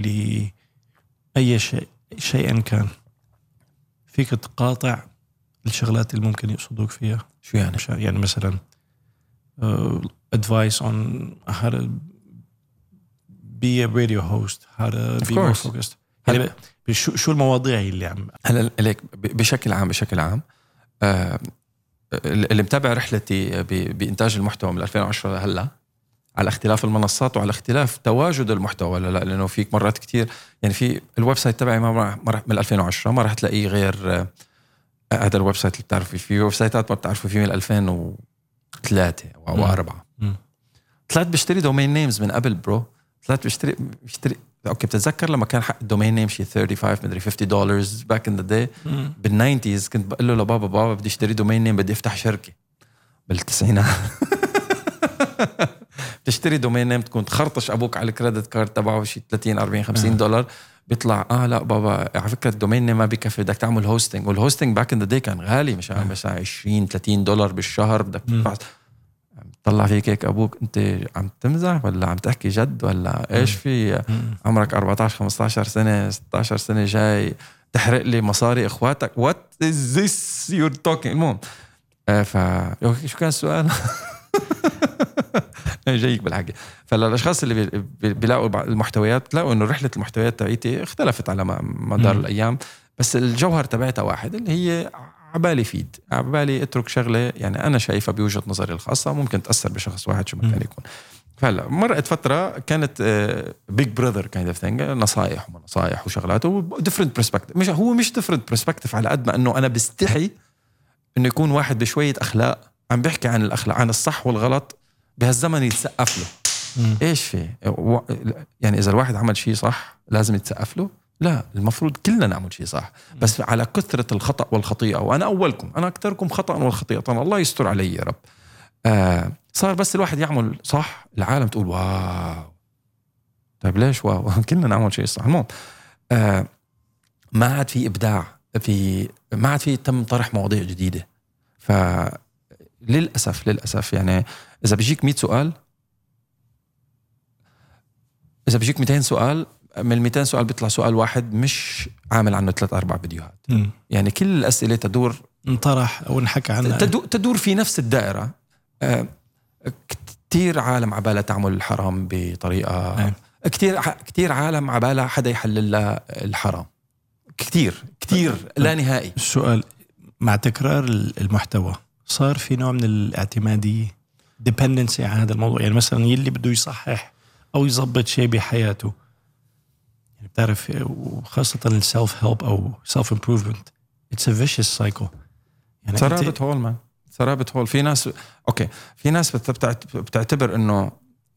لأي شيء كان، فيك تقاطع الشغلات اللي ممكن يقصدوك فيها. شو يعني؟ يعني مثلا advice on how to be a radio host, how to be more focused. يعني شو المواضيع اللي عم هلا ليك بشكل عام اللي متابع رحلتي بإنتاج المحتوى من 2010 هلا، على اختلاف المنصات وعلى اختلاف تواجد المحتوى ولا لا، لأنه فيك مرات كتير يعني في الويب سايت تبعي ما من 2010 ما راح تلاقيه غير هذا الويب سايت اللي بتعرفوا فيه. ويب سايتات ما بتعرفوا فيه من 2003 أو 4. طلعت بشتري دومين نيمز من قبل برو. طلعت بشتري اوكي بتتذكر لما كان حق الدومين نيم شيء $35 مدري $50 باك ان ذا داي بال90s. كنت بقول له لبابا بدي اشتري دومين نيم، بدي افتح شركه بالتسعينات. تشتري دومين نيم تكون تخرطش ابوك على الكريدت كارد تبعه شيء $30-40-50 بيطلع لا بابا على فكره الدومين نيم ما بكفي، بدك تعمل هوستنج. والهوستنج باك ان ذا داي كان غالي، مش $20-30 بالشهر بدك تدفع. طلع فيك هيك ابوك انت عم تمزح ولا عم تحكي جد ولا ايش في؟ عمرك 14-15 سنه 16 سنه جاي تحرق لي مصاري اخواتك. what is this you're talking؟ المهم شو كان السؤال؟ جايك بالحكي. فالاشخاص اللي بيلاقوا المحتويات بتلاقوا انه رحله المحتويات تبعيتي اختلفت على مدار الايام، بس الجوهر تبعتها واحد، اللي هي عبالي فيد، عبالي اترك شغله يعني انا شايفها بوجهه نظري الخاصه ممكن تاثر بشخص واحد شو ما كان يكون. فهلا مرقت فتره كانت بيج براذر كايند اوف ثينج، نصايح وشغلات وديفرنت برسبكتيف. مش ديفرنت برسبكتيف على قد ما انه انا بستحي انه يكون واحد بشويه اخلاق عم بيحكي عن الاخلاق، عن الصح والغلط بهالزمن يتسقف له. ايش في يعني اذا الواحد عمل شيء صح لازم يتسقف له؟ لا، المفروض كلنا نعمل شيء صح، بس على كثرة الخطأ والخطيئة، وانا اولكم، انا اكثركم خطأ والخطيئة، الله يستر علي يا رب. صار بس الواحد يعمل صح العالم تقول واو. طيب ليش واو؟ كلنا نعمل شيء صح. المهم ما عاد في ابداع، ما عاد في تم طرح مواضيع جديدة. للأسف يعني إذا بيجيك 100 سؤال، إذا بيجيك 200 سؤال، من 200 سؤال بيطلع سؤال واحد مش عامل عنه 3-4 فيديوهات. يعني كل الأسئلة تدور، انطرح أو نحكي عنها، تدور في نفس الدائرة. كتير عالم عبالة تعمل الحرام بطريقة، كتير عالم عبالة حدا يحلل لها الحرام، كتير لا نهائي. السؤال مع تكرار المحتوى صار في نوع من الاعتمادية، dependency على هذا الموضوع. يعني مثلا يلي بده يصحح أو يضبط شيء بحياته، يعني بتعرف، وخاصة السيلف هيلب أو سيلف امبروفمنت، it's a vicious cycle. يعني سرابة هول مان، سرابة هول. في ناس أوكي، في ناس بتعتبر إنه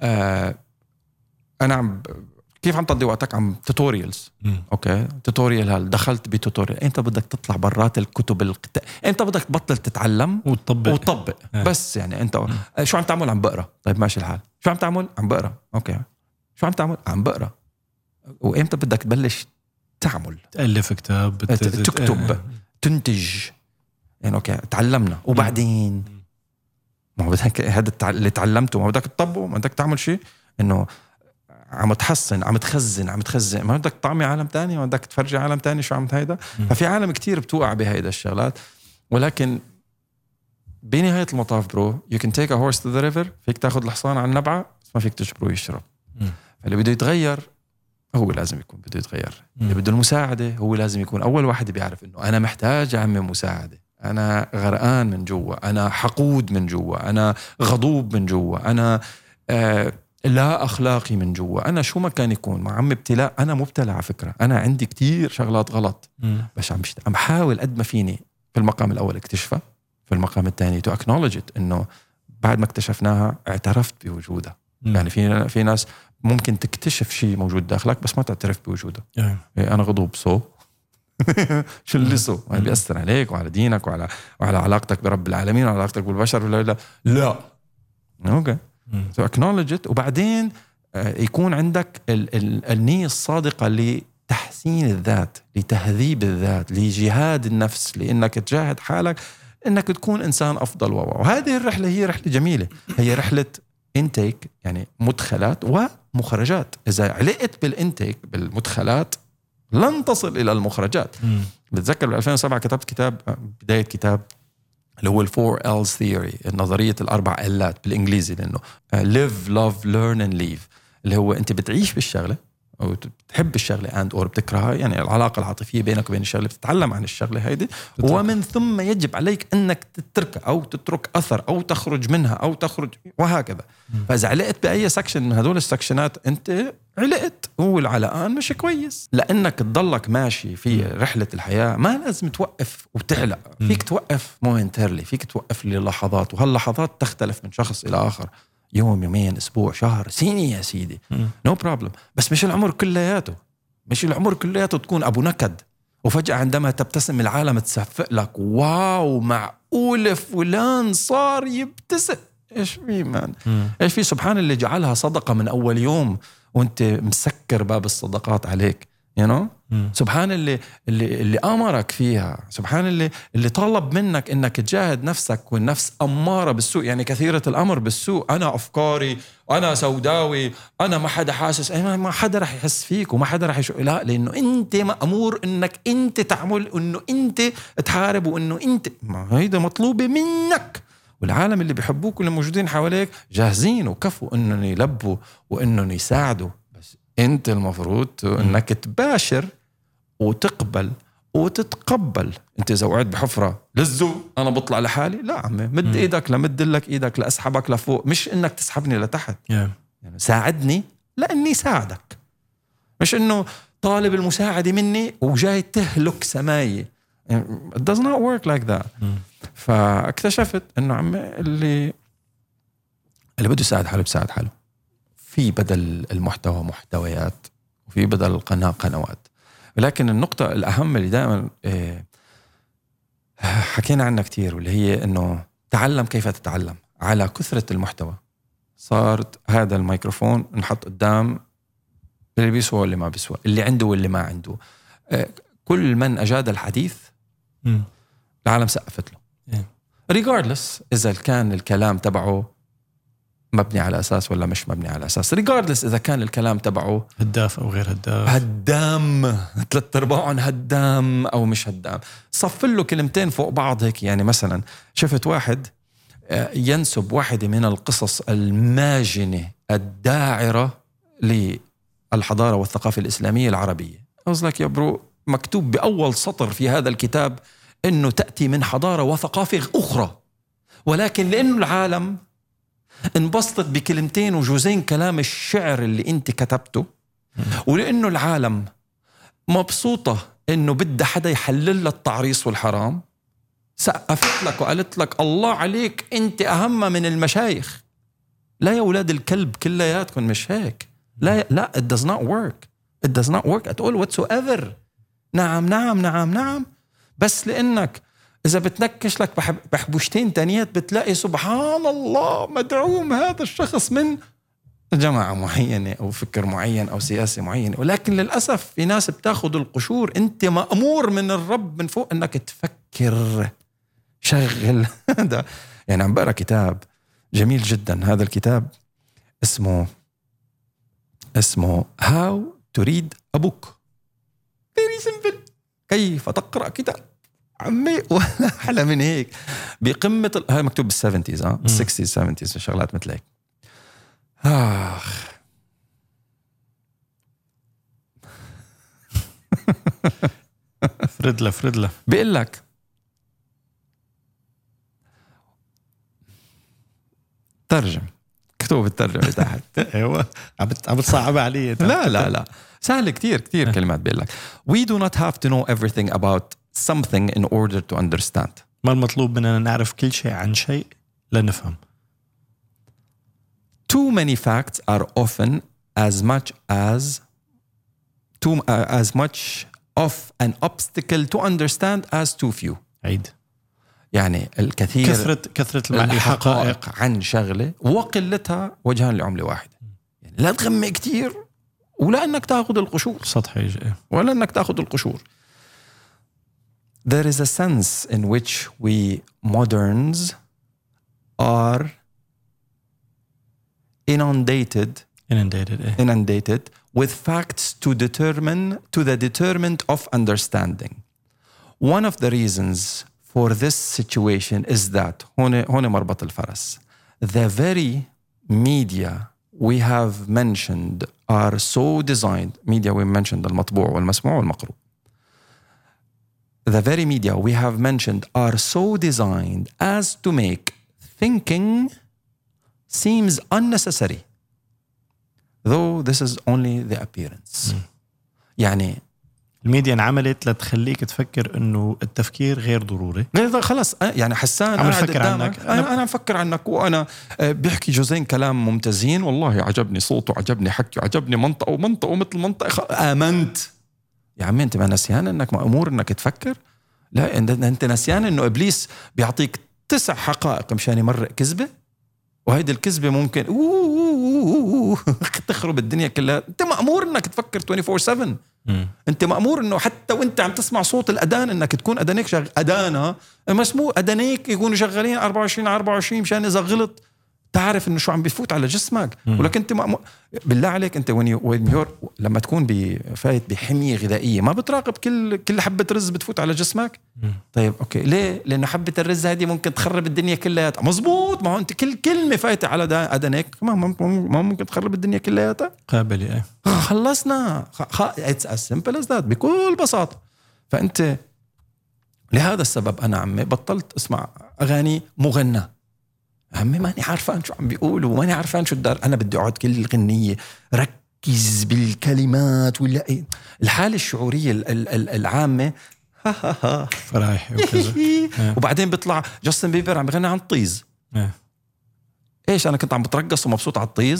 أنا كيف عم تقضي وقتك؟ عم توتوريالز. اوكي، توتوريال هل دخلت بتوتوريال، انت بدك تطلع برات الكتب انت بدك تبطل تتعلم وتطبق. بس يعني انت شو عم تعمل؟ عم بقرا. طيب ماشي الحال. شو عم تعمل؟ عم بقرا. اوكي، شو عم تعمل؟ عم بقرا. وامتى بدك تبلش تعمل؟ تألف كتاب، تكتب، تنتج. يعني اوكي تعلمنا، وبعدين ما بدك هذا اللي تعلمته ما بدك تطبقه، ما بدك تعمل شيء انه عم تحسن، عم تخزن، ما بدك تطعمي عالم تاني، ما بدك تفرجي عالم تاني شو عملت هيدا. ففي عالم كتير بتوقع بهيدا الشغلات. ولكن بنهاية المطاف برو you can take a horse to the river، فيك تاخد الحصان على النبعة بس ما فيك تجبره يشرب. فاللي بده يتغير هو لازم يكون بده يتغير. اللي بده المساعدة هو لازم يكون أول واحد بيعرف إنه أنا محتاج عمي مساعدة، أنا غرقان من جوا، أنا حقود من جوا، أنا غضوب من جوا، أنا لا أخلاقي من جوا، أنا شو ما كان يكون مع عم ابتلاء. أنا مبتلى على فكرة، أنا عندي كتير شغلات غلط، بس عم بحاول قد ما فيني في المقام الأول اكتشفها، في المقام الثاني to acknowledge it، إنه بعد ما اكتشفناها اعترفت بوجودها. يعني في ناس ممكن تكتشف شيء موجود داخلك بس ما تعترف بوجوده. أنا غضوب شو اللي بيأثر عليك وعلى دينك وعلى علاقتك برب العالمين وعلى علاقتك بالبشر ولا لا. أوكي. so acknowledge it، وبعدين يكون عندك النية الصادقة لتحسين الذات، لتهذيب الذات، لجهاد النفس، لأنك تجاهد حالك أنك تكون إنسان أفضل. وهذه الرحلة هي رحلة جميلة، هي رحلة intake، يعني مدخلات ومخرجات. إذا علقت بالintake بالمدخلات لن تصل إلى المخرجات. بتذكر ب 2007 كتبت كتاب، بداية كتاب اللي هو 4 L's Theory، النظرية ال4 L's بالإنجليزي، لأنه live, love, learn and leave، اللي هو أنت بتعيش بالشغلة أو بتحب الشغلة and or بتكرهها، يعني العلاقة العاطفية بينك وبين الشغلة، بتتعلم عن الشغلة هيدي، ومن ثم يجب عليك أنك تتركها أو تترك أثر أو تخرج منها أو تخرج، وهكذا. فإذا علقت بأي سكشن من هدول السكشنات أنت علقت، هو العلقان مش كويس. لأنك تضلك ماشي في رحلة الحياة ما لازم توقف وتعلق، فيك توقف مومنتيرلي، فيك توقف للحظات، وهاللحظات تختلف من شخص إلى آخر، يوم، يومين، أسبوع، شهر، سنة يا سيدي، نو بروبلم. بس مش العمر كلياته، مش العمر كلياته تكون أبو نكد وفجأة عندما تبتسم العالم تصفق لك، واو معقول فلان صار يبتسم. إيش في مان؟ إيش في؟ سبحان اللي جعلها صدقة من أول يوم وانت مسكر باب الصدقات عليك، سبحان اللي أمرك فيها، سبحان اللي طلب منك إنك تجاهد نفسك، والنفس أمارة بالسوء، يعني كثيرة الأمر بالسوء. أنا أفكاري، أنا سوداوي، أنا ما حدا حاسس، ما حدا رح يحس فيك وما حدا رح يشوف. لا، لأنه أنت مأمور إنك أنت تعمل، إنه أنت تحارب، وإنه أنت ما هيدا مطلوبة منك. والعالم اللي بيحبوك واللي موجودين حواليك جاهزين وكفوا إنهم يلبوا وإنهم يساعدوا، بس أنت المفروض إنك تباشر وتقبل وتتقبل. أنت إذا وقعت بحفرة لزو أنا بطلع لحالي، لا عمي، مد إيدك لمد لك إيدك لأسحبك لفوق، مش إنك تسحبني لتحت. يعني ساعدني لأني ساعدك، مش إنه طالب المساعدة مني وجاي تهلك سماية. It does not work like that. فاكتشفت إنه عمي اللي بده يساعد حاله بساعد حاله. في بدل المحتوى محتويات وفي بدل القناة قنوات. ولكن النقطة الأهم اللي دائما حكينا عنها كتير واللي هي إنه تعلم كيف تتعلم. على كثرة المحتوى صارت هذا الميكروفون نحط قدام اللي بيسوى واللي ما بيسوى، اللي عنده واللي ما عنده. كل من أجاد الحديث العالم سقفت له regardless إذا كان الكلام تبعه مبني على أساس ولا مش مبني على أساس، regardless إذا كان الكلام تبعه هداف أو غير هداف، هدام 3/4 هدام أو مش هدام، صفل له كلمتين فوق بعض هيك. يعني مثلا شفت واحد ينسب واحدة من القصص الماجنة الداعرة للحضارة والثقافة الإسلامية العربية. أصلك يا برو مكتوب بأول سطر في هذا الكتاب إنه تأتي من حضارة وثقافة أخرى، ولكن لأنه العالم انبسطت بكلمتين وجوزين كلام الشعر اللي انت كتبته، ولأنه العالم مبسوطة إنه بدها حدا يحلل لها التعريص والحرام، سقفت لك وقالت لك الله عليك أنت أهم من المشايخ. لا يا أولاد الكلب كلياتكم مش هيك. لا it does not work. It does not work at all whatsoever. نعم بس لأنك إذا بتنكش لك بحبوشتين تانيات بتلاقي سبحان الله مدعوم هذا الشخص من جماعة معينة أو فكر معين أو سياسة معينة. ولكن للأسف في ناس بتاخد القشور. أنت مأمور من الرب من فوق أنك تفكر، شغل هذا. يعني عم بقرأ كتاب جميل جدا. هذا الكتاب اسمه How to read a book. Very simple. كيف تقرأ كتاب عمي ولا حلا من هيك. بقمة هاي مكتوب بالسفنتيز بالسكسيز 70s شغلات مثل هيك. فرد له بيقول لك ترجم، كتب الترجمة تحت. ايوه عم بتصعب علي. لا سهل كتير كلمات. بيقول لك we do not have to know everything about something in order to understand. ما المطلوب مننا نعرف كل شيء عن شيء لنفهم. Too many facts are often as much of an obstacle to understand as too few. عيد. يعني الكثير كثرة الحقائق عن شغلة وقلتها وجهان لعملة واحدة. يعني لا تغمق كتير ولا أنك تأخذ القشور سطحي ولا أنك تأخذ القشور. There is a sense in which we moderns are inundated with facts to the determinant of understanding. One of the reasons for this situation is that هون مربط الفرس. The very media we have mentioned are so designed. Media we mentioned المطبوع والمسموع والمقروء. The very media we have mentioned are so designed as to make thinking seems unnecessary, though this is only the appearance. يعني الميديا انعملت لتخليك تفكر انه التفكير غير ضروري. خلاص يعني حسان عم بفكر عنك. انا بفكر عنك وانا بيحكي جزئين كلام ممتازين، والله عجبني صوته، عجبني حكيه، عجبني منطقه مثل منطقه. امنت يا عمي. انت ما نسيان انك مأمور انك تفكر؟ لا انت نسيان انه ابليس بيعطيك 9 حقائق مشان يمرق كذبه، وهيدي الكذبه ممكن تخرب الدنيا كلها. انت مأمور انك تفكر 24/7. انت مأمور انه حتى وانت عم تسمع صوت الأذان انك تكون أذانيك أذانها مسموع، أذانيك يكونوا شغالين 24/24 مشان إذا غلط تعرف انه شو عم بيفوت على جسمك. ولكن انت بالله عليك انت لما تكون فايت بحمية غذائية ما بتراقب كل حبة رز بتفوت على جسمك. طيب اوكي ليه؟ لانه حبة الرز هذه ممكن تخرب الدنيا كلها. مزبوط. ما هو انت كل كلمة فايتة على أذنك ما ممكن تخرب الدنيا كلها. قابلة. خلصنا. it's as simple as that بكل بساطة. فانت لهذا السبب انا عمي بطلت اسمع اغاني مغنى. عمي ماني عارفان شو عم بيقولوا، ماني عارفان شو الدار. أنا بدي أقعد كل غنية ركز بالكلمات ولا الحالة الشعورية العامة فرايحي وكذا. وبعدين بيطلع جاستن بيبر عم بيغني عن الطيز. إيش أنا كنت عم بترقص ومبسوط على الطيز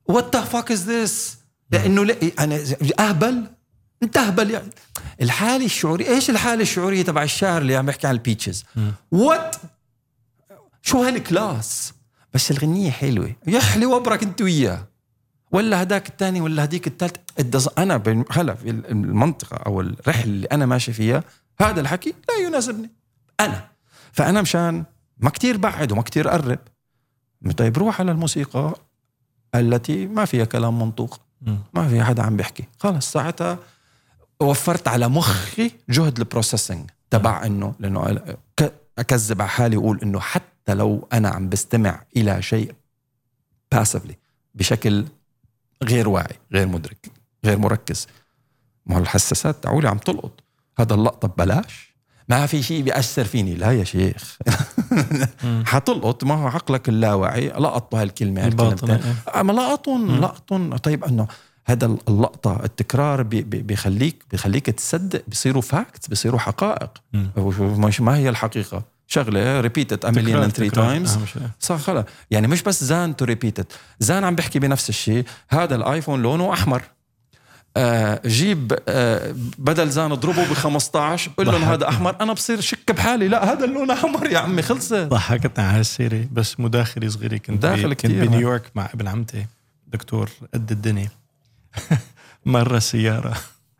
what the fuck is this لأنه أنا أهبل أنت أهبل يعني. الحالة الشعورية إيش الحالة الشعورية تبع الشاعر اللي عم يحكي عن البيتشز what شو هالكلاس بس الغنية حلوة يحلي وبرك أنت وياه ولا هداك الثاني ولا هديك الثالث. أنا هلا في المنطقة أو الرحلة اللي أنا ماشي فيها هذا الحكي لا يناسبني فأنا مشان ما كتير بعد وما كتير قرب طيب روح على الموسيقى التي ما فيها كلام منطوق ما فيها حدا عم بيحكي خلص ساعتها وفرت على مخي جهد البروسيسنج تبع إنه لأنه أكذب على حالي وأقول إنه حتى لو أنا عم بستمع إلى شيء passively بشكل غير واعي غير مدرك غير مركز ما هو الحساسات تعولي عم تلقط هذا اللقطة ببلاش ما في شيء بيأثر فيني لا يا شيخ حتلقط ما هو عقلك اللاواعي لقطوا هالكلمة أما لقطون طيب أنه هذا اللقطة التكرار بيخليك تصدق بيصيروا فاكت بيصيروا حقائق مش ما هي الحقيقة شغلة repeated a million and 3 times صح خلا يعني مش بس زان to repeat it زان عم بحكي بنفس الشيء هذا الايفون لونه أحمر جيب بدل زان اضربه ب15 قل لهم هذا أحمر أنا بصير شك بحالي لا هذا اللون أحمر يا عمي خلصت. ضحكتني على السيرة بس مداخلي صغيرة كنت بنيويورك مع ابن عمتي دكتور قد الدنيا مرة سيارة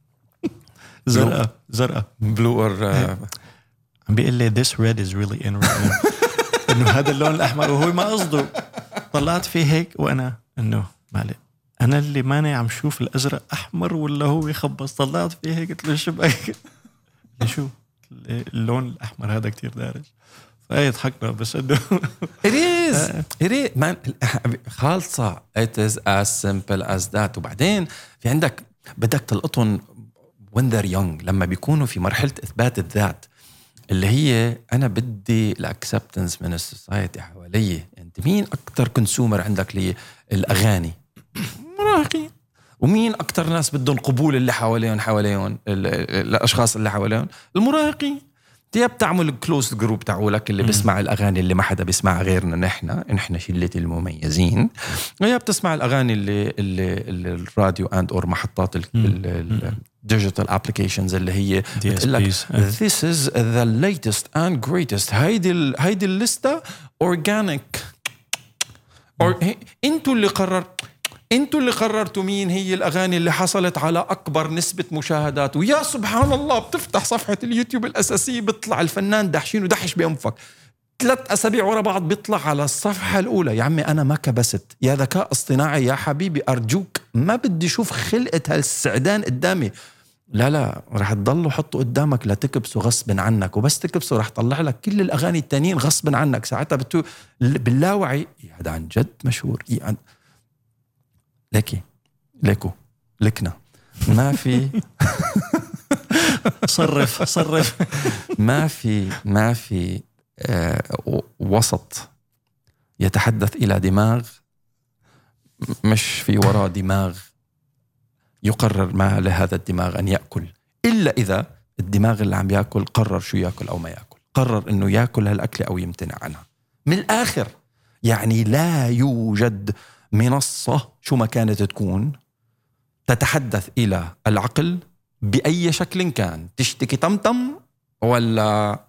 زرقاء بلو عم بيقول لي this red is really in right now إنه هذا اللون الأحمر وهو ما قصده طلعت فيه هيك وأنا إنه مالي أنا اللي ماني عم شوف الأزرق أحمر ولا هو يخبص طلعت فيه هيك قلت له شبك شو اللون الأحمر هذا كتير دارج فأي ضحكنا بس إنه it is man خالصة it is as simple as that. وبعدين في عندك بدك تلقطهم when they're young لما بيكونوا في مرحلة إثبات الذات اللي هي أنا بدي الأكسبتنس من السوسايتي حوالي. أنت مين أكتر كونسومر عندك للأغاني؟ مراهقين. ومين أكتر ناس بدهم قبول اللي حواليهم الأشخاص اللي حواليهم؟ المراهقين. تيا بتعمل كلوز جروب تعولك اللي بيسمع الأغاني اللي ما حدا بيسمع غيرنا نحن شلة المميزين. ويا بتسمع الأغاني اللي الراديو أند أور محطات digital applications اللي هي بتقلك this is the latest and greatest هيدي الليستة organic انتوا اللي قررتوا مين هي الأغاني اللي حصلت على أكبر نسبة مشاهدات. ويا سبحان الله بتفتح صفحة اليوتيوب الأساسية بيطلع الفنان دحشين ودحش بأنفك 3 أسابيع ورا بعض بيطلع على الصفحة الأولى. يا عمي أنا ما كبست يا ذكاء اصطناعي يا حبيبي أرجوك ما بدي شوف خلقة هالسعدان قدامي. لا رح تضلوا حطوا قدامك لا تكبسوا غصب عنك وبس تكبسوا رح طلع لك كل الأغاني التانيين غصب عنك. ساعتها باللاوعي هذا عن جد مشهور لكنا ما في صرف ما في وسط يتحدث إلى دماغ مش في وراء دماغ يقرر ما لهذا الدماغ أن يأكل إلا إذا الدماغ اللي عم يأكل قرر شو يأكل أو ما يأكل. قرر إنه يأكل هالأكل أو يمتنع عنها. من الآخر يعني لا يوجد منصة شو ما كانت تكون تتحدث إلى العقل بأي شكل كان تشتكي طمطم ولا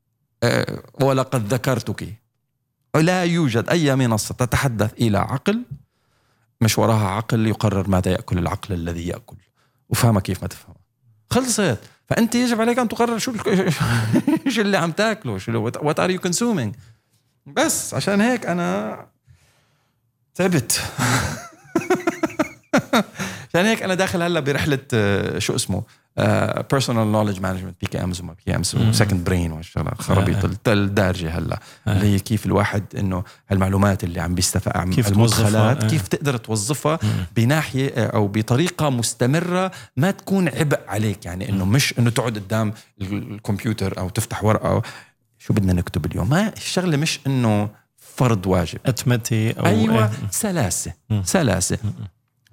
قد ذكرتك. لا يوجد أي منصة تتحدث إلى عقل مش وراها عقل يقرر ماذا يأكل العقل الذي يأكل وفهمه كيف ما تفهم. خلصت. فأنت يجب عليك أن تقرر شو اللي عم تأكله what are you consuming. بس عشان هيك أنا تعبت عشان هيك أنا داخل هلا برحلة شو اسمه personal knowledge management PKMs وما PKMs و second brain والشغلة خرابيط الدارجة هلا اللي هي كيف الواحد إنه المعلومات اللي عم بيستفع كيف المدخلات كيف تقدر توظفها بناحية أو بطريقة مستمرة ما تكون عبء عليك. يعني إنه مش إنه تقعد قدام الكمبيوتر أو تفتح ورقة شو بدنا نكتب اليوم. ما الشغلة مش إنه فرض واجب أتمتي أو أيوة سلاسة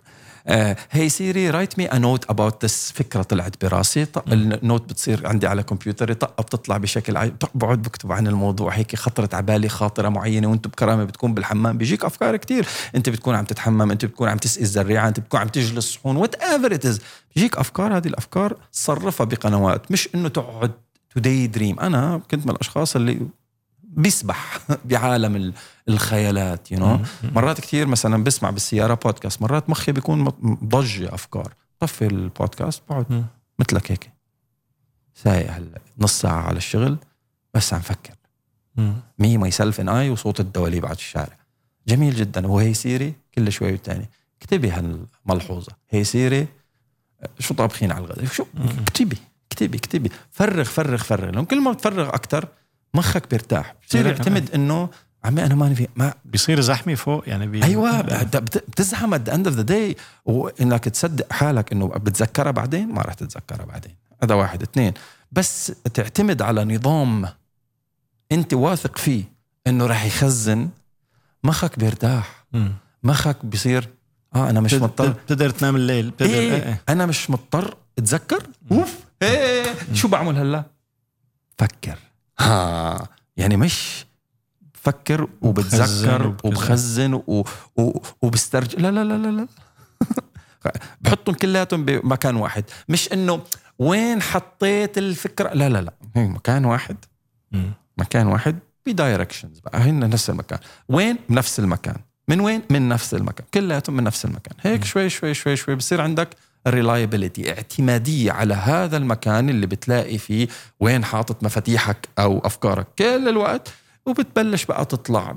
هي سيري رايت مي ا نوت اباوت ذس. فكره طلعت براسي، النوت بتصير عندي على كمبيوتري، بتطلع بشكل بقعد بكتب عن الموضوع هيك، خطرت على بالي خاطره معينه، وانت بكرامه بتكون بالحمام بيجيك افكار كتير، انت بتكون عم تتحمم، انت بتكون عم تسقي الزريعه، انت بتكون عم تجلس صحون، وات ايفر ات از، بيجيك افكار. هذه الافكار صرفها بقنوات، مش انه تقعد تودي دريم. انا كنت من الاشخاص اللي بيسبح بعالم الخيالات مرات كتير مثلا بسمع بالسيارة بودكاست، مرات مخي بيكون ضجة أفكار، طفي البودكاست بقعد مثلك هيك سايق هلا نص ساعة على الشغل بس عم فكر، مي ماي سيلف ان اي، وصوت الدواليب بعد الشارع جميل جدا. وهي سيري كل شوي والتاني اكتبي هالملحوظة، هي سيري شو طابخين على الغداء، شو اكتبي فرغ لأن كل ما بتفرغ أكتر مخك بيرتاح، بصير يعتمد انه عمي انا ماني في ما بيصير زحمه فوق يعني ايوه بتزحم at the end of the day، وانك تصدق حالك انه بتذكرها بعدين، ما راح تتذكرها بعدين. هذا 1 2، بس تعتمد على نظام انت واثق فيه انه راح يخزن، مخك بيرتاح. مخك بيصير انا مش مضطر بتقدر تنام الليل، انا مش مضطر اتذكر شو بعمل هلا، فكر يعني مش فكر وبتذكر وبخزن وبسترجع، لا بحطهم كلياتهم بمكان واحد، مش انه وين حطيت الفكرة، لا هي مكان واحد، مكان واحد بدايركشنز بقى، هن نفس المكان. وين؟ نفس المكان. من وين؟ من نفس المكان، كلياتهم من نفس المكان. هيك شوي شوي شوي شوي بصير عندك reliability، اعتمادية على هذا المكان اللي بتلاقي فيه وين حاطط مفاتيحك أو أفكارك كل الوقت، وبتبلش بقى تطلع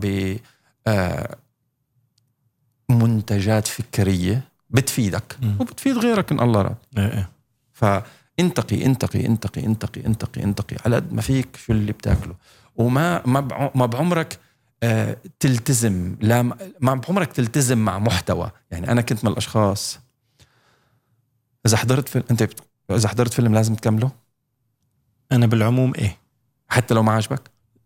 بمنتجات فكرية بتفيدك وبتفيد غيرك إن الله راد. فانتقي انتقي انتقي انتقي انتقي انتقي على قد ما فيك شو اللي بتاكله، وما ما بعمرك تلتزم، لا ما بعمرك تلتزم مع محتوى. يعني أنا كنت من الأشخاص إذا حضرت فيلم، إذا حضرت فيلم لازم تكمله. أنا بالعموم حتى لو ما عجبك.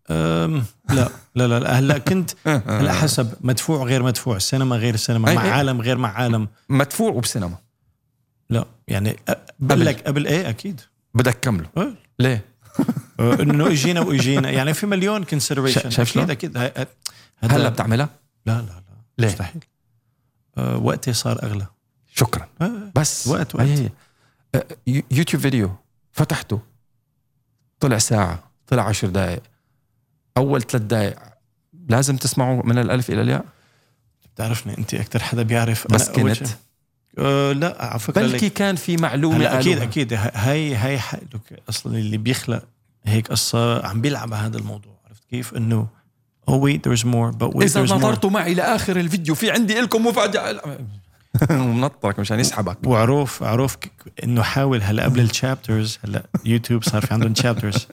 لا هلا كنت هلا حسب مدفوع غير مدفوع، السينما غير السينما، مع عالم غير مع عالم، مدفوع وبسينما. لا يعني قبل أكيد بدك كمله. ليه؟ إنه يجينا يعني في مليون consideration. أكيد هلا بتعملها؟ لا ليه؟ مستحيل. وقتي صار أغلى. شكرا. بس وقت يوتيوب فيديو فتحته طلع ساعة، طلع 10 دقائق، أول 3 دقائق لازم تسمعه من الألف إلى الياء. بتعرفني أنت أكتر حدا بيعرف. بس كنت لا على فكرة بلكي كان في معلومة. أكيد هاي أصلا اللي بيخلق هيك قصة عم بيلعب هذا الموضوع. عرفت كيف إنه there's more but إذا نظرتوا معي لآخر الفيديو في عندي لكم مفاجأة ومنطرك مشان يسحبك. وعروف إنه حاول هلا قبل الشابترز، هلا يوتيوب صار في عندهم شابترز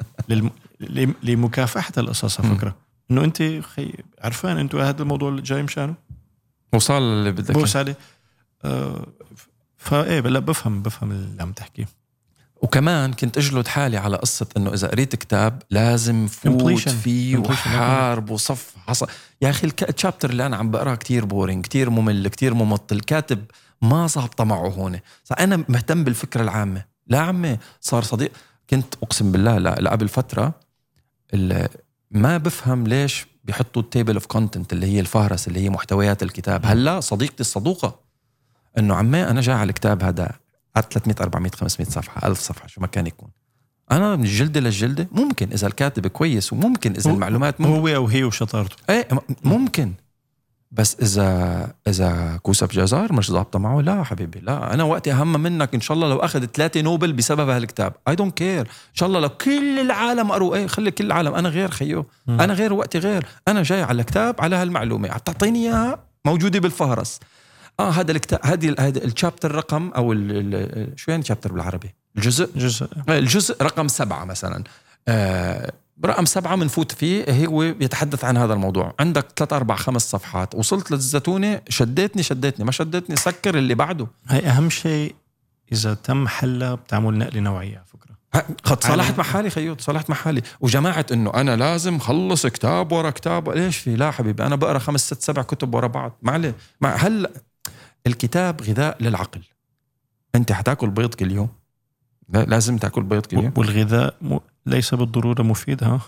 لمكافحة القصص. فكرة إنه أنت عرفان أنتوا هذا الموضوع اللي جاي مشانه وصل اللي بدك بوس عليه. بلا بفهم اللي عم تحكيه. وكمان كنت أجلد حالي على قصة إنه إذا قريت كتاب لازم فوت فيه وحارب وصف حصل. يا أخي الشابتر اللي أنا عم بقرأ كتير بورينج، كتير ممل، كتير ممط، الكاتب ما ظابطة معه هون. أنا مهتم بالفكرة العامة. لا عمي صار صديق، كنت أقسم بالله لا قبل فترة ما بفهم ليش بيحطوا التيبل اوف كونتنت اللي هي الفهرس اللي هي محتويات الكتاب. هلا صديقتي الصدوقة إنه عمي أنا جاي على الكتاب هذا 300 400 500 صفحة 1000 صفحة شو ما كان يكون، أنا من الجلدة للجلدة ممكن إذا الكاتب كويس، وممكن إذا المعلومات هو أو هي وشطارته ممكن. بس إذا كوسف جزار مش ضابطة معه، لا حبيبي لا. أنا وقتي أهم منك. إن شاء الله لو أخذ 3 نوبل بسبب هالكتاب I don't care. إن شاء الله لو كل العالم قروا خلي كل العالم. أنا غير خيو، أنا غير، وقتي غير. أنا جاي على الكتاب على هالمعلومة تعطيني إياها موجودة بالفهرس. هذا الكتاب، هذا الشابتر رقم أو شو يعني شابتر بالعربي؟ الجزء رقم 7 مثلا. رقم 7 منفوت فيه هو يتحدث عن هذا الموضوع. عندك 3 4 5 صفحات، وصلت للزتونة، شدتني ما شدتني سكر اللي بعده. هاي أهم شيء. إذا تم حلها بتعمل نقلة نوعية. فكرة قد صلحت مع حالي خيوط، صلحت مع حالي. وجماعة إنه أنا لازم خلص كتاب ورا كتاب، ليش في؟ لا حبيبي أنا بقرأ 5 6 7 كتب ورا بعض. هل الكتاب غذاء للعقل. انت حتاكل بيض كل يوم، لازم تاكل بيض كل يوم. والغذاء ليس بالضرورة مفيد. ها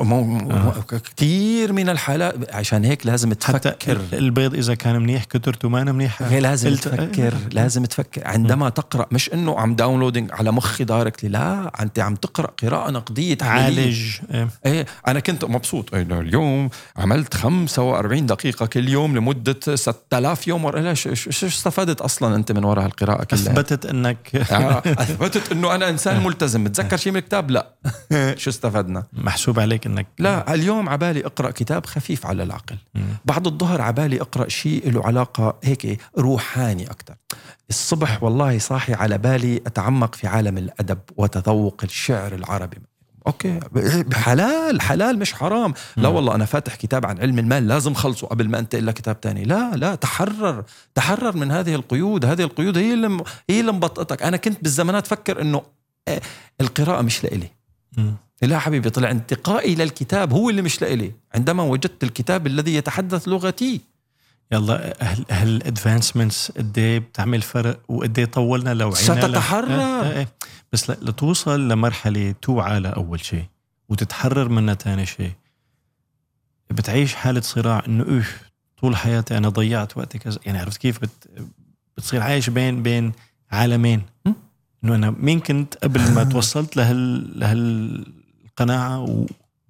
كثير من الحالات، عشان هيك لازم تفكر. حتى البيض إذا كان منيح كترته ما أنا منيح. لازم تفكر لازم تفكر عندما تقرأ، مش إنه عم داونلودينج على مخي دايركتلي، لا، أنت عم تقرأ قراءة نقدية عالج. إيه أنا كنت مبسوط اليوم عملت 45 دقيقة كل يوم لمدة 6000 يوم. لا، شو استفدت أصلا أنت من وراء القراءة كلها؟ أثبتت أنك أثبتت إنه أنا إنسان ملتزم. بتذكر شيء من الكتاب؟ لا. شو استفدنا؟ محسوب عليك إنك لا. اليوم عبالي اقرأ كتاب خفيف على العقل. بعد الظهر عبالي اقرأ شيء له علاقة هيك روحاني اكثر. الصبح والله صاحي على بالي اتعمق في عالم الادب وتذوق الشعر العربي. اوكي، حلال مش حرام. لا والله انا فاتح كتاب عن علم المال لازم خلصه قبل ما انتقل لكتاب تاني. لا، تحرر من هذه القيود. هذه القيود هي اللي مبطئتك. انا كنت بالزمانات فكر انه القراءة مش لإلي. لا حبيبي، طلع انتقائي للكتاب هو اللي مش لإلي عندما وجدت الكتاب الذي يتحدث لغتي. يلا الادفانسمنتس قديه بتعمل فرق، وقديه طولنا لو عينا ستتحرر. بس لتوصل لمرحلة توعى لأول شيء وتتحرر منها تاني شيء، بتعيش حالة صراع إنه طول حياتي أنا ضيعت وقتي كذا. يعني عرفت كيف بتصير عايش بين عالمين. إنه أنا مين كنت قبل ما توصلت لهالقناعة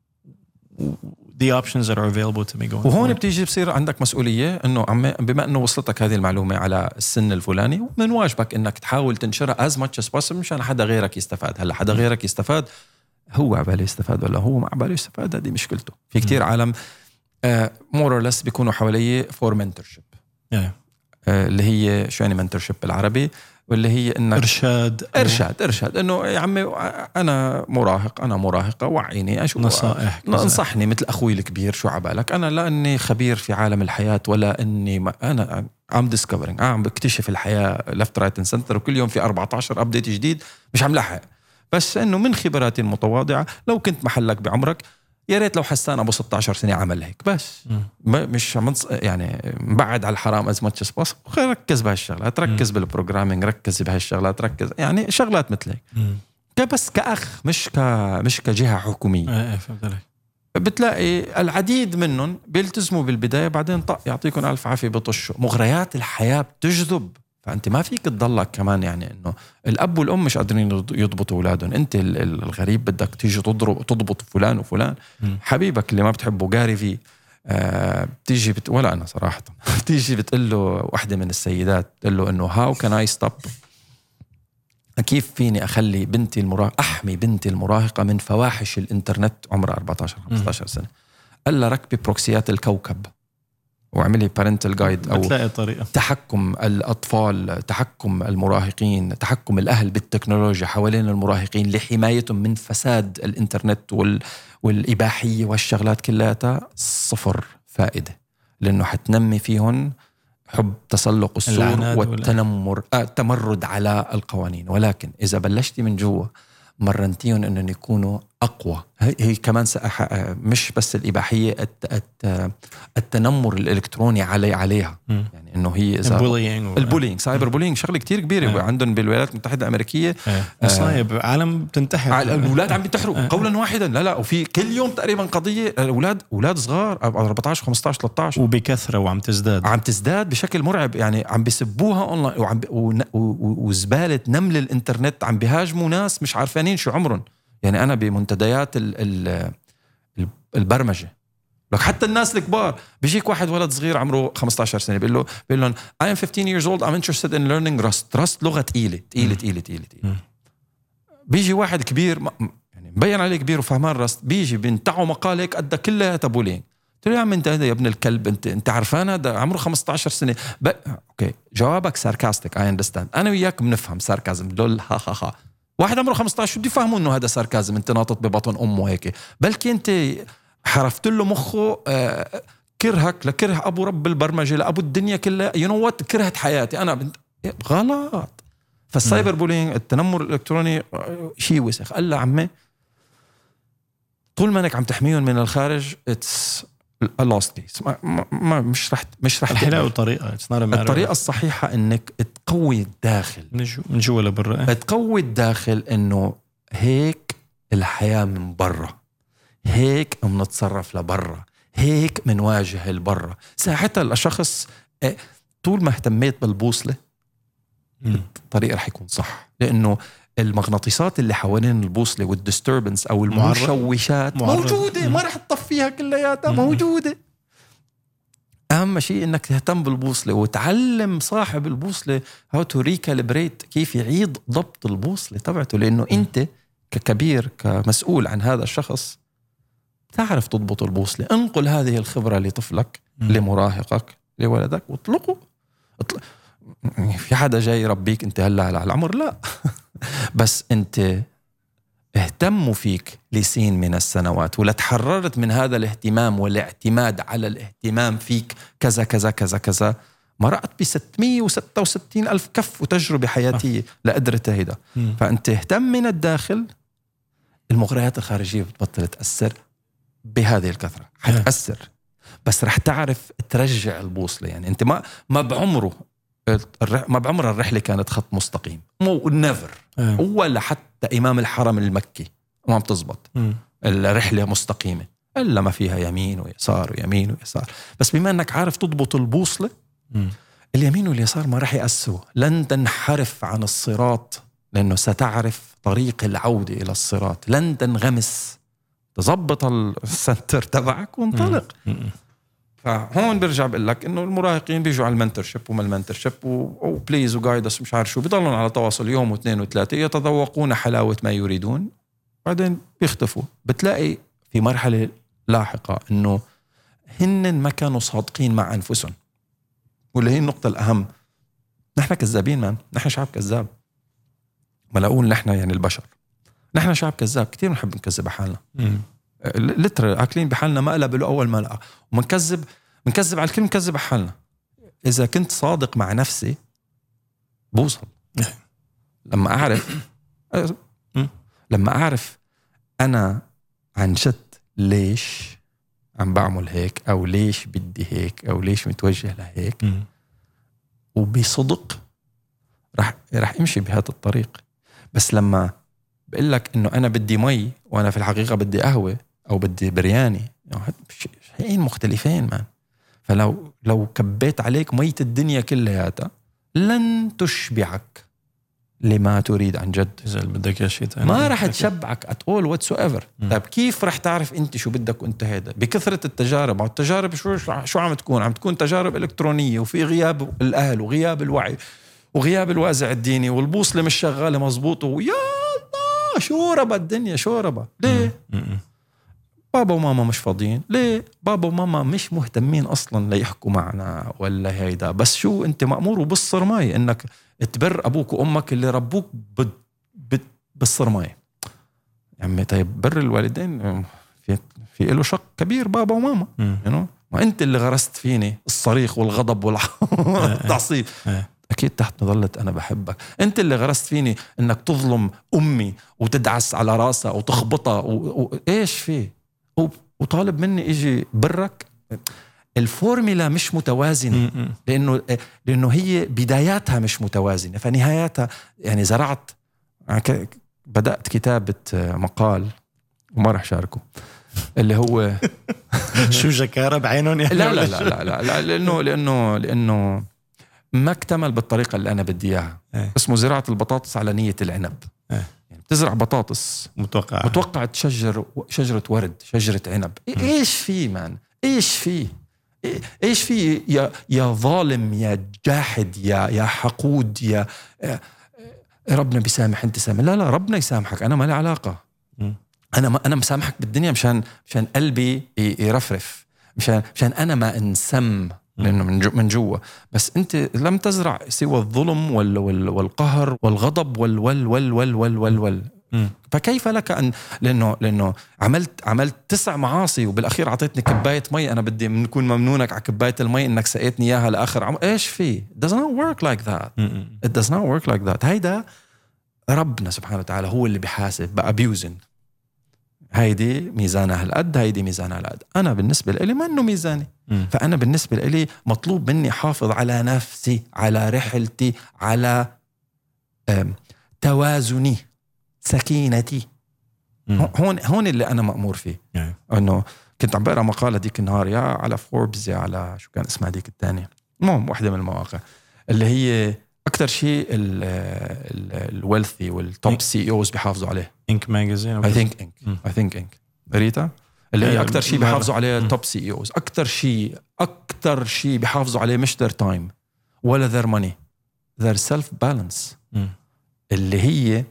the options that are available to me going وهون بتيجي بصير عندك مسؤولية إنه بما إنه وصلتك هذه المعلومة على السن الفلاني، ومن واجبك إنك تحاول تنشرها as much as possible مشان حدا غيرك يستفاد. هلا حدا غيرك يستفاد، هو عباله يستفاد ولا هو ما عباله يستفاد، هذه مشكلته. في كتير عالم more or less بيكونوا حواليه for mentorship. اللي هي شو يعني mentorship بالعربي؟ واللي هي إنك إرشاد إنه يا عمي أنا مراهق، أنا مراهقة، وعيني أشوف نصائح، انصحني مثل أخوي الكبير. شو عبالك؟ أنا لا إني خبير في عالم الحياة ولا إني أنا عم discovering، عم بكتشف الحياة left right and center، وكل يوم في 14 أبديت جديد مش عم لحق. بس إنه من خبراتي المتواضعة لو كنت محلك بعمرك يا ريت لو حسان أبو 16 سنة عمل هيك بس. مش يعني بعد على الحرام از ماتش سباس. ركز بهالشغلات، ركز بالبروجرامينج، ركز بهالشغلات، ركز يعني شغلات مثل هيك بس كأخ، مش كجهة حكومية. بتلاقي العديد منهم بيلتزموا بالبداية، بعدين يعطيكم ألف عافية بطشوا. مغريات الحياة بتجذب، فأنت ما فيك تضلك كمان يعني إنه الأب والأم مش قادرين يضبطوا أولادهم، أنت الغريب بدك تيجي تضبط فلان وفلان. حبيبك اللي ما بتحبه جاري في بتيجي ولا أنا صراحة بتيجي بتقول له واحدة من السيدات، تقول له إنه how can I stop، كيف فيني أخلي أحمي بنتي المراهقة من فواحش الإنترنت عمرها 14-15 سنة. قال لها ركبي بروكسيات الكوكب وعملي parental guide أو طريقة تحكم الأطفال، تحكم المراهقين، تحكم الأهل بالتكنولوجيا حوالين المراهقين لحمايتهم من فساد الإنترنت والإباحية والشغلات كلها. 0 فائدة، لأنه حتنمي فيهم حب تسلق السور والتنمر، التمرد على القوانين. ولكن إذا بلشتي من جوا مرنتيهم أنهم يكونوا أقوى، هي كمان مش بس الإباحية، التنمر الإلكتروني عليها. يعني إنه هي البولينج سايبر بولينج شغلة كتير كبيرة عندهم بالولايات المتحدة الأمريكية. مصايب عالم بتنتحر، الأولاد عم بينتحروا قولا واحدا. لا وفي كل يوم تقريبا قضية أولاد صغار 14 15 13 وبكثرة وعم تزداد بشكل مرعب. يعني عم بيسبوها أونلاين، وزبالة نمل الإنترنت عم بيهاجموا ناس مش عارفانين شو عمرهم. يعني أنا بمنتديات البرمجة لك حتى الناس الكبار، بيجيك واحد ولد صغير عمره 15 سنة بيقول لهم I am 15 years old, I'm interested in learning Rust لغة تقيلة. بيجي واحد كبير يعني مبين عليه كبير وفهمان رست، بيجي بنتعه مقالك قد كلها تبولين. قلت له يا عم انت يا ابن الكلب، انت عارفان هذا عمره 15 سنة. اوكي جوابك ساركاستيك I understand، انا وياك بنفهم ساركازم. لول ها واحد عمره 15 شو بده يفهموا انه هذا ساركازم، انت ناطط ببطن امه هيك. بلكي انت حرفت له مخه كرهك لكره ابو رب البرمجه لابو الدنيا كلها. وات كرهت حياتي انا غلط. فالسايبر بولينج، التنمر الالكتروني شيء وسخ. قال له عمي طول ما انك عم تحميهم من الخارج lost مش رح الحلاوة طريقة الطريقة الصحيحة انك تقوي الداخل من جوا لبرا. تقوي الداخل انه هيك الحياة من برا، هيك منتصرف لبرا، هيك منواجه البرا. ساعتها الشخص طول ما اهتميت بالبوصلة الطريق رح يكون صح، لأنه المغناطيسات اللي حوالين البوصلة والديستربنس أو المشوشات موجودة، ما رح تطفيها كلياتها، موجودة. أهم شيء إنك تهتم بالبوصلة وتعلم صاحب البوصلة how to recalibrate، كيف يعيد ضبط البوصلة تبعته، لأنه أنت ككبير كمسؤول عن هذا الشخص تعرف تضبط البوصلة. انقل هذه الخبرة لطفلك، لمراهقك، لولدك، واطلقه. في حدا جاي يربيك انت هلا على العمر؟ لا. بس انت اهتموا فيك لسين من السنوات، ولا تحررت من هذا الاهتمام والاعتماد على الاهتمام فيك كذا كذا كذا كذا. مرقت ب666 ألف كف وتجربة حياتية لقدرت هيدا. فأنت اهتم من الداخل، المغريات الخارجية بتبطل تأثر بهذه الكثرة. حتأثر بس رح تعرف ترجع البوصلة. يعني أنت ما بعمر الرحلة كانت خط مستقيم، مو نيفر، ولا حتى إمام الحرم المكي ما بتزبط الرحلة مستقيمة إلا ما فيها يمين ويسار ويمين ويسار. بس بما أنك عارف تضبط البوصلة، اليمين واليسار ما رح يأثروا. لن تنحرف عن الصراط، لأنه ستعرف طريق العودة إلى الصراط. لن تنغمس، تضبط السنتر تبعك وانطلق. فهون برجع بقول لك انه المراهقين بيجوا على المنتورشيب وما المنتورشيب وبليز وجايدس مش عارف شو، بيضلون على تواصل يوم واثنين وثلاثة، يتذوقون حلاوة ما يريدون، بعدين بيختفوا. بتلاقي في مرحلة لاحقة انه هن ما كانوا صادقين مع انفسهم، واللي هي النقطة الأهم. نحن كذابين مان، نحن شعب كذاب. ما لأقول نحن يعني البشر، نحن شعب كذاب كتير، بنحب نكذب حالنا. لتر عاكلين بحالنا مقلب له أول ملقى، ومنكذب على الكل، منكذب حالنا. إذا كنت صادق مع نفسي بوصل. لما أعرف أنا عن جد ليش عم بعمل هيك، أو ليش بدي هيك، أو ليش متوجه لهيك، وبصدق رح امشي بهذا الطريق. بس لما بقول لك إنه أنا بدي مي وأنا في الحقيقة بدي قهوة أو بدي برياني، يعني شيئين مختلفين مان. فلو كبيت عليك مية الدنيا كلها لن تشبعك لما تريد عن جد. إذا بدك يا شيء ما رح تشبعك at all whatsoever. طيب كيف رح تعرف أنت شو بدك وأنت هيدا؟ بكثرة التجارب. والتجارب شو عم تكون تجارب إلكترونية، وفي غياب الأهل وغياب الوعي وغياب الوازع الديني، والبوصلة مش شغالة مزبوط، ويا الله شوربة الدنيا شوربة. ليه؟ بابا وماما مش فاضيين. ليه؟ بابا وماما مش مهتمين أصلا ليحكوا معنا ولا هيدا. بس شو أنت مأمور وبالصرماية إنك تبر أبوك وأمك اللي ربوك بالصرماية. يعني طيب بر الوالدين في له شق كبير، بابا وماما ما أنت اللي غرست فيني الصريخ والغضب والتعصيب. أكيد تحت مظلة أنا بحبك. أنت اللي غرست فيني إنك تظلم أمي وتدعس على راسها وتخبطها إيش فيه، وطالب مني إيجي برك. الفورميلا مش متوازنة، لأنه هي بداياتها مش متوازنة، فنهاياتها يعني زرعت. بدأت كتابة مقال وما رح شاركه، اللي هو شو جكارة بعينهم يعني؟ لا لأنه ما اكتمل بالطريقة اللي أنا بدي إياها. اسمه زراعة البطاطس على نية العنب. يعني بتزرع متوقع تشجر شجرة ورد، شجرة عنب. إيش فيه مان؟ إيش فيه يا ظالم، يا جاحد، يا حقود، يا ربنا بيسامح أنت سامح. لا ربنا يسامحك، أنا ما لي علاقة. أنا مسامحك بالدنيا مشان قلبي يرفرف، مشان أنا ما انسم لأنه من جوا. بس أنت لم تزرع سوى الظلم والقهر والغضب وال فكيف لك أن لأنه عملت 9 معاصي وبالأخير عطيتني كباية مي. أنا بدي نكون ممنونك على كباية المي إنك سقيتني إياها لآخر إيش فيه؟ It does not work like that. It does not work like that. هيدا ربنا سبحانه وتعالى هو اللي بيحاسب بأبيوزن. هيدي ميزانها هالقد، هيدي ميزانها هالقد. أنا بالنسبة لي ما إنه ميزاني. فأنا بالنسبة لي مطلوب مني حافظ على نفسي، على رحلتي، على توازني، سكينتي. هون اللي أنا مأمور فيه. إنه كنت عم بقرأ مقالة ديك النهار يا على فوربس يا على شو كان اسمها ديك الثانية، المهم واحدة من المواقع اللي هي أكتر شيء الويلثي والتوب سي اوز بيحافظوا عليه. إنك ماجازين I think Inc. ريتا اللي هي أكتر شيء بيحافظوا عليه التوب سي اوز. أكتر شيء بيحافظوا عليه مش their time ولا their money، their self balance، اللي هي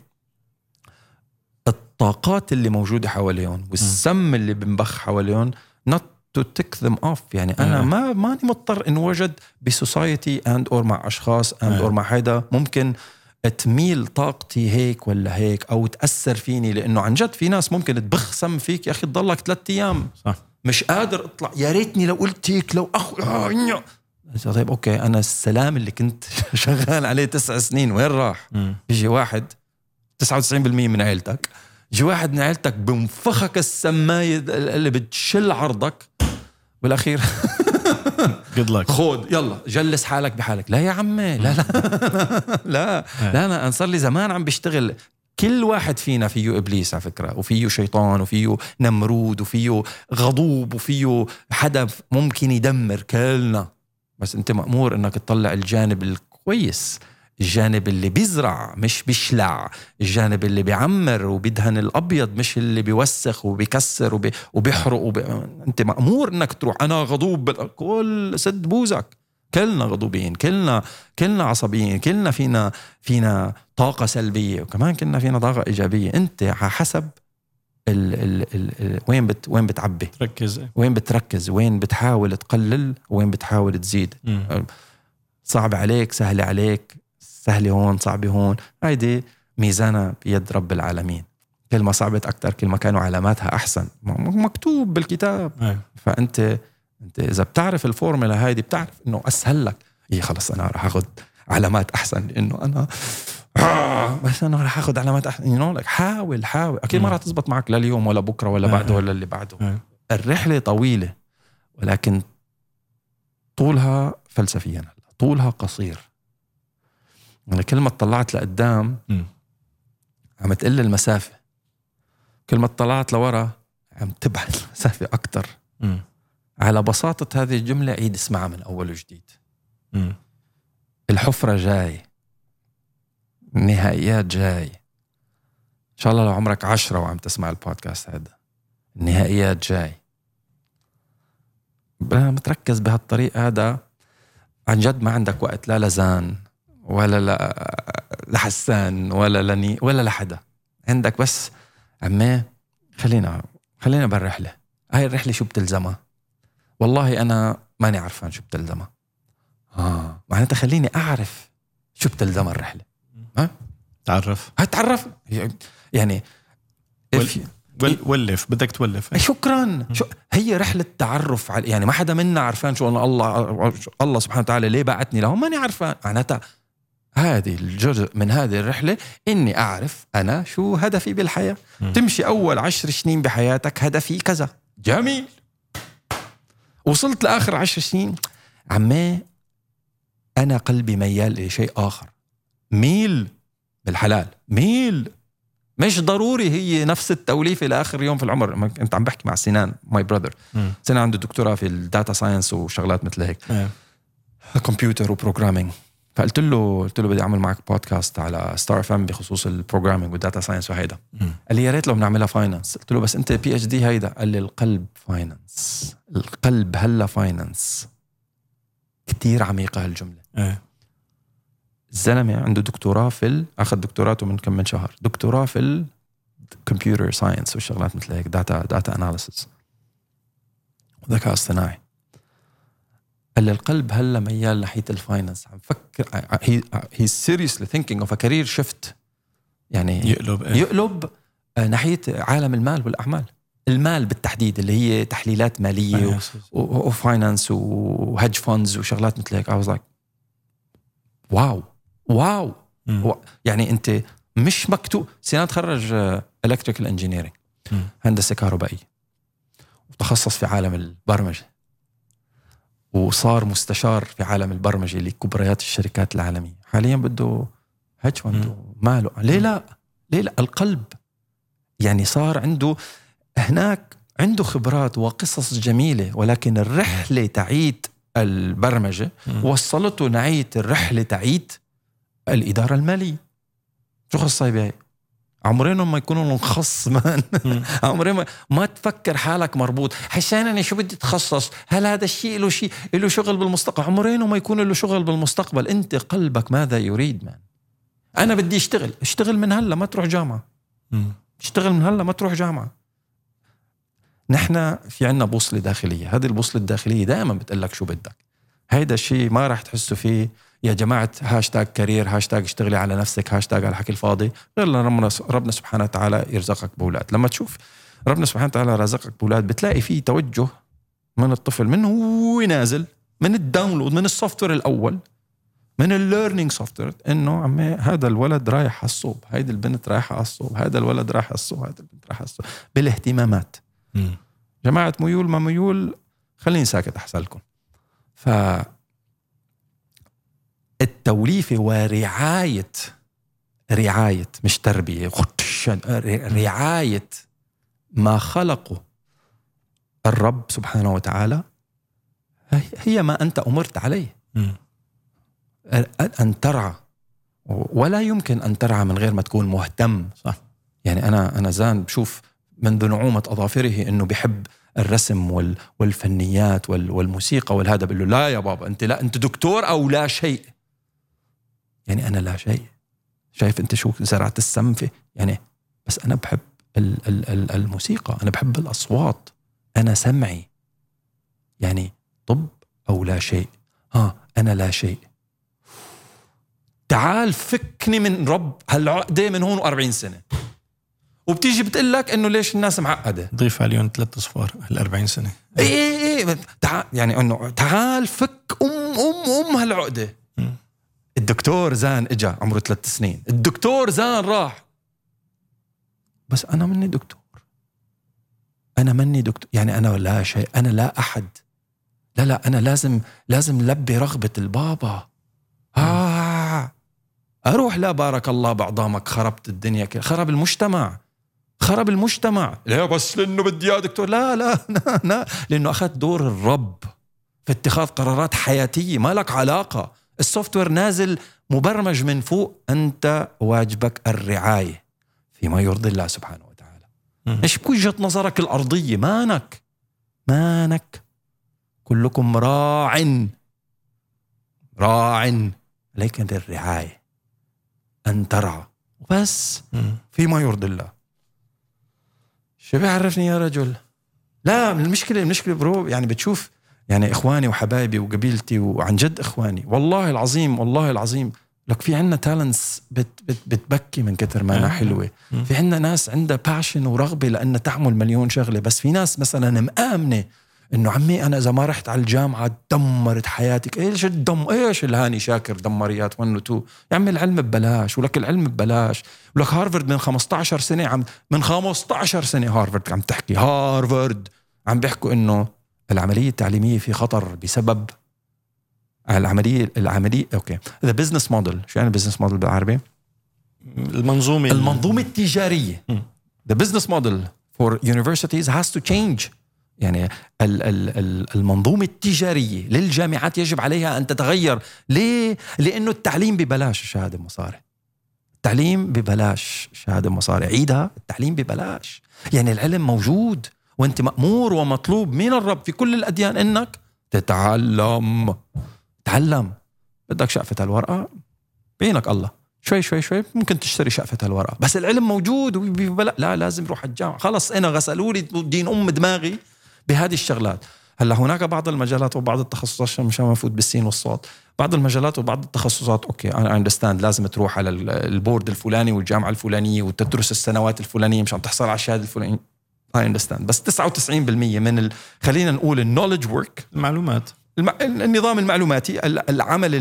الطاقات اللي موجودة حواليهم والسم اللي بنبخ حواليهم not to tick them off. يعني أنا ماني مضطر إن وجد بسوسايتي and or مع أشخاص and or مع حدا ممكن تميل طاقتي هيك ولا هيك أو تأثر فيني، لأنه عن جد في ناس ممكن تبخ سم فيك يا أخي تضلك 3 أيام صح. مش قادر أطلع، يا ريتني لو قلت هيك لو طيب أوكي أنا السلام اللي كنت شغال عليه 9 سنين وين راح؟ يجي واحد 99% من عيلتك، يجي واحد من عيلتك بنفخك السماية اللي بتشل عرضك بالأخير good luck. خود يلا جلس حالك بحالك. لا يا عمي لا أنا صار لي زمان عم بشتغل. كل واحد فينا فيه إبليس على فكرة، وفيه شيطان، وفيه نمرود، وفيه غضوب، وفيه حدا ممكن يدمر كلنا. بس أنت مأمور أنك تطلع الجانب الكويس، الجانب اللي بيزرع مش بيشلع، الجانب اللي بيعمر وبيدهن الأبيض مش اللي بيوسخ وبيكسر وبيحرق أنت مأمور أنك تروح أنا غضوب كل سد بوزك. كلنا غضوبين، كلنا عصبيين، كلنا فينا طاقة سلبية، وكمان كلنا فينا طاقة إيجابية. أنت على حسب وين بتعبي، تركز، وين بتركز، وين بتحاول تقلل، وين بتحاول تزيد. صعب عليك، سهل عليك، سهلة هون، صعبة هون، هيدي ميزانة بيد رب العالمين. كل ما صعبت أكتر كل ما كانوا علاماتها أحسن، مكتوب بالكتاب. فأنت إذا بتعرف الفورمولا هيدي بتعرف إنه أسهل لك. خلص أنا رح أخذ علامات أحسن، إنه أنا بس أنا رح أخذ علامات أحسن. لك حاول أكيد ما رح تزبط معك لا اليوم ولا بكرة ولا بعده ولا اللي بعده. الرحلة طويلة ولكن طولها فلسفيا، طولها قصير. يعني كل ما طلعت لقدام عم تقل المسافة، كل ما طلعت لورا عم تبعد المسافة أكتر. على بساطة هذه الجملة عيد اسمعها من أول وجديد. الحفرة جاي، النهائيات جاي. إن شاء الله لو عمرك 10 وعم تسمع البودكاست هذا، النهائيات جاي. متركز بهالطريق هذا عن جد ما عندك وقت لا لزان ولا لحسان ولا لحدا. عندك بس عمي خلينا بالرحلة. هاي الرحلة شو بتلزمها؟ والله أنا ماني عارفان شو بتلزمها. معناتها خليني أعرف شو بتلزمها الرحلة. تعرف يعني ولف، بدك تولف. شكرا. هي رحلة تعرف يعني ما حدا منا عارفان شو أنا الله سبحانه وتعالى ليه بعتني لهم، ماني عارفان. معناتها هذه الجزء من هذه الرحلة إني أعرف أنا شو هدفي بالحياة. تمشي أول 10 سنين بحياتك هدفي كذا، جميل. وصلت لآخر 10 سنين عمي أنا قلبي ميال لشيء آخر. ميل بالحلال، ميل مش ضروري هي نفس التوليفة لآخر يوم في العمر. أنت عم بحكي مع سنان ماي براذر، سنان عنده دكتوراه في الداتا ساينس وشغلات مثل هيك، كمبيوتر وبروجرامينج. فقلت له بدي أعمل معك بودكاست على ستار FM بخصوص البروجرامينج والداتا ساينس وهيدا. قال لي يا ريت لو بنعملها فاينانس. قلت له بس أنت PhD هيدا. قال لي القلب فاينانس، القلب هلا فاينانس. كتير عميقة هالجملة. الزلمة عنده دكتوراه أخذ دكتوراته من كم من شهر، دكتوراه في الكمبيوتر ساينس والشغلات مثل هيك، داتا أناليسيس، ذكاء اصطناعي. قال لي القلب هلا ميال ناحية الفاينانس. عم فكر he's seriously thinking of a career shift، يعني يقلب ناحية عالم المال والأعمال. المال بالتحديد اللي هي تحليلات مالية وفاينانس وهيدج فاندز وشغلات مثل هيك. I was like واو. يعني أنت مش مكتوب. سنان تخرج electrical engineering، هندسة كهربائية وتخصص في عالم البرمجة وصار مستشار في عالم البرمجة لكبريات الشركات العالمية. حاليا بده هيدج فند ماله. ليه لا القلب يعني صار عنده هناك عنده خبرات وقصص جميلة، ولكن الرحلة تعيد البرمجة وصلته نعية الرحلة تعيد الإدارة المالية. شو خصها بهاي؟ عمرينهم ما يكونوا مخصص عمرين ما تفكر حالك مربوط حسين أنا شو بدي تخصص، هل هذا الشيء له شغل بالمستقبل؟ عمرينهم ما يكون له شغل بالمستقبل. أنت قلبك ماذا يريد؟ أنا بدي اشتغل من هلا، ما تروح جامعة. اشتغل من هلا، ما تروح جامعة. نحن في عنا بوصلة داخلية، هذه البوصلة الداخلية دائما بتقلك شو بدك. هيدا الشيء ما راح تحسوا فيه يا جماعة هاشتاج كارير، هاشتاج اشتغلي على نفسك، هاشتاج على الحكي الفاضي، غير لما ربنا سبحانه وتعالى يرزقك بأولاد. لما تشوف ربنا سبحانه وتعالى رزقك بأولاد بتلاقي فيه توجه من الطفل من هو نازل من الداونلود من السوفتوير الأول من الليرنينج سوفتوير، إنه عمي هذا الولد رايح على الصوب، هيدي البنت رايحة على الصوب، هذا الولد رايح على الصوب، هذا البنت رايحة على الصوب، بالاهتمامات. جماعة ميول ما ميول خليني ساكت أحسن لكم. التوليفة رعاية مش تربية، رعاية ما خلقه الرب سبحانه وتعالى هي ما أنت أمرت عليه أن ترعى، ولا يمكن أن ترعى من غير ما تكون مهتم. صح. يعني أنا زان بشوف منذ نعومة أظافره إنه بيحب الرسم والفنيات والموسيقى والهذا، بقول له لا يا بابا أنت دكتور أو لا شيء. يعني أنا لا شيء. شايف أنت شو زرعت السم فيه يعني، بس أنا بحب الموسيقى، أنا بحب الأصوات، أنا سمعي. يعني طب أو لا شيء، أنا لا شيء. تعال فكني من رب هالعقدة من هون 40 سنة، وبتيجي بتقلك إنه ليش الناس معقدة. ضيف عليهم 3 أصفار هال40 سنة. إيه تعال يعني إنه تعال فك هالعقدة. الدكتور زان إجا عمره 3 سنين، الدكتور زان راح، بس أنا مني دكتور، يعني أنا لا شيء، أنا لا أحد. لا أنا لازم لبي رغبة البابا. أروح لا بارك الله بعظامك، خربت الدنيا خرب المجتمع. لا بس لأنه بدي يا دكتور، لا لأنه أخذت دور الرب في اتخاذ قرارات حياتية ما لك علاقة. السوفتوير نازل مبرمج من فوق، أنت واجبك الرعاية فيما يرضي الله سبحانه وتعالى. مش بوجهة نظرك الأرضية، مانك كلكم راع لكن الرعاية أن ترعى بس فيما يرضي الله. شو بيعرفني يا رجل؟ لا، المشكلة برو، يعني بتشوف يعني إخواني وحبايبي وقبيلتي وعن جد إخواني، والله العظيم لك في عنا تالنس بتبكي من كتر ما أنا حلوة. في عنا ناس عندها باشن ورغبة لأن تعمل مليون شغلة، بس في ناس مثلا مآمنة إنه عمي أنا إذا ما رحت على الجامعة دمرت حياتك. إيش الهاني شاكر دمريات 1 و 2 يا عمي؟ العلم ببلاش، ولك العلم ببلاش، ولك هارفرد من 15 سنة من 15 سنة هارفرد عم تحكي، هارفرد عم بيحكوا إنه العملية التعليمية في خطر بسبب العملية أوكي. The business model. شو يعني business model بالعربي؟ المنظومة التجارية. The business model for universities has to change. يعني المنظومة التجارية للجامعات يجب عليها أن تتغير. ليه؟ لأنه التعليم ببلاش، شهادة مصاري. التعليم ببلاش، شهادة مصاري. عيدها، التعليم ببلاش. يعني العلم موجود، وانت مأمور ومطلوب من الرب في كل الأديان إنك تتعلم. بدك شقفة الورقة بينك الله، شوي ممكن تشتري شقفة الورقة، بس العلم موجود لا لازم روح الجامعة. خلص أنا غسلوا لي دين دماغي بهذه الشغلات. هلا هناك بعض المجالات وبعض التخصصات، مش مفوت بالسين والصاد، بعض المجالات وبعض التخصصات اوكي انا اندرستاند لازم تروح على البورد الفلاني والجامعة الفلانية وتدرس السنوات الفلانية مشان تحصل على الشهادة الفلانية. I understand. بس 99% من خلينا نقول النوليدج ورك، المعلومات، النظام المعلوماتي، العمل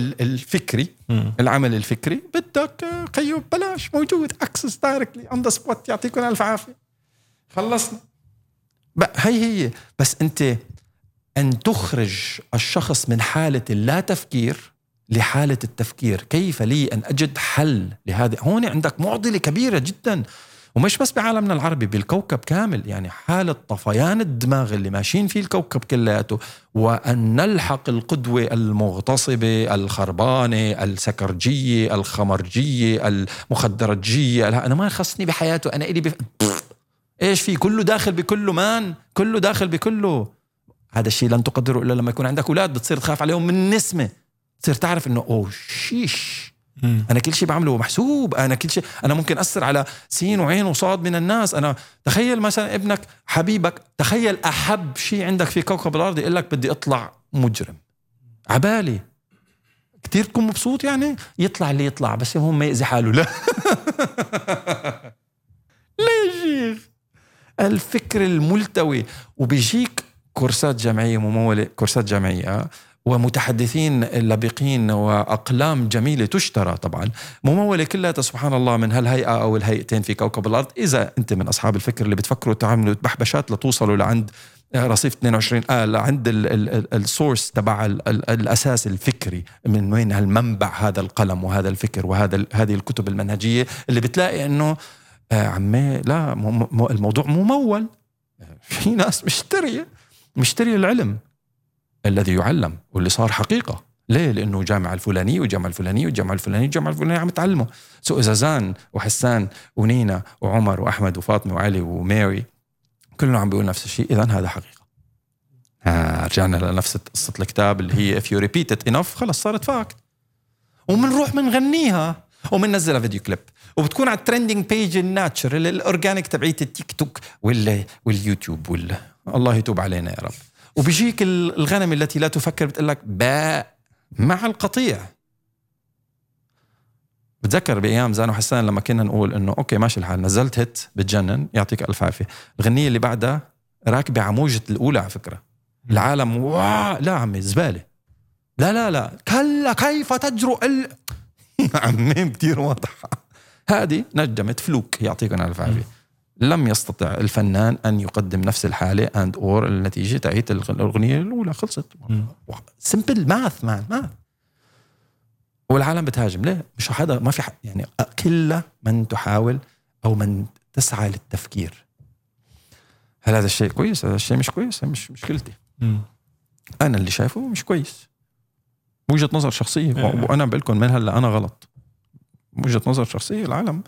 الفكري بدك خيو ببلاش، موجود access directly on the spot. يعطيكم ألف عافية. خلصنا. هي بس أنت أن تخرج الشخص من حالة اللا تفكير لحالة التفكير. كيف لي أن أجد حل لهذا؟ هون عندك معضلة كبيرة جدا، ومش بس بعالمنا العربي، بالكوكب كامل. يعني حالة طفيان الدماغ اللي ماشيين فيه الكوكب كلياته، وأن نلحق القدوة المغتصبة الخربانة السكرجية الخمرجية المخدرجية. أنا ما خصني بحياته، أنا إلي إيش في كله داخل بكله مان، كله داخل بكله. هذا الشيء لن تقدره إلا لما يكون عندك أولاد، بتصير تخاف عليهم من نسمة، تصير تعرف إنه أوه شيش، أنا كل شيء بعمله محسوب، أنا كل شيء أنا ممكن أثر على سين وعين وصاد من الناس. أنا تخيل مثلا ابنك حبيبك، تخيل أحب شيء عندك في كوكب الأرض يقول لك بدي أطلع مجرم، عبالي كتير تكون مبسوط. يعني يطلع اللي يطلع، بس هم ما يأذي حاله. لا ليش الفكر الملتوي؟ وبيجيك كورسات جامعية ممولة، كورسات جامعية ومتحدثين لبقين وأقلام جميلة تشترى طبعا ممولة كلها سبحان الله من هالهيئة أو الهيئتين في كوكب الأرض. إذا أنت من أصحاب الفكر اللي بتفكروا تعملوا بحبشات لتوصلوا لعند رصيف 22 لعند السورس تبع الأساس الفكري، من وين هالمنبع هذا القلم وهذا الفكر هذه الكتب المنهجية، اللي بتلاقي أنه عمي لا الموضوع ممول. في ناس مشتري العلم الذي يعلم واللي صار حقيقة. ليه؟ لأنه جامعة الفلانية وجامعة الفلانية وجامعة الفلانية وجامعة الفلانية عم تعلمه. إذا زان وحسان ونينا وعمر وأحمد وفاطمة وعلي وماري كلهم عم بيقول نفس الشيء، إذن هذا حقيقة. رجعنا لنفس قصة الكتاب اللي هي if you repeat it enough خلص صارت فاكت. ومنروح منغنيها ومننزلها فيديو كليب، وبتكون على الترندينج بيج الناتشرال الأورجانيك تبعية التيك توك واليوتيوب الله يتوب علينا يا رب. وبيجيك الغنم التي لا تفكر بتقول لك باء مع القطيع. بتذكر بأيام زان وحسان لما كنا نقول إنه أوكي ماشي الحال، نزلت هيت بتجنن يعطيك ألف عافية، الغنية اللي بعدها راكبة عموجة الأولى على فكرة، العالم لا عمي زبالة، لا كلا كيف تجرؤ عمي كتير واضحة. هذه نجمت فلوك يعطيكم ألف عافية. لم يستطع الفنان أن يقدم نفس الحالة and or النتيجة تاعت الأغنية الأولى، خلصت. simple math man. والعالم بتهاجم ليه؟ مش حدا، ما في حد يعني، كل من تحاول أو من تسعى للتفكير. هل هذا الشيء كويس؟ هذا الشيء مش كويس، مش مشكلتي. أنا اللي شايفه مش كويس، وجهة نظر شخصية، وأنا بقول لكم من هلا أنا غلط، وجهة نظر شخصية. العالم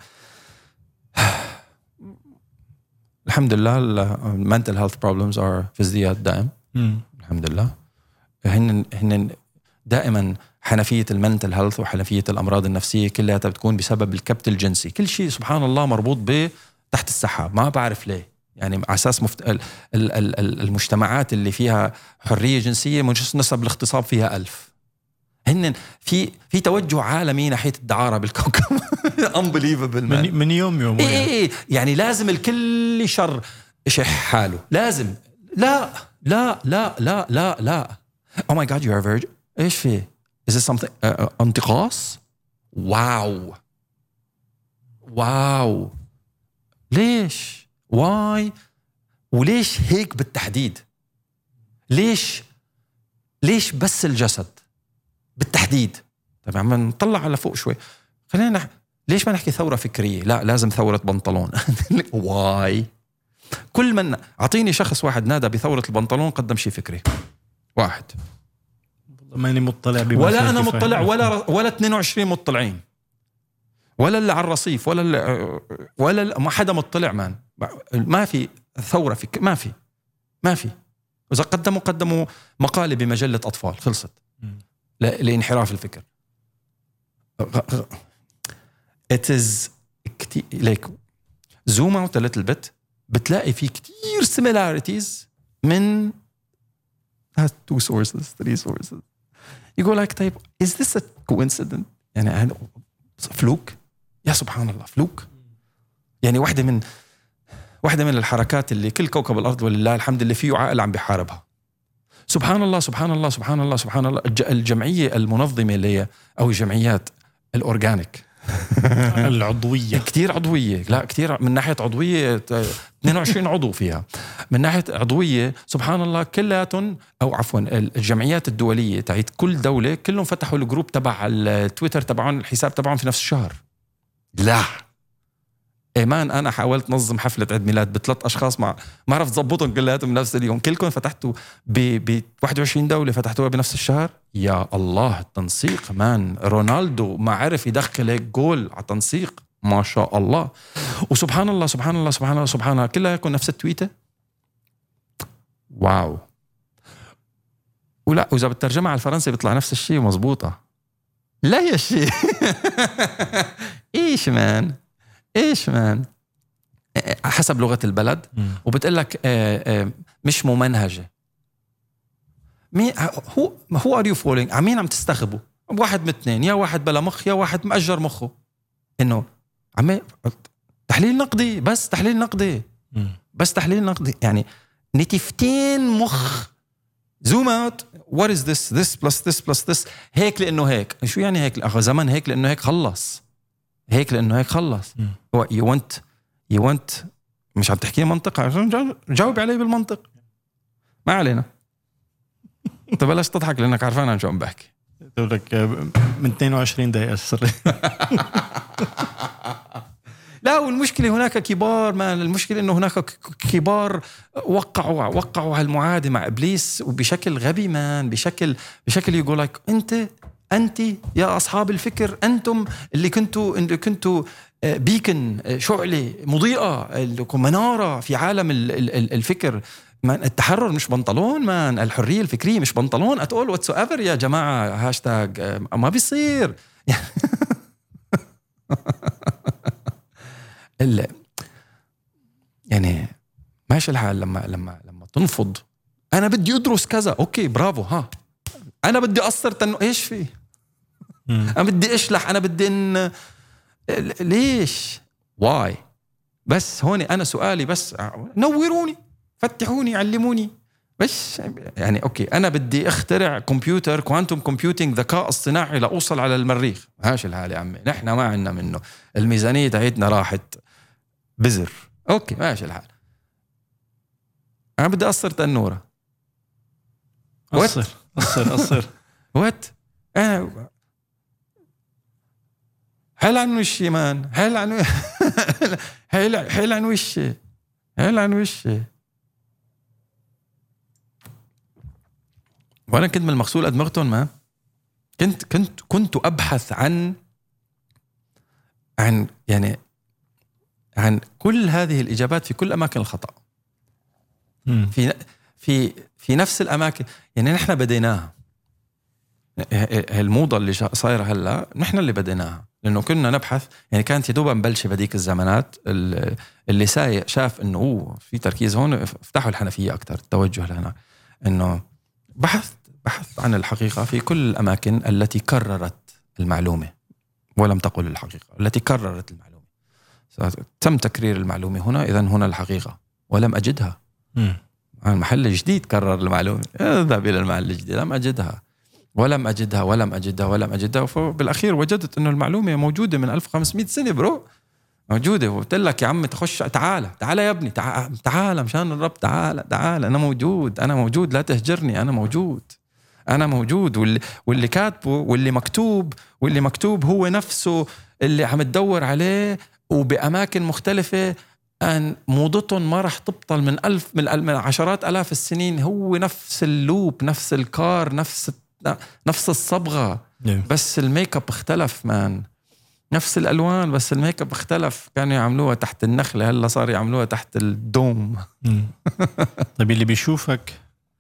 الحمد لله mental health problems are في ازدياد دائم. الحمد لله. هن دائما حنفية المنتل هيلث وحنفية الأمراض النفسية كلها بتكون بسبب الكبت الجنسي. كل شيء سبحان الله مربوط تحت السحاب، ما بعرف ليه. يعني على أساس المجتمعات اللي فيها حرية جنسية مش نسب الاغتصاب فيها 1000. هن في توجه عالمي ناحية الدعارة بالكوكب unbelievable من يوم إيه يعني لازم الكل شر يشح حاله، لازم. لا oh my god you are a virgin. ايش في؟ is this something انتقاص؟ واو ليش؟ why؟ وليش هيك بالتحديد؟ ليش بس الجسد بالتحديد؟ طب عم نطلع على فوق شوي، خلينا ليش ما نحكي ثورة فكرية؟ لا لازم ثورة بنطلون. واي؟ كل من أعطيني شخص واحد نادى بثورة البنطلون قدم شيء فكري واحد. ماني مطلع ولا أنا مطلع ولا 22 مطلعين، ولا اللي على الرصيف ولا ما حدا مطلع. ما في ثورة ما في. إذا قدموا مقالة بمجلة أطفال خلصت لانحراف الفكر. it is كتير like zoom out a little bit بتلاقي في كتير similarities من 2 sources 3 sources. يقول لك طيب is this a coincidence؟ يعني فلوك؟ يا سبحان الله فلوك. يعني واحدة من الحركات اللي كل كوكب الأرض ولله الحمد اللي فيه عائلة عم بيحاربها. سبحان الله. الجمعية المنظمة اللي أو الجمعيات الأورجانيك العضوية كتير عضوية، لا كتير من ناحية عضوية 22 عضو فيها. من ناحية عضوية سبحان الله كلياتهم، أو عفوا الجمعيات الدولية تاعت كل دولة كلهم فتحوا الجروب تبع التويتر تبعهم، الحساب تبعهم في نفس الشهر. لا إيمان أنا حاولت نظم حفلة عيد ميلاد ب3 أشخاص ما عرفت ضبطهم كلياتهم بنفس اليوم. كلكم فتحتوا ب 21 دولة فتحتوها بنفس الشهر. يا الله التنسيق مان. رونالدو ما عرف يدخل هيك جول على تنسيق ما شاء الله. وسبحان الله سبحان الله سبحان الله سبحان الله كلها يكون نفس التويتة. واو. ولا وإذا بالترجمة على الفرنسي بيطلع نفس الشيء مزبوطة. لا يا شيء إيش مان حسب لغة البلد. وبتقلك مش ممنهجة. هو ار يو فولينج عمين عم تستغبوا واحد من اثنين، يا واحد بلا مخ يا واحد مأجر مخه. إنه عمي تحليل نقدي بس تحليل نقدي بس تحليل نقدي يعني نتيفتين مخ زوم اوت. what is this plus this هيك لأنه هيك. شو يعني هيك أخو زمان؟ هيك لأنه هيك خلص. هيك لأنه هيك خلص. you want مش عم تحكي منطق عشان جاوب عليه بالمنطق. ما علينا. انت بلاش تضحك لأنك عارفان عن شو عم بحكي. تقول لك من 22 دقيقة سري. لا والمشكلة هناك كبار مان. المشكلة إنه هناك كبار وقعوا هالمعاهدة مع إبليس وبشكل غبي مان. بشكل يقول لك أنت يا أصحاب الفكر أنتم اللي كنتوا بيكن شعلة مضيئة منارة في عالم الفكر. مان التحرر مش بنطلون مان. الحرية الفكرية مش بنطلون أتقول واتسوever يا جماعة. هاشتاج ما بيصير. يعني ماشي الحال لما تنفض. أنا بدي أدرس كذا أوكي برافو ها. أنا بدي أصر إيش فيه. أنا بدي أشلح. أنا بدي ليش واي. بس هون أنا سؤالي بس نوروني فتحوني علموني بس يعني أوكي. أنا بدي أخترع كمبيوتر كوانتوم كومبيوتينج ذكاء اصطناعي لأوصل على المريخ. هاش الحال يا عمي. نحن ما عنا منه. الميزانية تاعتنا راحت بزر. أوكي ماشي الحال. أنا بدي أصر تنورة. أصر وات حل عن وشي مان. حل عن وشي. وانا كنت من المغسول قد مغتون ما كنت ابحث عن يعني عن كل هذه الاجابات في كل اماكن الخطأ. في نفس الاماكن. يعني نحن بديناها. الموضة اللي صايرة هلا نحن اللي بديناها لانه كنا نبحث. يعني كانت يدوب مبلشه بديك الزمانات. اللي سايق شاف انه في تركيز هون فتحوا الحنفيه اكثر. التوجه لهنا انه بحث عن الحقيقه في كل الاماكن التي كررت المعلومه ولم تقل الحقيقه. التي كررت المعلومه تم تكرير المعلومه هنا. اذا هنا الحقيقه ولم اجدها. المحل الجديد كرر المعلومه. اذهب الى المحل الجديد لم اجدها ولم أجدها. وبالأخير وجدت أنه المعلومة موجودة من 1500 سنة برو. موجودة. وقلت لك يا عم تخش تعال يا ابني تعال مشان الرب تعال. أنا موجود لا تهجرني. أنا موجود واللي كاتبه واللي مكتوب هو نفسه اللي عم تدور عليه. وبأماكن مختلفة أن موضتهم ما رح تبطل من عشرات آلاف السنين. هو نفس اللوب نفس الكار نفس الصبغة. بس الميك اب اختلف مان. نفس الألوان بس الميك اب اختلف. كانوا يعملوها تحت النخلة هلا صار يعملوها تحت الدوم. طيب اللي بيشوفك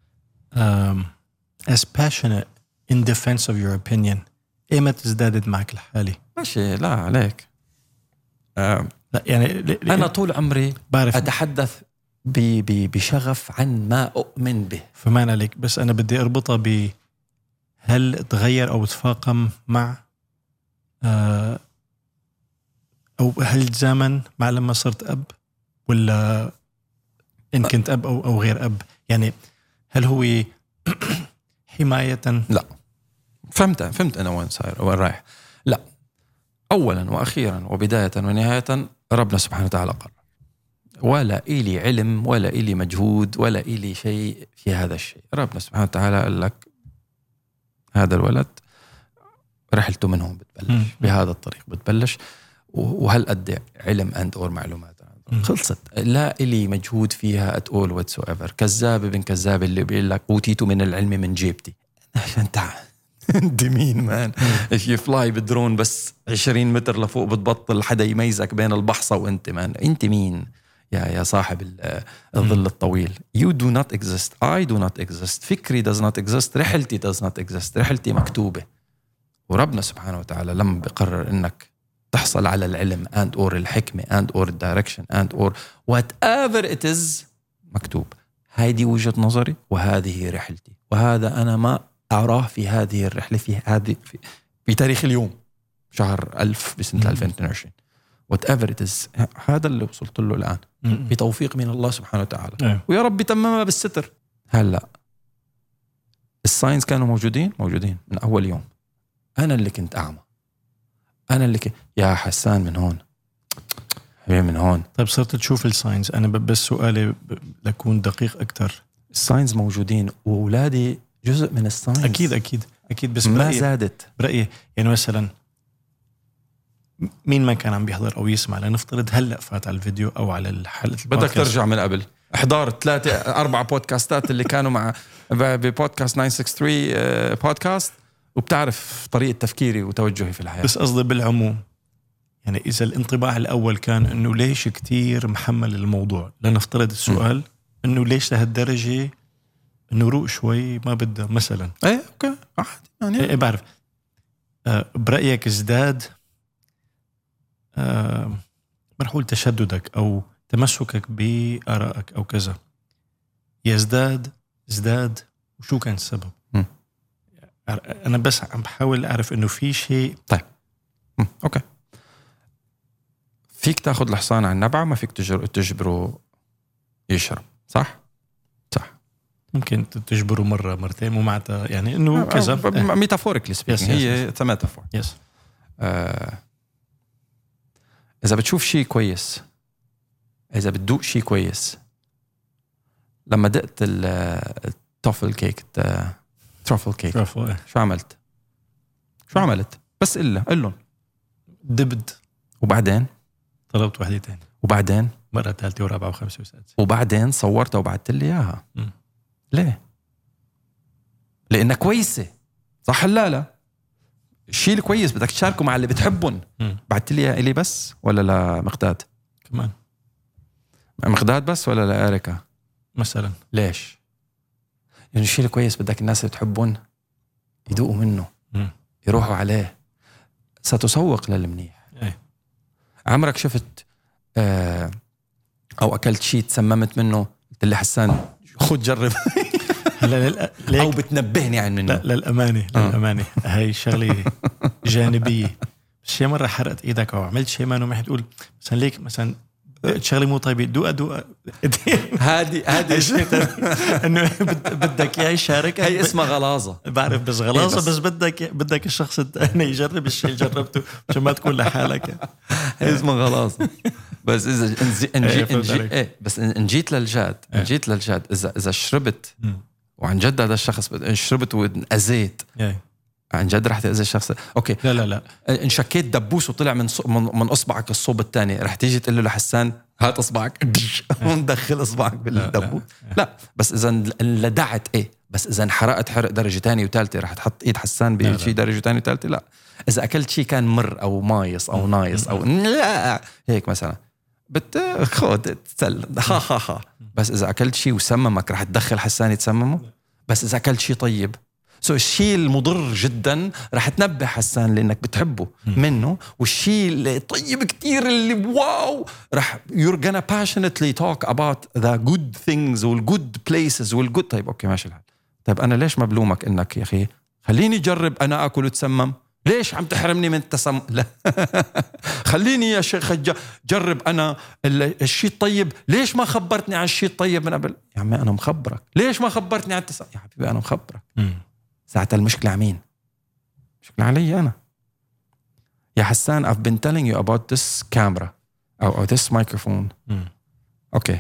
as passionate in defense of your opinion إيمت ازدادت معك الحالة؟ ماشي لا عليك. لا يعني أنا طول عمري أتحدث بشغف عن ما أؤمن به. فما عليك. بس أنا بدي أربطها هل تغير أو تفاقم مع أو هل زمن مع لما صرت أب ولا إن كنت أب أو غير أب؟ يعني هل هو حماية؟ لا فهمت أنا وين صاير وين رايح. لا أولا وأخيرا وبداية ونهاية ربنا سبحانه وتعالى قرر. ولا إلي علم ولا إلي مجهود ولا إلي شيء في هذا الشيء. ربنا سبحانه وتعالى قال لك هذا الولد رحلته من هون بتبلش، بهذا الطريق بتبلش، وهل قد علم أنت أو معلومات خلصت، لا إلي مجهود فيها at all whatsoever. كذاب ابن كذاب اللي بيقول لك أوتيت من العلم من جيبتي. انت مين مان؟ if you fly بدرون بس 20 متر لفوق بتبطل حدا يميزك بين البحصة وانت مان. انت مين يا صاحب الظل الطويل؟ you do not exist, I do not exist, فكري does not exist, رحلتي does not exist. رحلتي مكتوبة، وربنا سبحانه وتعالى لما بقرر انك تحصل على العلم and or الحكمة and or direction and or whatever it is مكتوب. هذه وجهة نظري وهذه رحلتي، وهذا أنا ما أراه في هذه الرحلة في تاريخ اليوم شهر 1000 بسنة 2022 whatever it is. هذا اللي وصلت له الآن بتوفيق من الله سبحانه وتعالى، ويا رب تممها بالستر. هلأ الساينس كانوا موجودين من أول يوم. أنا اللي كنت أعمى، أنا اللي يا حسان من هون من هون. طيب صرت تشوف الساينس. أنا بس سؤالي لكون دقيق أكتر. الساينس موجودين وأولادي جزء من الساينس. أكيد بس ما زادت برأيي. يعني مثلا مين ما كان عم بيحضر أو يسمع، لنفترض هلأ فات على الفيديو أو على الحلقة بدك ترجع من قبل احضار 3-4 بودكاستات اللي كانوا مع ببودكاست 963 بودكاست، وبتعرف طريقة تفكيري وتوجهي في الحياة. بس قصدي بالعموم، يعني إذا الانطباع الأول كان إنه ليش كتير محمل الموضوع، لنفترض السؤال إنه ليش لهالدرجة إنه روق شوي ما بدها مثلا. إيه أوكي يعني إيه بعرف. برأيك ازداد مرحول تشددك أو تمسكك بآرائك أو كذا، يزداد وشو كان السبب؟ أنا بس عم بحاول أعرف إنه في شيء. طيب أوكي، فيك تاخد الحصان عن نبعه، ما فيك تجبره يشرب، صح؟ ممكن تجبره مرة مرتين مو معناتها يعني إنه كذا. ميتافوريكلي سبيكينج، هي ميتافور. إذا بتشوف شيء كويس، إذا بتدوق شيء كويس، لما دقت التوفل كيك تروفل كيك شو عملت؟ بس قلن دبد، وبعدين طلبت وحدة تاني، وبعدين مرة ثالثة ورابعة وخامسة وسادسة، وبعدين صورتها وبعثت لي إياها. ليه؟ لأنها كويسة، صح؟ لا الشيء الكويس بدك تشاركه مع اللي بتحبهم. بعثت لي إلي بس ولا لا مقداد كمان؟ مقداد بس ولا لا إريكا مثلا؟ ليش؟ لأن الشيء الكويس بدك الناس اللي بتحبون يدوقوا منه، يروحوا عليه. ستسوق للمنيح. عمرك شفت أو أكلت شيء تسممت منه قلت لي حسان خد جرب أو بتنبهني عن منه؟ لا للأمانة هاي شغلة جانبية. بس شيء مرة حرقت إيدك أو عملت شيء ما نوم تقول مثلا ليك مثلا شغلة مو طيبة دوق هذه إنه بدك إياه يشارك. هي اسمها غلاظة، بعرف، بس غلاظة. بس بدك الشخص الثاني يجرب الشيء اللي جربته عشان ما تكون لحالك. هي اسمها غلاظة. بس إذا بس إن جيت للجاد، إذا شربت وعن جد هذا الشخص شربت وأذيت عن جد رح تأذي الشخص. أوكي لا إن شكيت دبوس وطلع من أصبعك الصوب الثاني، رح تيجي تقول له لحسان هات أصبعك وندخل أصبعك بالدبوس؟ لا. بس إذا لدعت بس إذا انحرقت حرق درجة تانية وثالثة رح تحط إيد حسان بشيء درجة تانية وثالثة؟ لا. إذا أكلت شيء كان مر أو مايص أو نايص أو لا هيك مثلا بتخد تسل بس إذا أكلت شيء وسممك رح تدخل حسان يتسممه. بس إذا أكلت شيء طيب، الشيء المضر جدا رح تنبه حسان لأنك بتحبه منه، والشيء اللي طيب كتير اللي واو رح you're gonna passionately talk about the good things والgood places والgood. طيب أوكي ماشي الحال. طيب أنا ليش ما بلومك إنك يا أخي خليني أجرب أنا أكل وتسمم؟ ليش عم تحرمني من التسمم؟ لا خليني يا شيخ جرب أنا الشيء الطيب. ليش ما خبرتني عن الشيء الطيب من قبل؟ يا عمي أنا مخبرك. ليش ما خبرتني عن التسمم؟ يا حبيبي أنا مخبرك. ساعتها المشكلة عمين؟ مشكلة علي أنا. يا حسان I've been telling you about this camera أو this microphone اوكي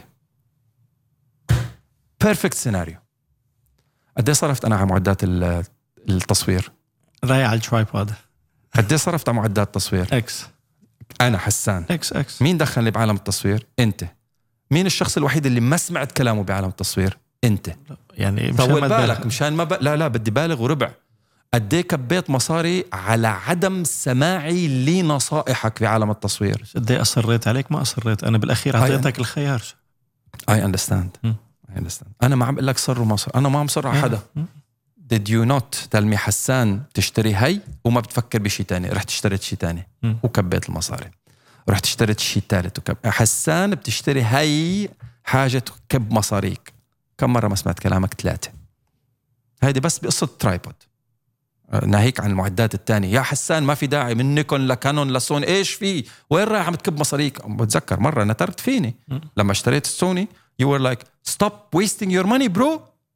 بيرفكت سيناريو. قد صرفت انا على معدات التصوير؟ رايح على الترايبود. قد صرفت على معدات تصوير؟ اكس. انا حسان اكس. مين دخلني بعالم التصوير؟ انت. مين الشخص الوحيد اللي ما سمعت كلامه بعالم التصوير؟ انت. يعني طول بالك مشان ما لا بدي بالغ وربع. قد ايه كبيت مصاري على عدم سماعي لنصائحك في عالم التصوير؟ قد ايه اصريت عليك؟ ما اصريت انا، بالاخير اعطيتك الخيار. I understand. انا ما عم بقول لك صر وما صر، انا ما عم صر على حدا. Did you not tell me حسان تشتري هي وما بتفكر بشي تاني؟ رحت اشتريت شي تاني وكبيت المصاري. رحت اشتريت شي ثالث حسان بتشتري هي حاجة تكب مصاريك. كم مرة ما سمعت كلامك؟ 3. هيدي بس بقصة ترايبود. ناهيك عن المعدات التانية. يا حسان ما في داعي من نيكون لكانون لسون، ايش في؟ وين رايح عم تكب مصاريك؟ بتذكر مرة نترت فيني لما اشتريت السوني. You were like stop wasting your money bro.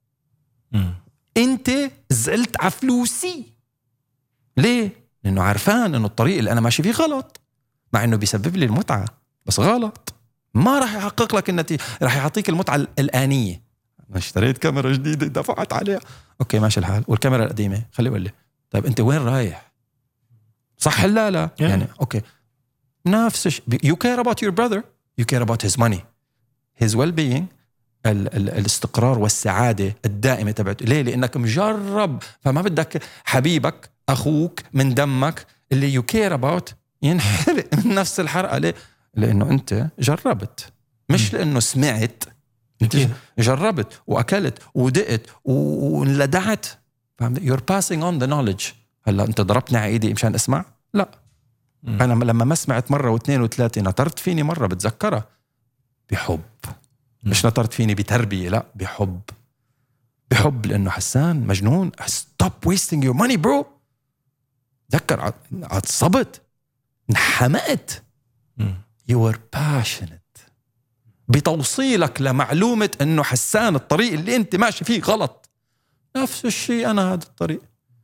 انت زعلت على فلوسي. ليه؟ لانه عارفان انه الطريق اللي انا ماشي فيه غلط، مع انه بيسبب لي المتعة بس غلط. ما راح يحقق لك النتيجة، راح يعطيك المتعة الآنية. أنا اشتريت كاميرا جديدة دفعت عليها، اوكي ماشي الحال، والكاميرا القديمة خلي يقول لي طيب انت وين رايح؟ صح لا يعني اوكي نفس الشيء. you care about your brother, you care about his money, his well-being, الاستقرار والسعادة الدائمة تبعته. ليه؟ لأنك مجرب، فما بدك حبيبك أخوك من دمك اللي you care about ينحرق من نفس الحرقة. ليه؟ لأنه أنت جربت، مش لأنه سمعت. أنت جربت وأكلت ودقت ولدعت. you're passing on the knowledge. هلا أنت ضربتني على إيدي مشان أسمع؟ لا. أنا لما ما سمعت مرة واثنين وثلاثة، نطرت فيني مرة بتذكرها بحب، مش نطرت فيني بتربية، لا بحب. لأنه حسان مجنون. stop wasting your money bro. تذكر عصبت، انحمقت. you were passionate بتوصيلك لمعلومة أنه حسان الطريق اللي أنت ماشي فيه غلط. نفس الشيء أنا هذا الطريق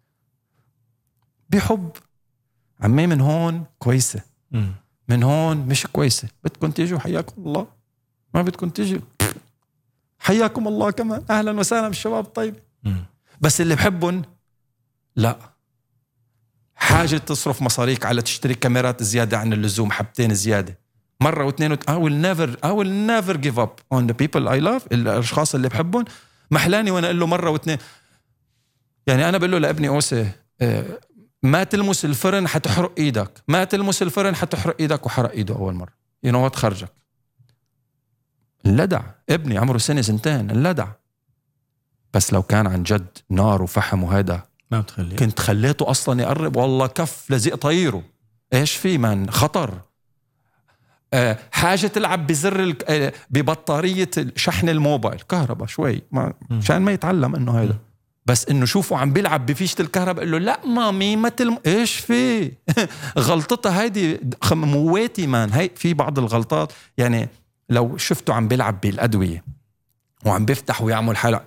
بحب. عمي من هون كويسة، من هون مش كويسة. بدكم تيجوا حياكم الله، ما بدكم تيجوا حياكم الله كمان، أهلا وسهلا بالشباب. طيب بس اللي بحبهم لا، حاجة تصرف مصاريك على تشتري كاميرات زيادة عن اللزوم، حبتين زيادة مرة واثنين I will never give up on the people I love. الأشخاص اللي بحبهم محلاني وأنا أقول له مرة واثنين. يعني أنا بقول له لابني أوسي ما تلمس الفرن حتحرق إيدك، ما تلمس الفرن حتحرق إيدك، وحرق إيده أول مرة. ينوات خرجك اللدع. ابني عمره 2 سنتين اللدع. بس لو كان عن جد نار وفحم وهذا ما بتخليه، كنت خليته أصلا يقرب. والله كف لزق طيره. إيش في من خطر. حاجة تلعب بزر ببطارية شحن الموبايل كهرباء شوي مشان ما يتعلم إنه هذا. بس إنه شوفوا عم بيلعب بفيشة الكهرباء، قال له لا مامي ما إيش في غلطتها هيدي مواتي مان. هاي في بعض الغلطات. يعني لو شفته عم بيلعب بالأدوية وعم بيفتح ويعمل حاله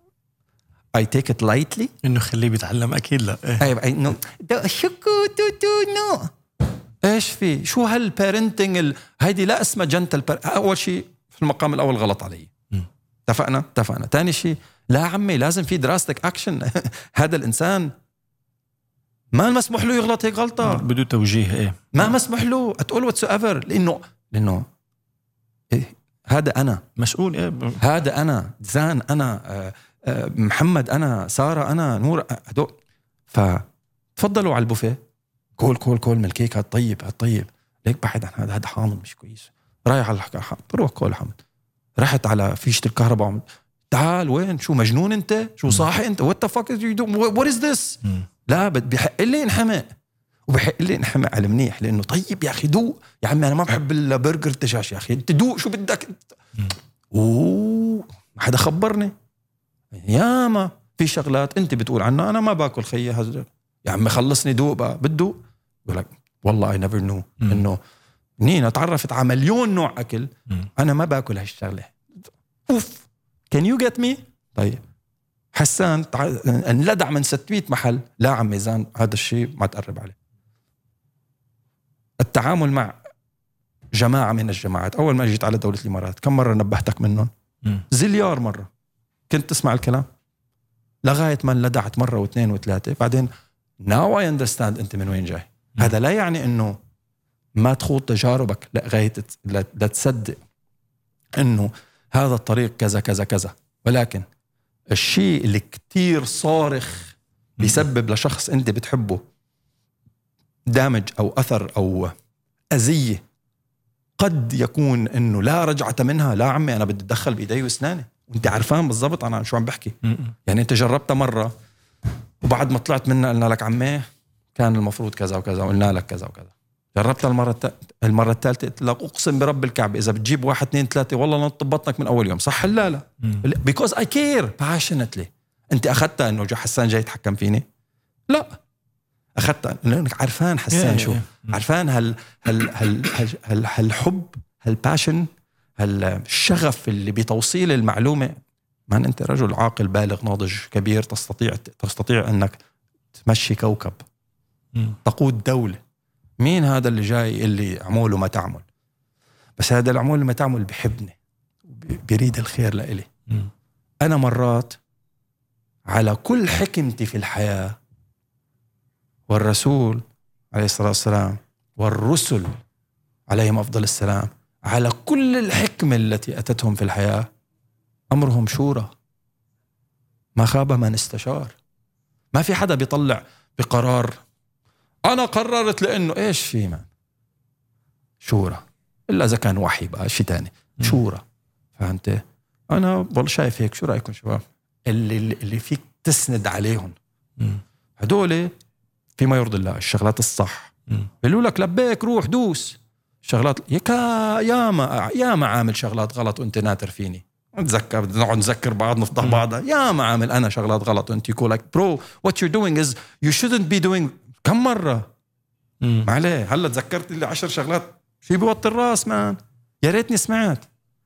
I take it lightly. إنه خليه بيتعلم أكيد لا. أيوة إنه شكو تو نو. إيش في شو هالبارنتينج هيدي لا اسمها جنتل. أول شيء في المقام الأول غلط علي. اتفقنا. تاني شيء لا عمي لازم في دراستك أكشن. هذا الإنسان ما مسموح له يغلط هيك غلطة، بده توجيه. ما مسموح له تقول whatsoever. لأنه هذا أنا مسؤول. هذا أنا زان، أنا محمد، أنا سارة، أنا نور، هدول. فتفضلوا على البوفيه. كول من الكيك. هالطيب ليك بعد عن هذا حامض مش كويس. رايح على روح كول حامض. رحت على فيشة الكهرباء. تعال وين؟ شو مجنون انت؟ شو صاحي انت؟ what the fuck is you doing? what is this؟ لا بيحق لي انحمق، وبيحق لي انحمق على منيح. لانه طيب يا اخي دوق يا عمي، انا ما بحب البرجر الدجاج يا اخي، انت دوق شو بدك انت. ما حدا خبرني. ياما في شغلات انت بتقول عنها انا ما باكل. خيي هذا يا عمي خلصني دوق بقى. بدوق بقول لك والله I never knew انه نينا تعرفت على 1,000,000 نوع اكل. انا ما باكل هالشغله. اوف can you get me؟ طيب حسان انلدع من 600 محل. لا عم ميزان هذا الشيء ما تقرب عليه. التعامل مع جماعة من الجماعات. أول ما جيت على دولة الإمارات كم مرة نبهتك منهم؟ زليار مرة. كنت تسمع الكلام لغاية ما لدعت مرة واثنين وثلاثة. بعدين now I understand أنت من وين جاي. هذا لا يعني أنه ما تخوض تجاربك لغاية لا تصدق أنه هذا الطريق كذا كذا كذا. ولكن الشيء اللي كتير صارخ بيسبب لشخص أنت بتحبه دامج أو أثر أو أذية قد يكون أنه لا رجعة منها. لا عمي أنا بدي أتدخل بإيدي وأسناني وأنت عارفان بالضبط أنا شو عم بحكي. يعني أنت جربتها مرة وبعد ما طلعت منها قلنا لك عمي كان المفروض كذا وكذا وقلنا لك كذا وكذا. جربتها المرة الثالثة قلت لك أقسم برب الكعبة إذا بتجيب 1 2 3 والله نط بطنك من أول يوم. صح لا because I care passionately. أنت أخذتها إنه حسان جاي يتحكم فيني؟ لا، أخذتها لأنك عارفان حسان شو عارفان هالحب هالباشن هالشغف اللي بتوصيل المعلومة. ما أنت رجل عاقل بالغ ناضج كبير تستطيع أنك تمشي كوكب تقود دولة. مين هذا اللي جاي اللي عموله ما تعمل؟ بس هذا العمول ما تعمل بحبني بيريد الخير لإلي. أنا مرات على كل حكمتي في الحياة والرسول عليه الصلاة والسلام والرسل عليهم أفضل السلام على كل الحكمة التي أتتهم في الحياة أمرهم شورى. ما خاب من استشار. ما في حدا بيطلع بقرار أنا قررت لأنه إيش في من شورى إلا إذا كان وحي بقى شيء تاني. شورى فهمت؟ أنا والله شايف هيك. شو رأيكم شباب اللي فيك تسند عليهم هدول فيما يرضي الله الشغلات الصح بيقولوا لك لبيك روح دوس شغلات يا ما عامل شغلات غلط وانت ناتر فيني. نتذكر نقعد نذكر بعض نفضح بعضها. يا ما عامل أنا شغلات غلط وانت يقول لك برو what you're doing is you shouldn't be doing. كم مرة ما عليه هلا تذكرت لي 10 شغلات في بوط الراس مان. يا ريتني سمعت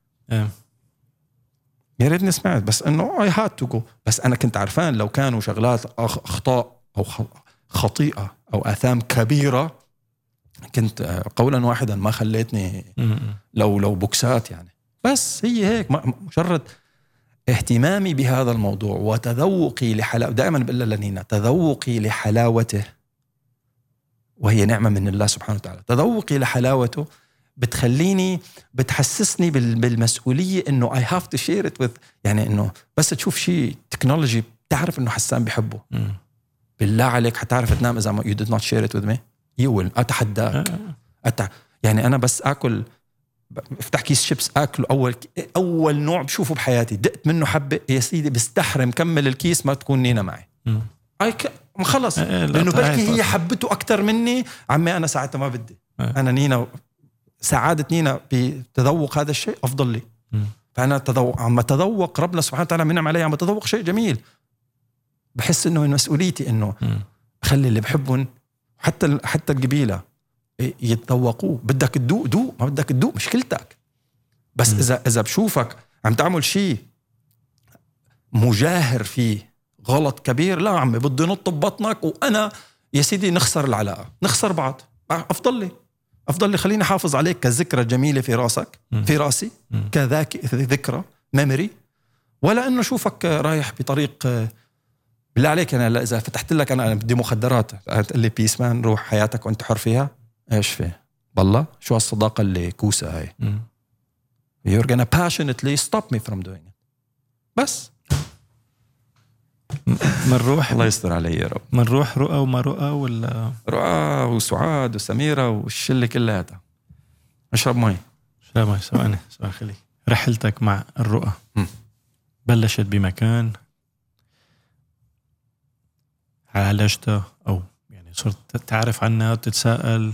يا ريتني سمعت بس انه I had to go. بس انا كنت عارفان لو كانوا شغلات اخطاء او خطيئة او اثام كبيرة كنت قولا واحدا ما خليتني لو بوكسات يعني. بس هي هيك مجرد اهتمامي بهذا الموضوع وتذوقي لحلاوة. دائما بقول لنينا تذوقي لحلاوته وهي نعمة من الله سبحانه وتعالى. تذوقي لحلاوته بتحسسني بالمسؤولية إنه I have to share it with. يعني إنه بس تشوف شيء تكنولوجي تعرف إنه حسان بيحبه بالله عليك حتعرف تنام إذا ما you did not share it with me. أتحداك يعني أنا بس أكل افتح كيس شيبس أكل أول نوع بشوفه بحياتي دقت منه حبة يا سيدي بستحرم كمل الكيس ما تكون نينا معي. خلص لأنه بلكي هي حبته أكتر مني. عمي أنا ساعتها ما بدي أنا نينا سعادة نينا بتذوق هذا الشيء أفضل لي. فأنا عم أتذوق ربنا سبحانه وتعالى منعم علي عم أتذوق شيء جميل. بحس إنه من مسؤوليتي إنه أخلي اللي بحبهم حتى القبيلة يتذوقوه. بدك تدوق دوق ما بدك تدوق مشكلتك. بس إذا بشوفك عم تعمل شيء مجاهر فيه غلط كبير لا عمي بدي نط ببطنك وأنا يا سيدي نخسر العلاقة نخسر بعض. أفضل لي خليني حافظ عليك كذكرى جميلة في راسك في راسي ذكرى ميموري ولا إنه شوفك رايح بطريق بالله عليك. أنا إذا فتحت لك أنا بدي مخدرات قلت لي بيس مان روح حياتك وأنت حر فيها. إيش فيه بالله شو الصداقة اللي كوسة هاي. You're gonna passionately stop me from doing it. بس منروح الله يستر علي يا رب. منروح رؤى وما رؤى ولا رؤى وسعاد وسميرة والشلة كلها. اشرب مي ثواني خلي. رحلتك مع الرؤى بلشت بمكان عالجتها أو يعني صرت تعرف عنها وتتساءل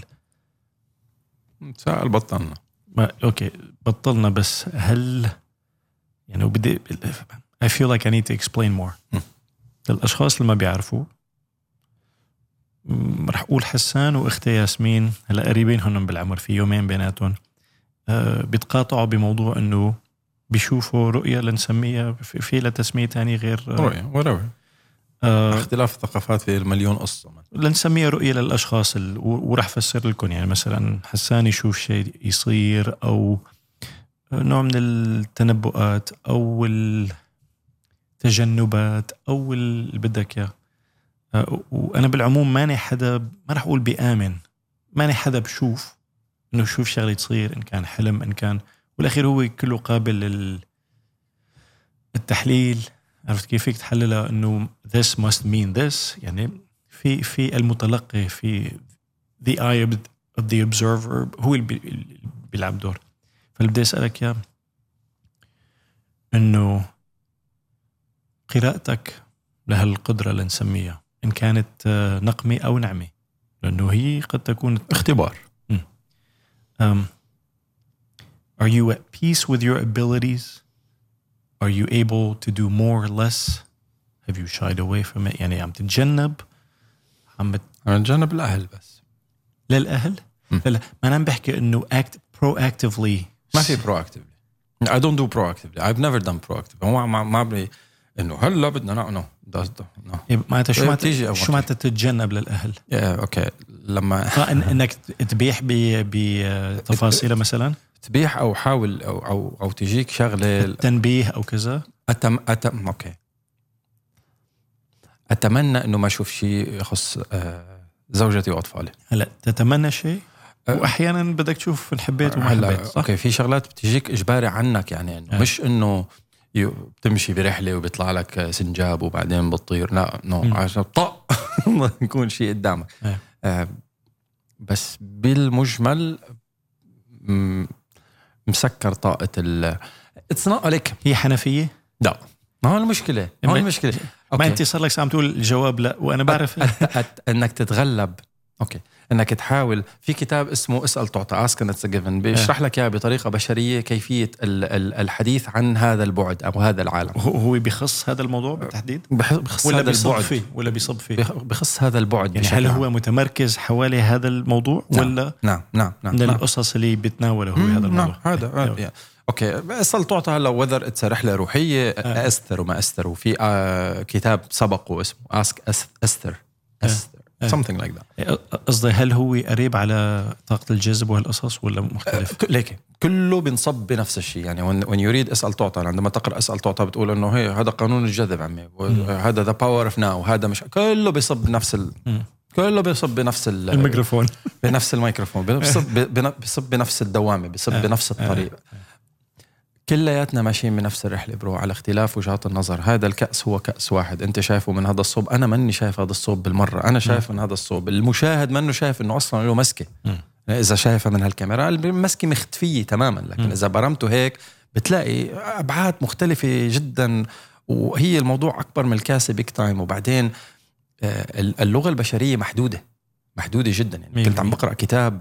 بطلنا أوكي بطلنا. بس هل يعني وبدي I feel like I need to explain more للأشخاص اللي ما بيعرفوا. رح أقول حسان وأختي ياسمين هلا قريبين هنن بالعمر في يومين بيناتهم بيتقاطعوا بموضوع إنه بيشوفوا رؤية لنسميها في لتسمية تاني غير رؤية اختلاف الثقافات في المليون قصة لنسميها رؤية للأشخاص وراح أفسر لكم. يعني مثلا حسان يشوف شيء يصير أو نوع من التنبؤات أو التجنبات أو اللي بدك إياه. وأنا بالعموم ماني حدا، ما رح أقول بيآمن، ماني حدا بشوف إنه شوف شغلة تصير، إن كان حلم إن كان، والأخير هو كله قابل للتحليل. عرفت كيف فيك تحللها إنه this must mean this، يعني في المتلقي، في the eye of the observer هو اللي بيلعب دور. فاللي بدي أسألك يا إنه قراءتك لهالقدرة اللي نسميها إن كانت نقمة أو نعمة، لأنه هي قد تكون اختبار. Are you at peace with your abilities? Are you able to do more or less? Have you shied away from it? يعني عم تتجنب، عم تتجنب الأهل بس. للأهل؟ لا ما أنا بحكي إنه proactively. ما في proactively. I don't do proactively. I've never done proactively. هو ما بعرف إنه هلا بدنا ما أنت شو ما تتجنب للأهل؟ أوكي لما إنك تبيح بتفاصيل مثلا تبيح أو حاول أو تجيك شغلة تنبيه أو كذا. أوكي أتمنى إنه ما أشوف شيء يخص زوجتي وأطفالي. هلا تتمنى شيء وأحيانا بدك تشوف إن حبيت وما حبيت، صح؟ أوكي في شغلات بتجيك إجباري عنك، يعني إنه مش إنه بتمشي برحلة وبيطلع لك سنجاب وبعدين بتطير، لا عشان طق يكون شيء قدامك. بس بالمجمل مسكر طاقة اتصنع عليك. هي حنفية؟ لا ما هو المشكلة، ما انت صار لك عم تقول الجواب لا وانا بعرف انك تتغلب. اوكي انك تحاول. في كتاب اسمه اسأل تعطى Ask and It's a Given بيشرح لك اياه بطريقة بشرية كيفية الحديث عن هذا البعد او هذا العالم. هو بيخص هذا الموضوع بالتحديد؟ بيخص ولا هذا البعد فيه ولا بيصب فيه؟ بيخص هذا البعد يعني هل هو متمركز حوالي هذا الموضوع؟ نعم. ولا نعم من القصص اللي بتناوله هو هذا الموضوع؟ هذا اوكي. اسأل تعطى هلا وذر اتس رحلة روحية استر وما استر. وفي كتاب سبقه اسمه Ask Esther something like that. قصدي هل هو قريب على طاقة الجذب وهالقصص ولا مختلف؟ ليك كله بنصب بنفس الشيء. يعني when you read اسأل تعطى، عندما تقرأ اسأل تعطى بتقول انه هي هذا قانون الجذب عمي، هذا the power of now، هذا مش كله بيصب بنفس كله بيصب بنفس الميكروفون بنفس الميكروفون، بيصب بنفس الدوامة، بيصب بنفس الطريق. كلياتنا ماشيين بنفس الرحلة برو، على اختلاف وجهات النظر. هذا الكأس هو كأس واحد، انت شايفه من هذا الصوب، انا ماني شايف هذا الصوب بالمرة، انا شايف من هذا الصوب. المشاهد منه شايف انه اصلا له مسكة اذا شايفها من هالكاميرا، المسكة مختفية تماما، لكن اذا برمته هيك بتلاقي ابعاد مختلفة جدا، وهي الموضوع اكبر من الكاسة بيك تايم. وبعدين اللغة البشرية محدودة جدا. يعني كنت عم بقرأ كتاب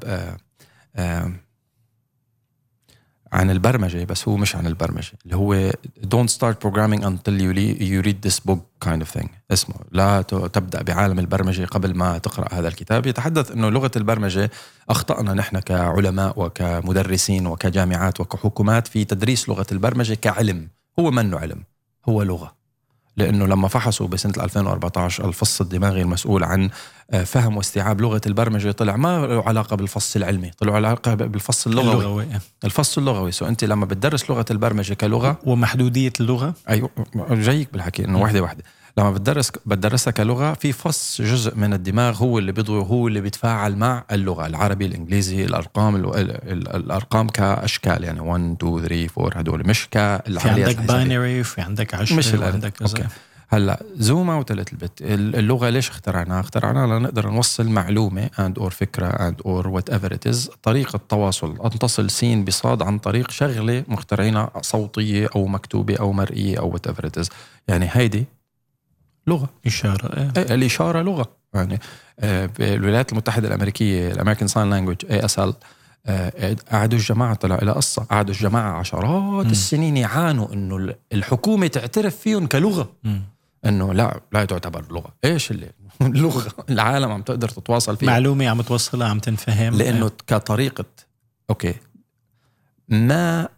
عن البرمجة، بس هو مش عن البرمجة، اللي هو Don't start programming until you read this book kind of thing. اسمه لا تبدأ بعالم البرمجة قبل ما تقرأ هذا الكتاب. يتحدث أنه لغة البرمجة أخطأنا نحن كعلماء وكمدرسين وكجامعات وكحكومات في تدريس لغة البرمجة كعلم. هو منه علم، هو لغة. لأنه لما فحصوا بسنة 2014 الفص الدماغي المسؤول عن فهم واستيعاب لغة البرمجة طلع ما له علاقة بالفص العلمي، طلع علاقة بالفص اللغوي. الفص اللغوي. أنت لما بتدرس لغة البرمجة كلغة ومحدودية اللغة، أيوة جايك بالحكي إنه واحدة لما بتدرسها كلغة، في فص جزء من الدماغ هو اللي بيضوي، هو اللي بيتفاعل مع اللغة، العربي الإنجليزي، الأرقام كأشكال، يعني 1 2 3 4 هدول مش كالعمليات. في عندك باينري، في عندك 10، مش عندك كذا. هلا زوم اوت البت. اللغة ليش اخترعناها لنقدر نوصل معلومة and or فكرة and or whatever it is، طريقة تواصل، أن تصل سين بصاد عن طريق شغلة مخترعينها صوتية أو مكتوبة أو مرئية أو whatever it is. يعني هيدي لغة، إشارة. الإشارة لغة. يعني بالولايات المتحدة الأمريكية الأمريكان ساين لانجويج ASL، قعدوا الجماعة طلعوا إلى قصة، قعدوا الجماعة عشرات السنين يعانوا إنه الحكومة تعترف فيهم كلغة. إنه لا تعتبر لغة. إيش اللي اللغة؟ العالم عم تقدر تتواصل فيها، معلومة عم توصلها، عم تنفهم، لأنه كطريقة أوكي. ما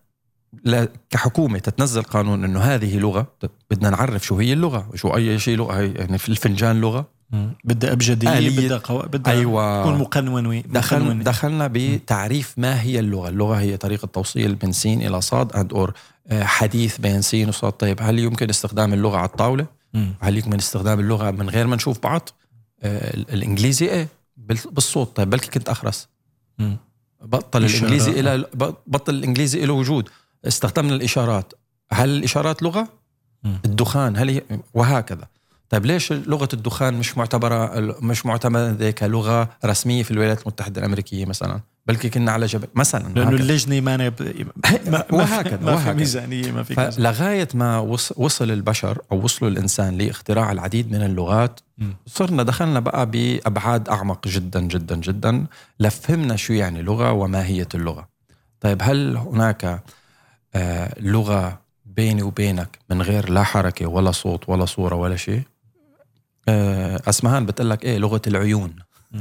كحكومة تتنزل قانون إنه هذه لغة، بدنا نعرف شو هي اللغة، شو أي شيء لغة. يعني في الفنجان لغة، بدها أبجدية، بدها أيوة. تكون مقنونة. دخلنا بتعريف ما هي اللغة. اللغة هي طريقة توصيل من سين إلى صاد and or حديث بين سين وصاد. طيب هل يمكن استخدام اللغة على الطاولة؟ هل يمكن استخدام اللغة من غير ما نشوف بعض؟ الإنجليزي إيه بالصوت. طيب بلكي كنت أخرس، بطل الإنجليزي له وجود، استخدمنا الإشارات. هل الإشارات لغة؟ الدخان هل هي؟ وهكذا. طيب ليش لغة الدخان مش معتمدة كلغة رسمية في الولايات المتحدة الأمريكية مثلا؟ بلكي كنا على جبل مثلا، لأنه اللجنة وهكذا ما في ميزانية، ما في لغاية ما وصل البشر أو وصلوا الإنسان لاختراع العديد من اللغات، صرنا دخلنا بقى بأبعاد أعمق جدا جدا جدا، لفهمنا شو يعني لغة وماهية اللغة. طيب هل هناك لغة بيني وبينك من غير لا حركة ولا صوت ولا صورة ولا شيء؟ أسمهان بتقلك إيه؟ لغة العيون.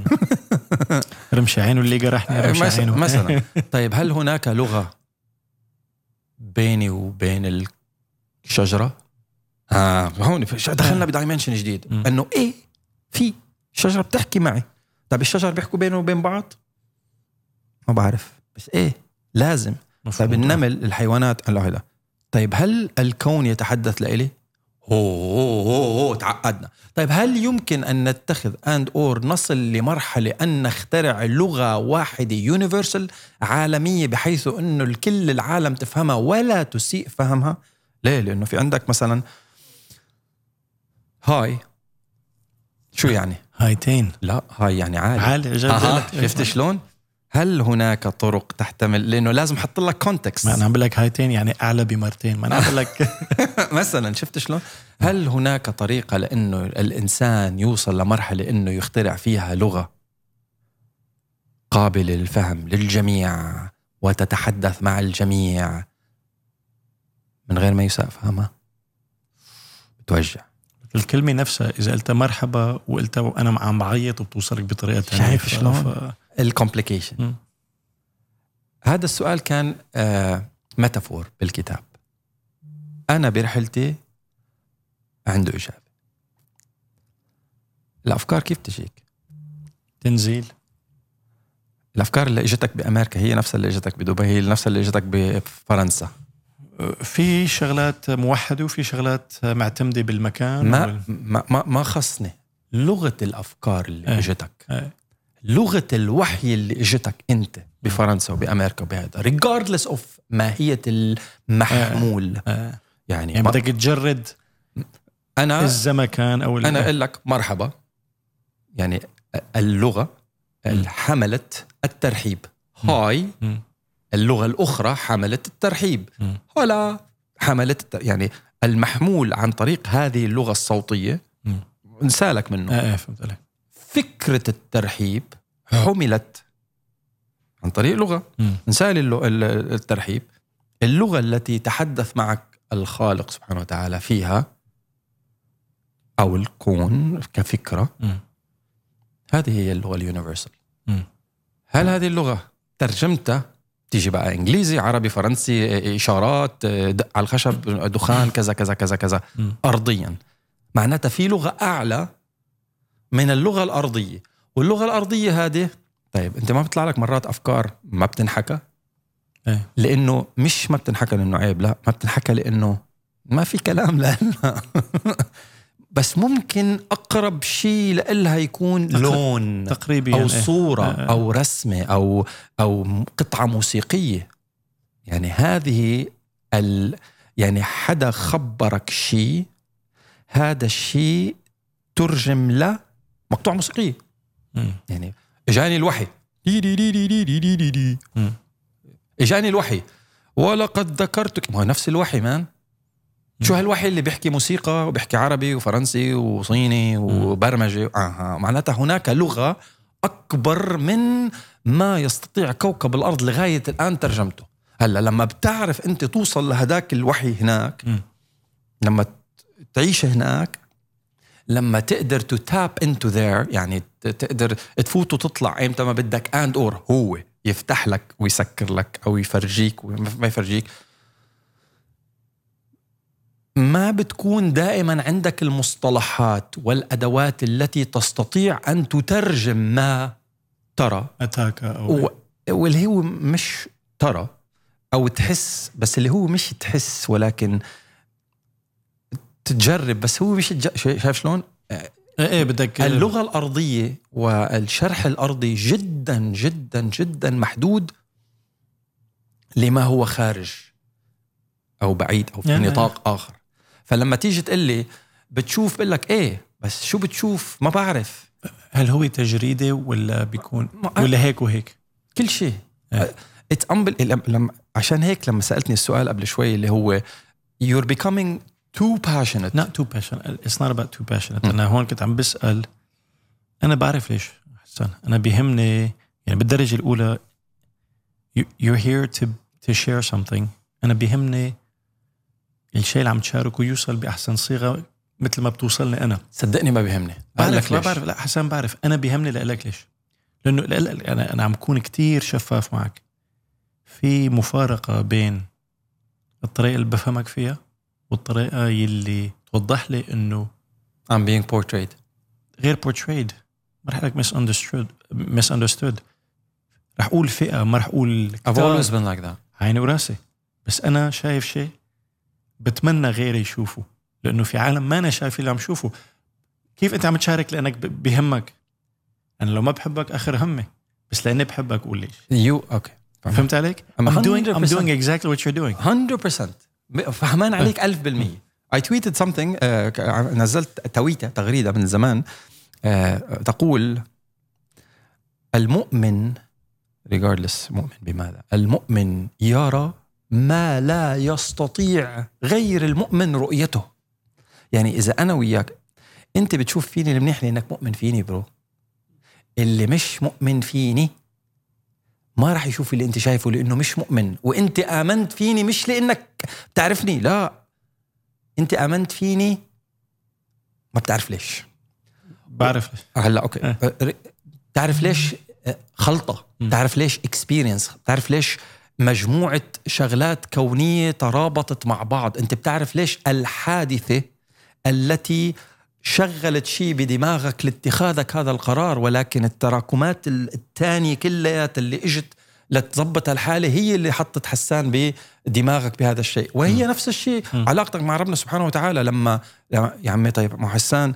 رمش عينه اللي جرحني، رمش عينه مثلا. طيب هل هناك لغة بيني وبين الشجرة؟ هون دخلنا بدايمنشن جديد، أنه إيه في شجرة بتحكي معي. طيب الشجر بيحكوا بينه وبين بعض؟ ما بعرف، بس إيه لازم. طيب النمل، الحيوانات، هذا. طيب هل الكون يتحدث لإلي؟ تعقدنا. طيب هل يمكن أن نتخذ نصل لمرحلة أن نخترع لغة واحدة يونيفرسال عالمية بحيث أنه كل العالم تفهمها ولا تسيء فهمها؟ ليه؟ لأنه في عندك مثلا هاي، شو يعني؟ هايتين. لا هاي يعني عالي. شفت شلون؟ هل هناك طرق تحتمل؟ لأنه لازم أحط لك كونتكست. ما أنا عم بقول لك هايتين يعني أعلى بمرتين، ما أنا عم بقول لك مثلا. شفت شلون؟ هل هناك طريقة لأنه الإنسان يوصل لمرحلة إنه يخترع فيها لغة قابلة للفهم للجميع وتتحدث مع الجميع من غير ما يساء فهمها؟ بتوجع. الكلمة نفسها إذا قلت مرحبا وقلت أنا عم بعيط وبتوصلك بطريقة تانية. شايف شلون؟ الكومبليكيشن. هذا السؤال كان ميتافور بالكتاب. أنا برحلتي عنده إجابة. الأفكار كيف تجيك؟ تنزيل. الأفكار اللي اجتك بأمريكا هي نفسها اللي اجتك بدبي، هي نفسها اللي اجتك بفرنسا. في شغلات موحدة وفي شغلات معتمدة بالمكان. ما خصني لغة الأفكار اللي اجتك، لغة الوحي اللي اجتك أنت بفرنسا وبأمريكا وبهذا regardless of ماهية المحمول. يعني بدك تجرد أنا الزمكان أو أنا أقول لك مرحبا، يعني اللغة حملت الترحيب. هاي اللغة الأخرى حملت الترحيب. ولا حملت يعني المحمول عن طريق هذه اللغة الصوتية نسالك منه. فهمت عليك. فكرة الترحيب حملت عن طريق لغة. نسال الترحيب، اللغة التي تحدث معك الخالق سبحانه وتعالى فيها أو الكون كفكرة، هذه هي اللغة اليونيفرسال. هل هذه اللغة ترجمتها تيجي بقى إنجليزي، عربي، فرنسي، إشارات، دق على الخشب، دخان، كذا كذا كذا كذا أرضيا؟ معناتها في لغة أعلى من اللغة الأرضية. واللغة الأرضية هذه، طيب أنت ما بتطلع لك مرات أفكار ما بتنحكى؟ لأنه مش ما بتنحكى لأنه عيب، لا، ما بتنحكى لأنه ما في كلام لها بس ممكن أقرب شيء لها يكون لون تقريبي أو صورة أو رسمة أو قطعة موسيقية. يعني هذه يعني حدا خبرك شيء، هذا الشيء ترجم له مقطوعة موسيقية. يعني إجاني الوحي، إجاني الوحي ولقد ذكرتك، ما هو نفس الوحي مان. شو هالوحي اللي بيحكي موسيقى وبيحكي عربي وفرنسي وصيني وبرمجة؟ معناتها هناك لغة أكبر من ما يستطيع كوكب الأرض لغاية الآن ترجمته. هلا لما بتعرف أنت توصل لهداك الوحي هناك، لما تعيش هناك، لما تقدر to tap into there، يعني تقدر تفوت وتطلع ايمتى ما بدك، هو يفتح لك ويسكر لك أو يفرجيك وما يفرجيك. ما بتكون دائما عندك المصطلحات والأدوات التي تستطيع أن تترجم ما ترى واللي هو مش ترى أو تحس، بس اللي هو مش تحس ولكن تجرب، بس هو مش شايف شلون؟ ايه بدك اللغة الأرضية والشرح الأرضي جدا جدا جدا محدود لما هو خارج أو بعيد أو في نطاق آخر. فلما تيجي تقول لي بتشوف، بقول لك إيه، بس شو بتشوف ما بعرف. هل هو تجريدي ولا بيكون ولا هيك وهيك كل شيء عشان هيك لما سألتني السؤال قبل شوي اللي هو you're becoming too passionate. not too passionate, it's not about too passionate. أنا هون كنت عم بسأل، أنا بعرف ليش حسن، أنا بيهمني يعني بالدرجة الأولى you're here to share something. أنا بيهمني الشيء اللي عم تشاركه يوصل بأحسن صيغة مثل ما بتوصلني أنا. صدقني ما بيهمني. بعرف ما بعرف، لا حسن بعرف، أنا بيهمني لأقلك ليش، لأنه أنا عم كون كتير شفاف معك. في مفارقة بين الطريقة اللي بفهمك فيها والطريقة يلي توضح لي إنه I'm being portrayed. غير portrayed، ما رح لك misunderstood. رح أقول فئة، ما رح أقول I've always been like that. عيني وراسي، بس أنا شايف شيء بتمنى غيري يشوفه، لأنه في عالم ما أنا شايف اللي عم شوفه. كيف أنت عم تشارك لأنك بيهمك؟ أنا لو ما بحبك آخر همي، بس لأني بحبك قول ليش. Okay. فهمت عليك؟ I'm doing exactly what you're doing. 100% فهمان عليك 1000%. I tweeted something نزلت تغريدة من زمان تقول المؤمن regardless مؤمن بماذا، المؤمن يرى ما لا يستطيع غير المؤمن رؤيته. يعني إذا أنا وياك أنت بتشوف فيني المنيح لأنك مؤمن فيني برو، اللي مش مؤمن فيني ما راح يشوف اللي أنت شايفه لأنه مش مؤمن. وأنت آمنت فيني مش لأنك بتعرفني، لا، أنت آمنت فيني ما بتعرف ليش. بعرف ليش. هلا أوكي تعرف ليش خلطة، تعرف ليش experience، تعرف ليش مجموعة شغلات كونية ترابطت مع بعض. أنت بتعرف ليش الحادثة التي شغلت شيء بدماغك لاتخاذك هذا القرار، ولكن التراكمات الثانية كلها اللي اجت لتضبط الحالة هي اللي حطت حسان بدماغك بهذا الشيء. وهي نفس الشيء علاقتك مع ربنا سبحانه وتعالى. لما يا عمي طيب مع حسان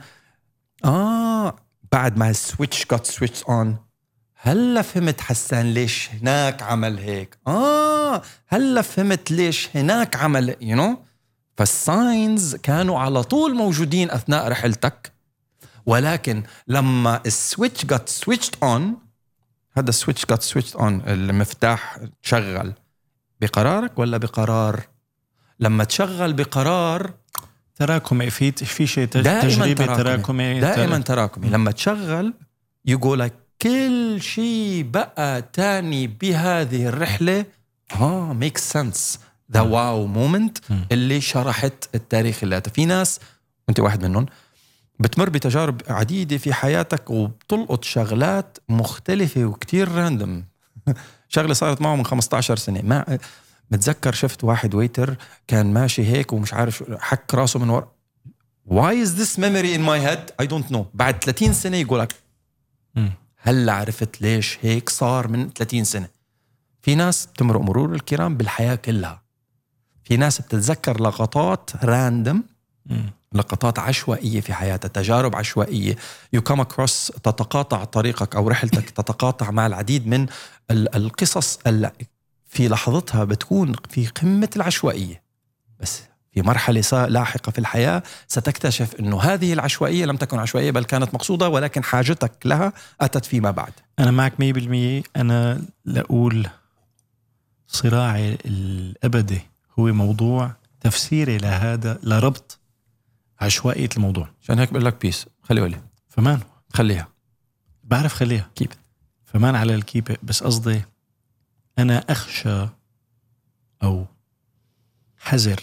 بعد ما السويتش got switched on، هلا فهمت حسان ليش هناك عمل هيك، هلا فهمت ليش هناك عمل فالساينز كانوا على طول موجودين أثناء رحلتك. ولكن لما السويتش got switched on، هذا السويتش got switched on المفتاح تشغل بقرارك ولا بقرار؟ لما تشغل بقرار تراكمي، في شيء تجريبي تراكمي دائما تراكمي. لما تشغل يقول لك كل شيء بقى تاني بهذه الرحلة makes sense. the wow moment اللي شرحت التاريخ اللي في ناس وانت واحد منهم بتمر بتجارب عديدة في حياتك وبتلقط شغلات مختلفة وكتير راندم. شغلة صارت معه من 15 سنة، ما متذكر شفت واحد ويتر كان ماشي هيك ومش عارف حك راسه من ورا. why is this memory in my head I don't know. بعد 30 سنة يقولك هلا عرفت ليش هيك صار من 30 سنة. في ناس بتمرق مرور الكرام بالحياة كلها، في ناس بتتذكر لقطات راندم، لقطات عشوائية في حياتها، تجارب عشوائية you come across، تتقاطع طريقك أو رحلتك تتقاطع مع العديد من القصص في لحظتها بتكون في قمة العشوائية، بس في مرحلة لاحقة في الحياة ستكتشف أنه هذه العشوائية لم تكن عشوائية بل كانت مقصودة، ولكن حاجتك لها أتت فيما بعد. أنا معك 100%. أنا لأقول صراعي الأبدي هو موضوع تفسيري لهذا، لربط عشوائية الموضوع. عشان هيك بقول لك بيس خلي ولي فمان خليها، بعرف خليها كيب فمان على الكيبة. بس قصدي أنا أخشى أو حذر،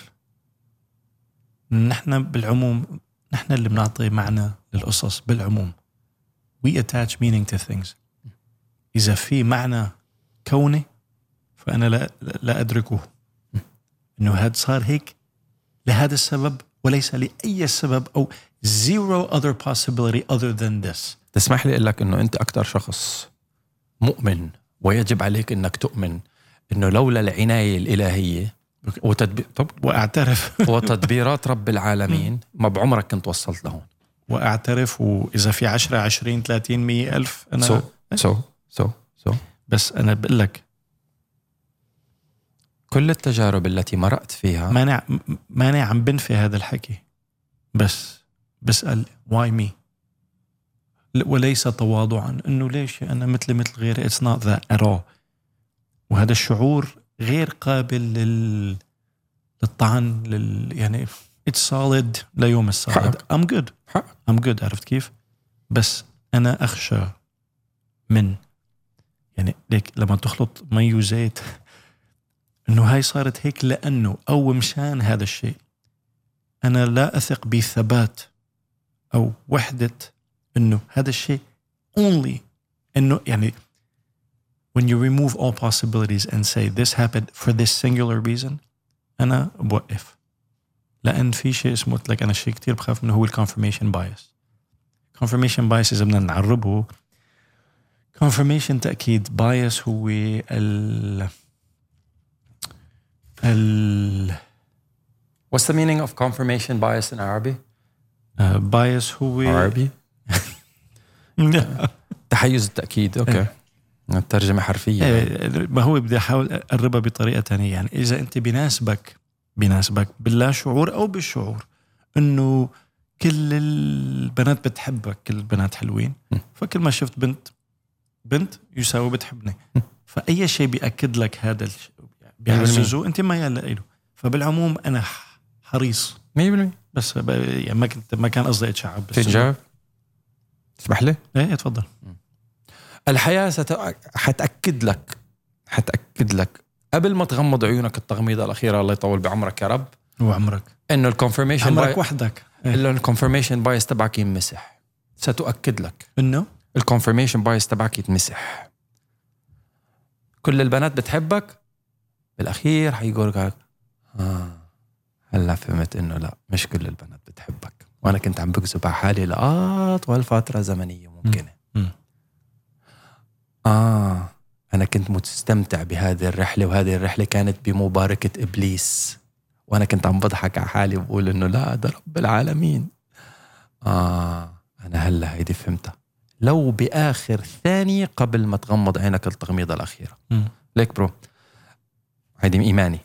نحن بالعموم نحن اللي بنعطي معنى للقصص بالعموم. we attach meaning to things. إذا في معنى كوني فأنا لا أدركه، إنه هاد صار هيك لهذا السبب وليس لأي سبب أو zero other possibility other than this. تسمح لي أقول لك إنه أنت أكتر شخص مؤمن ويجب عليك إنك تؤمن إنه لولا العناية الإلهية وأعترف وتدبيرات رب العالمين ما بعمرك كنت وصلت لهون. وأعترف، وإذا في 10 20 30 100 ألف أنا بس أنا بقول لك كل التجارب التي مرقت فيها مانع عم بنفي هذا الحكي، بس بسأل why me، وليس تواضعا إنه ليش أنا مثل غيري. it's not that at all. وهذا الشعور غير قابل للطعن يعني it's solid ليوم الصعد. I'm good عرفت كيف؟ بس أنا أخشى من يعني ليك لما تخلط مي وزيت إنه هاي صارت هيك لأنه أو مشان هذا الشيء. أنا لا أثق بثبات أو وحدة إنه هذا الشيء only إنه يعني when you remove all possibilities and say this happened for this singular reason أنا بوقف. لأن في شيء اسمه لك أنا شيء كتير بخاف منه هو confirmation bias. confirmation bias إذا بدنا نعربه confirmation تأكيد bias هو What's the meaning of confirmation bias in Arabic? bias هو عربي تحيز التأكيد. أوكي الترجمة حرفية. ما هو بدي أحاول أقربها بطريقة تانية. يعني إذا أنت بيناسبك باللا شعور أو بالشعور إنه كل البنات بتحبك، كل البنات حلوين، فكل ما شفت بنت يساوي بتحبني، فأي شيء بيأكد لك هذا الشيء بيعززه أنت ما يلا له. فبالعموم أنا حريص 100%. بس يعني ما كان قصدي أتشعب. بس تجاوب تسمح لي؟ إيه تفضل. الحياة حتأكد لك قبل ما تغمض عيونك التغميضة الأخيرة، الله يطول بعمرك يا رب وعمرك، إنه الكونفirmation عمرك وحدك إلا الكونفirmation بايس تبعك ينمسح. ستؤكد لك إنه الكونفirmation بايس تبعك يتمسح. كل البنات بتحبك، بالأخير حيقول لك هلا فهمت إنه لا، مش كل البنات بتحبك، وأنا كنت عم بكذب على حالي لأطول فترة زمنية ممكنة. أنا كنت مستمتع بهذه الرحلة، وهذه الرحلة كانت بمباركة إبليس، وأنا كنت عم بضحك على حالي وبقول إنه لا، ده رب العالمين. أنا هلا هيدي فهمتها، لو بآخر ثانية قبل ما تغمض عينك التغميضة الأخيرة. ليك برو، هيدي إيماني.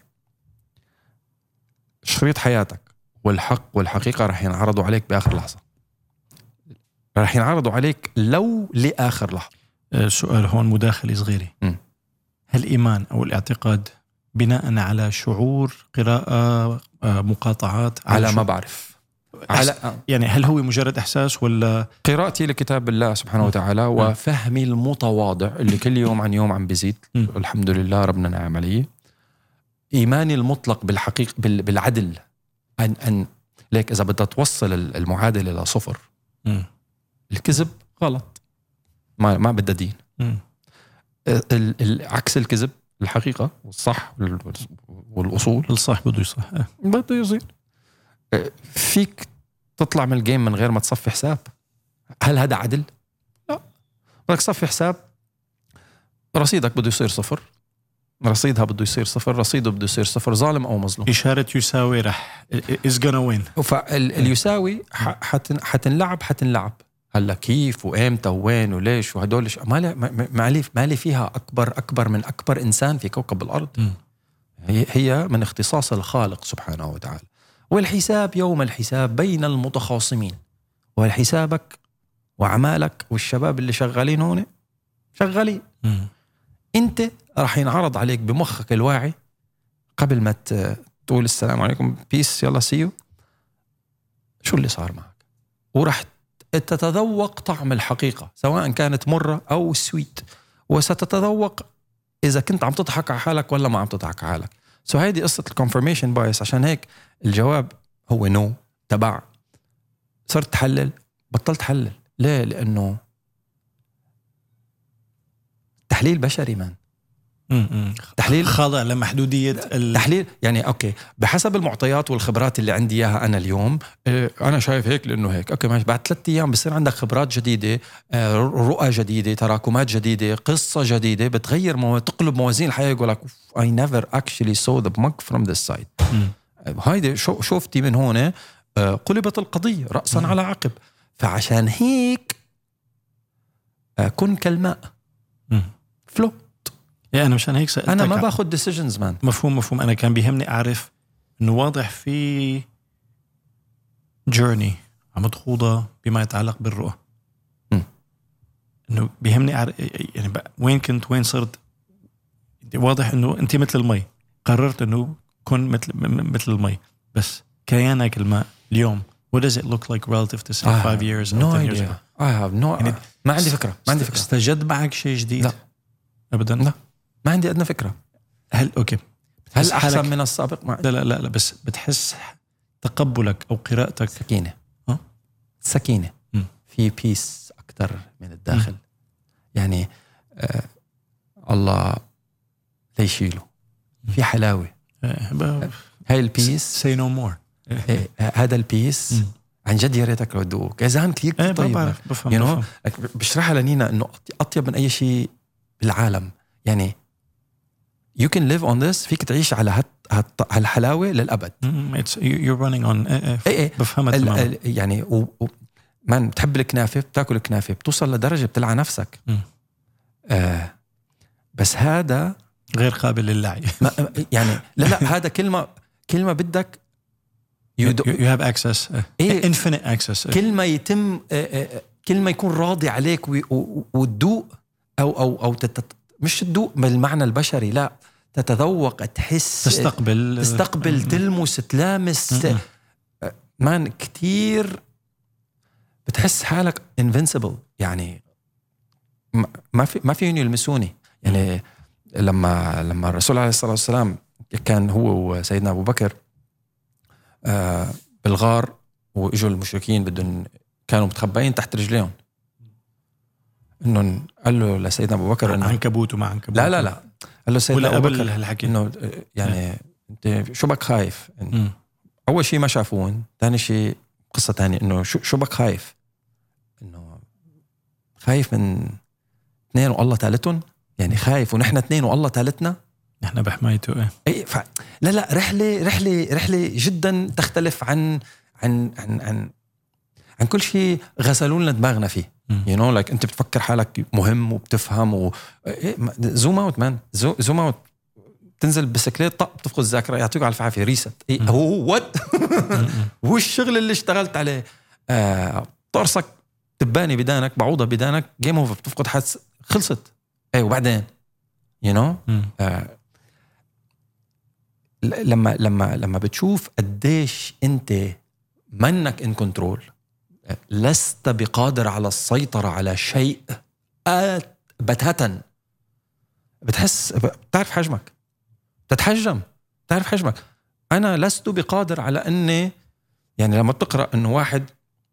شريط حياتك والحق والحقيقة رح ينعرضوا عليك بآخر لحظة، رح ينعرضوا عليك لو لآخر لحظة. سؤال هون مداخلة صغيرة. هل الإيمان أو الاعتقاد بناء على شعور، قراءة، مقاطعات؟ على ما بعرف يعني هل هو مجرد إحساس ولا قراءتي لكتاب الله سبحانه وتعالى وفهمي المتواضع اللي كل يوم عن يوم عم بيزيد الحمد لله ربنا نعم عليه. إيماني المطلق بالحقيقة بالعدل، أن ليك إذا بدها توصل المعادلة لصفر، الكذب غلط، ما بدها دين. عكس الكذب الحقيقة والصح والأصول. الصح بده يصح، بده يصير. فيك تطلع من الجيم من غير ما تصفي حساب. هل هذا عدل؟ لا. بدك تصفي حساب، رصيدك بده يصير صفر، رصيدها بده يصير صفر، رصيده بده يصير صفر، ظالم أو مظلوم. إشارة يساوي رح is gonna win. فاليساوي حتنلعب هلا كيف وإمتى وين وليش وهدول ما لي فيها أكبر من أكبر إنسان في كوكب الأرض. هي من اختصاص الخالق سبحانه وتعالى. والحساب يوم الحساب بين المتخاصمين، والحسابك وأعمالك والشباب اللي شغالين هون شغالين. أنت راح ينعرض عليك بمخك الواعي قبل ما تقول السلام عليكم بيس يلا سيو شو اللي صار معك، وراح تتذوق طعم الحقيقة سواء كانت مرة أو سويت، وستتذوق إذا كنت عم تضحك على حالك ولا ما عم تضحك على حالك. هيدي قصة الكونفirmation بايس. عشان هيك الجواب هو نو تبع. صرت تحلل، بطلت تحلل. ليه؟ لأنه تحليل بشري مان. تحليل خاضع لمحدودية تحليل يعني أوكي بحسب المعطيات والخبرات اللي عندي إياها أنا اليوم، أنا شايف هيك لأنه هيك. أوكي ماشي، بعد 3 أيام بصير عندك خبرات جديدة، رؤى جديدة، تراكمات جديدة، قصة جديدة بتغير تقلب موازين الحياة. يقول لك I never actually saw the mug from this side. هايدي شوفتي من هون قلبت القضية رأسا على عقب. فعشان هيك كن كالماء فلو. يعني أنا مشان هيك سألتك، أنا ما باخد decisions مان. مفهوم. أنا كان بيهمني أعرف إنه واضح في journey عم تخوضها بما يتعلق بالرؤى. إنه بيهمني أعرف يعني وين كنت وين صرت. واضح إنه أنت مثل المي، قررت إنه كن مثل المي، بس كيانك الماء اليوم what does it look like relative to say 5 years or 10 years ago؟ I have no يعني ما عندي فكرة. استجد معك شيء جديد؟ لا أبدا، لا ما عندي أدنى فكرة. هل أوكي هل أحسن من السابق؟ لا بس بتحس تقبلك أو قراءتك سكينة في بيس أكتر من الداخل. يعني الله ليشيله في حلاوة. هاي البيس say no more. هذا البيس عن جد يا ريتك لو تدوق. كذا كثير طيب. بفهم. بشرحها لنينا إنه أطيب من أي شيء بالعالم. يعني you can live on this. فيك تعيش على هالحلاوة للأبد. you're running on بفهمها تماما. يعني من بتحب الكنافة بتاكل الكنافة بتوصل لدرجة بتلعى نفسك. بس هذا غير قابل للعي. يعني لا هذا كلمة بدك you have access infinite access. كلمة يتم كلمة يكون راضي عليك وتدوق أو مش تدوق بالمعنى البشري، لا تتذوق، تحس، تستقبل تلمس، تلامس. مان كتير بتحس حالك invincible. يعني ما في يلمسوني. يعني لما الرسول عليه الصلاة والسلام كان هو وسيدنا أبو بكر بالغار وإجوا المشركين بدهم كانوا متخبئين تحت رجليهم، إنه قال له لسيدنا أبو بكر إنه عنكبوت وما عنكبوت. لا قال له سيدنا أبو بكر الحكي إنه يعني أنت شو بك خايف؟ أول شيء ما شافون، ثاني شيء قصة تانية إنه شو بك خايف؟ إنه خايف من 2 والله ثالثهم. يعني خايف ونحن 2 والله ثالثنا، نحن بحمايته. اي لا رحله جدا تختلف عن كل شيء غسلوا لنا دماغنا فيه. you know like انت بتفكر حالك مهم وبتفهم زوم اوت مان، زوم اوت، تنزل بسكليت طق تفقد الذاكره، يعطيك على العافيه ريست. هو وات هو الشغل اللي اشتغلت عليه. طرسك تباني بدانك، بعوضه بدانك، جيم اوفر، بتفقد حس، خلصت. وبعدين you know لما بتشوف قديش انت منك ان كنترول، لست بقادر على السيطرة على شيء بتاتا، بتحس بتعرف حجمك، تتحجم، تعرف حجمك. أنا لست بقادر على أني يعني لما بتقرأ أنه واحد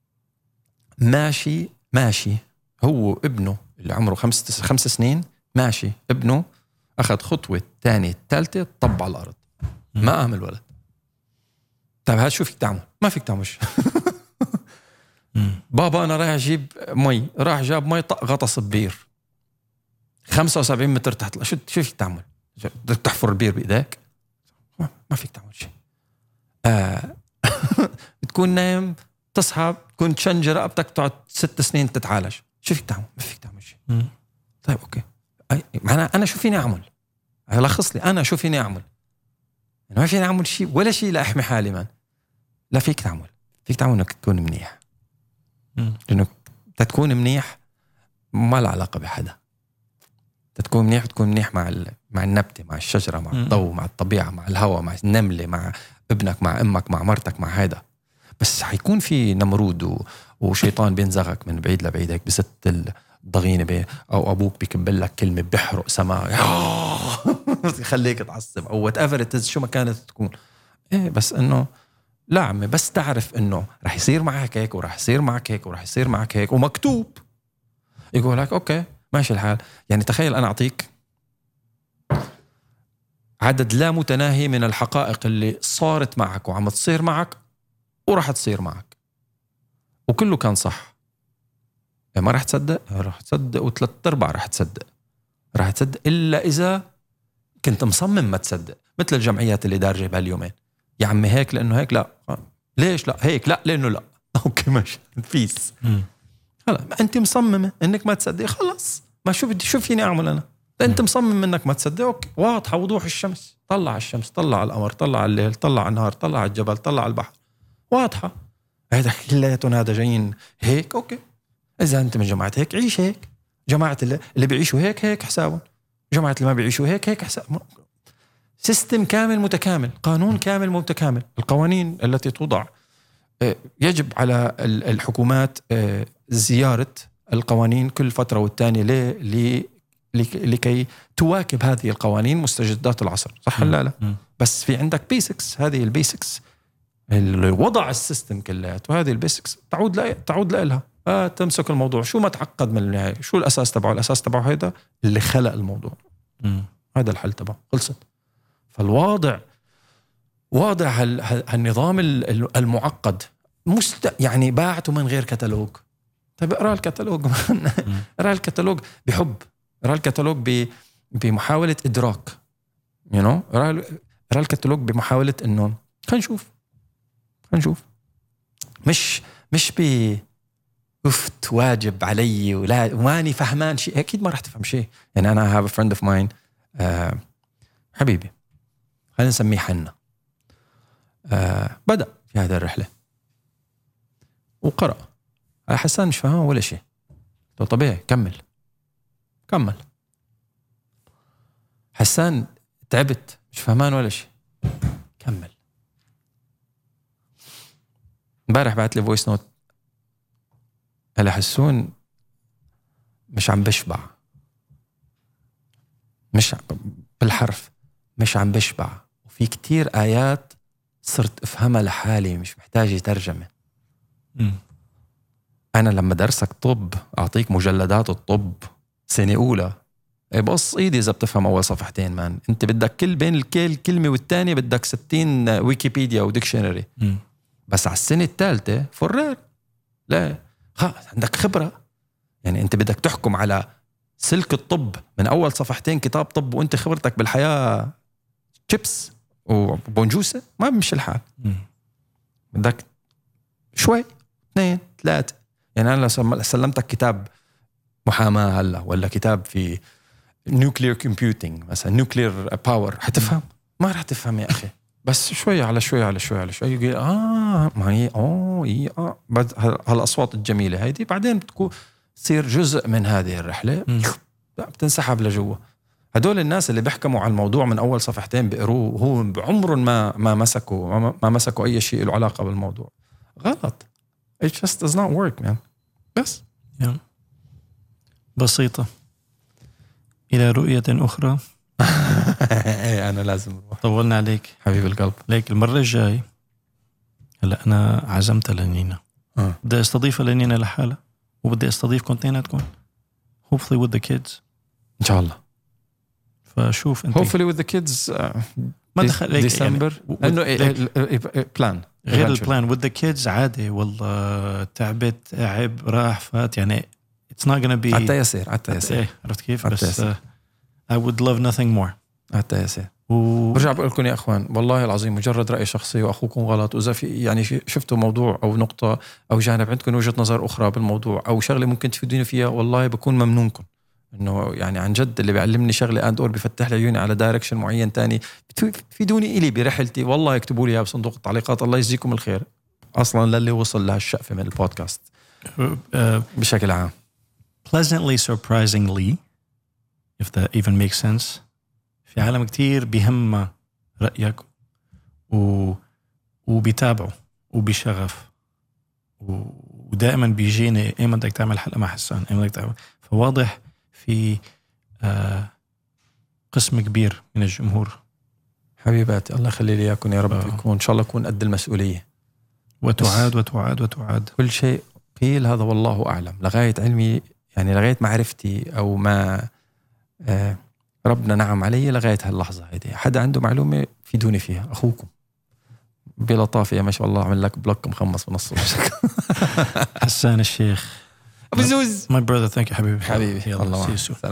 ماشي هو ابنه اللي عمره 5 سنين ماشي، ابنه أخذ خطوة 2 3 طب على الأرض، ما أعمل ولد. طيب هذا شو فيك تعمل؟ ما فيك تعمل شيء. بابا أنا رايح أجيب مي، راح جاب مي، طق غطس ببير 75 متر تحت. شو فيك تعمل؟ بدك تحفر البير بإيدك؟ ما فيك تعمل شيء. بتكون نايم، تصحى، تكون تشنج رقبتك، تقعد 6 سنين تتعالج. شو فيك تعمل؟ ما فيك تعمل شيء. طيب أوكي، معناها أنا شو فيني أعمل؟ لخص لي أنا شو فيني أعمل؟ ما فيني أعمل شيء ولا شيء لأحمي حالي مان. لا فيك تعمل إنك تكون منيح، لأنه تكون منيح ما له علاقة بحدا. تكون منيح مع النبتة، مع الشجرة، مع الضوء، مع الطبيعة، مع الهواء، مع النملة، مع ابنك، مع أمك، مع مرتك، مع هذا. بس حيكون في نمرود وشيطان بينزغك من بعيد لبعيد هيك بست الضغينة أو أبوك بيكبل لك كلمة بيحرق سماء يخليك تعصب أو whatever شو ما كانت تكون. بس إنه لا عمي، بس تعرف إنه رح يصير معك هيك ورح يصير معك هيك ورح يصير معك هيك، ومكتوب يقول لك أوكي ماشي الحال. يعني تخيل أنا أعطيك عدد لا متناهي من الحقائق اللي صارت معك وعم تصير معك وراح تصير معك، وكله كان صح. ما راح تصدق، راح تصدق وثلاث أرباع راح تصدق إلا إذا كنت مصمم ما تصدق. مثل الجمعيات اللي دارجة بهاليومين، يا عمي هيك لأنه هيك، لا ليش لا هيك، لا لأنه لا. أوكي ماشي فيس، هلا أنت مصممة إنك ما تصدق، خلاص ما شو فيني أعمل أنا؟ أنت مصمم إنك ما تصدق، أوكي واضحة وضوح الشمس. طلع الشمس، طلع القمر، طلع الليل، طلع النهار، طلع الجبل، طلع البحر، واضحة. هذا كلياتهم هذا جايين هيك، أوكي إذا أنت من جماعة هيك عيش هيك. جماعة اللي بيعيشوا هيك حسابهم، جماعة اللي ما بيعيشوا هيك حساب. سيستم كامل متكامل، قانون كامل متكامل. القوانين التي توضع، يجب على الحكومات زيارة القوانين كل فترة والتانية لكي تواكب هذه القوانين مستجدات العصر، صح لا لا؟ بس في عندك بيسكس، هذه البيسكس اللي وضع السيستم كليات، وهذه البيسكس تعود لها. تمسك الموضوع شو ما تعقد من النهاية، شو الأساس تبعه؟ الأساس تبعه هيدا اللي خلق الموضوع، هذا الحل تبعه، خلصت. فالواضع واضع النظام المعقد يعني باعته من غير كتالوج. طيب اقرأ الكتالوج اقرأ الكتالوج بحب، اقرأ الكتالوج بمحاولة إدراك، اقرأ الكتالوج بمحاولة إنه خلينا نشوف مش أفت واجب علي وماني فهمان شيء. أكيد ما راح تفهم شيء. يعني أنا have a friend of mine، حبيبي خلينا نسميه حنا، بدأ في هذه الرحلة وقرأ. حسان مش فاهم ولا شيء، طبيعي كمل. حسان تعبت مش فهمان ولا شيء، كمل. امبارح بعت لي فويس نوت، قال حسون مش عم بشبع، مش بالحرف مش عم بشبع، وفي كتير آيات صرت أفهمها لحالي مش محتاجة ترجمة. أنا لما درسك طب أعطيك مجلدات الطب سنة أولى، بص إيدي إذا بتفهم أول صفحتين. مان أنت بدك بين الكلمة والتانية بدك 60 ويكيبيديا وديكشنري. بس على السنة الثالثة فرر، لا عندك خبرة. يعني أنت بدك تحكم على سلك الطب من أول صفحتين كتاب طب، وأنت خبرتك بالحياة شيبس وبونجوسة، ما بمشي الحال. بدك شوي 2 3. يعني أنا لو سلمتك كتاب محاماة هلا، ولا كتاب في نيوكلير كومبيوتينج مثلا، نيوكلير باور، حتفهم؟ ما راح تفهم يا أخي. بس شوي على شوي يقول ما هي هالأصوات الجميلة هذه بعدين بتكون تصير جزء من هذه الرحلة، بتنسحب لجوا. هدول الناس اللي بيحكموا على الموضوع من أول صفحتين بيقروه، هو بعمرهم ما مسكوا أي شيء له علاقة بالموضوع. غلط. It just does not work man. بس بسيطة. إلى رؤية أخرى. أنا لازم أروح. طولنا عليك حبيب القلب. ليك المرة الجاي، هلا أنا عزمت لنينا، بدي أستضيف لنينا لحالة، وبدي أستضيفكم اثنيناتكم hopefully with the kids إن شاء الله. فشوف أنت hopefully with the kids ما دخل ديسمبر إنه بلان غير البلان with the kids عادي. والله تعبت عيب راح فات، يعني it's not gonna be حتى يصير عرفت كيف؟ بس I would love nothing more. حتى يصير. برجع بقول لكم يا أخوان، والله العظيم مجرد رأي شخصي وأخوكم غلط، وإذا في يعني شفتوا موضوع أو نقطة أو جانب عندكم وجهة نظر أخرى بالموضوع أو شغلة ممكن تفيدوني فيها، والله بكون ممنونكم. إنه يعني عن جد اللي بيعلمني شغلة أند أور بيفتح لي عيوني على دايركشن معين تاني، تفيدوني إلي برحلتي، والله اكتبوا لي بصندوق التعليقات. الله يجزيكم الخير أصلا للي وصل لهالشقفة من البودكاست بشكل عام. Pleasantly surprisingly if that even makes sense. في عالم كتير بيهم رأيك وبيتابعوا وبشغف، ودائما بيجيني ايما بدك تعمل حلقة مع حسان، ايما بدك تعمل. فواضح في قسم كبير من الجمهور. حبيباتي الله يخلي لي اياكم يا رب، يكون ان شاء الله يكون قد المسؤولية. وتعاد كل شيء قيل هذا والله أعلم، لغاية علمي يعني لغاية معرفتي أو ما ربنا نعم علي لغاية هاللحظة هيدي. حدا عنده معلومة فيدوني فيها، أخوكم بلطافة يا ما شاء الله. عمل لك بلوك مخمص بنص وشك. حسان الشيخ أبو زوز my brother. thank you حبيبي. حبيبي يلا see you soon.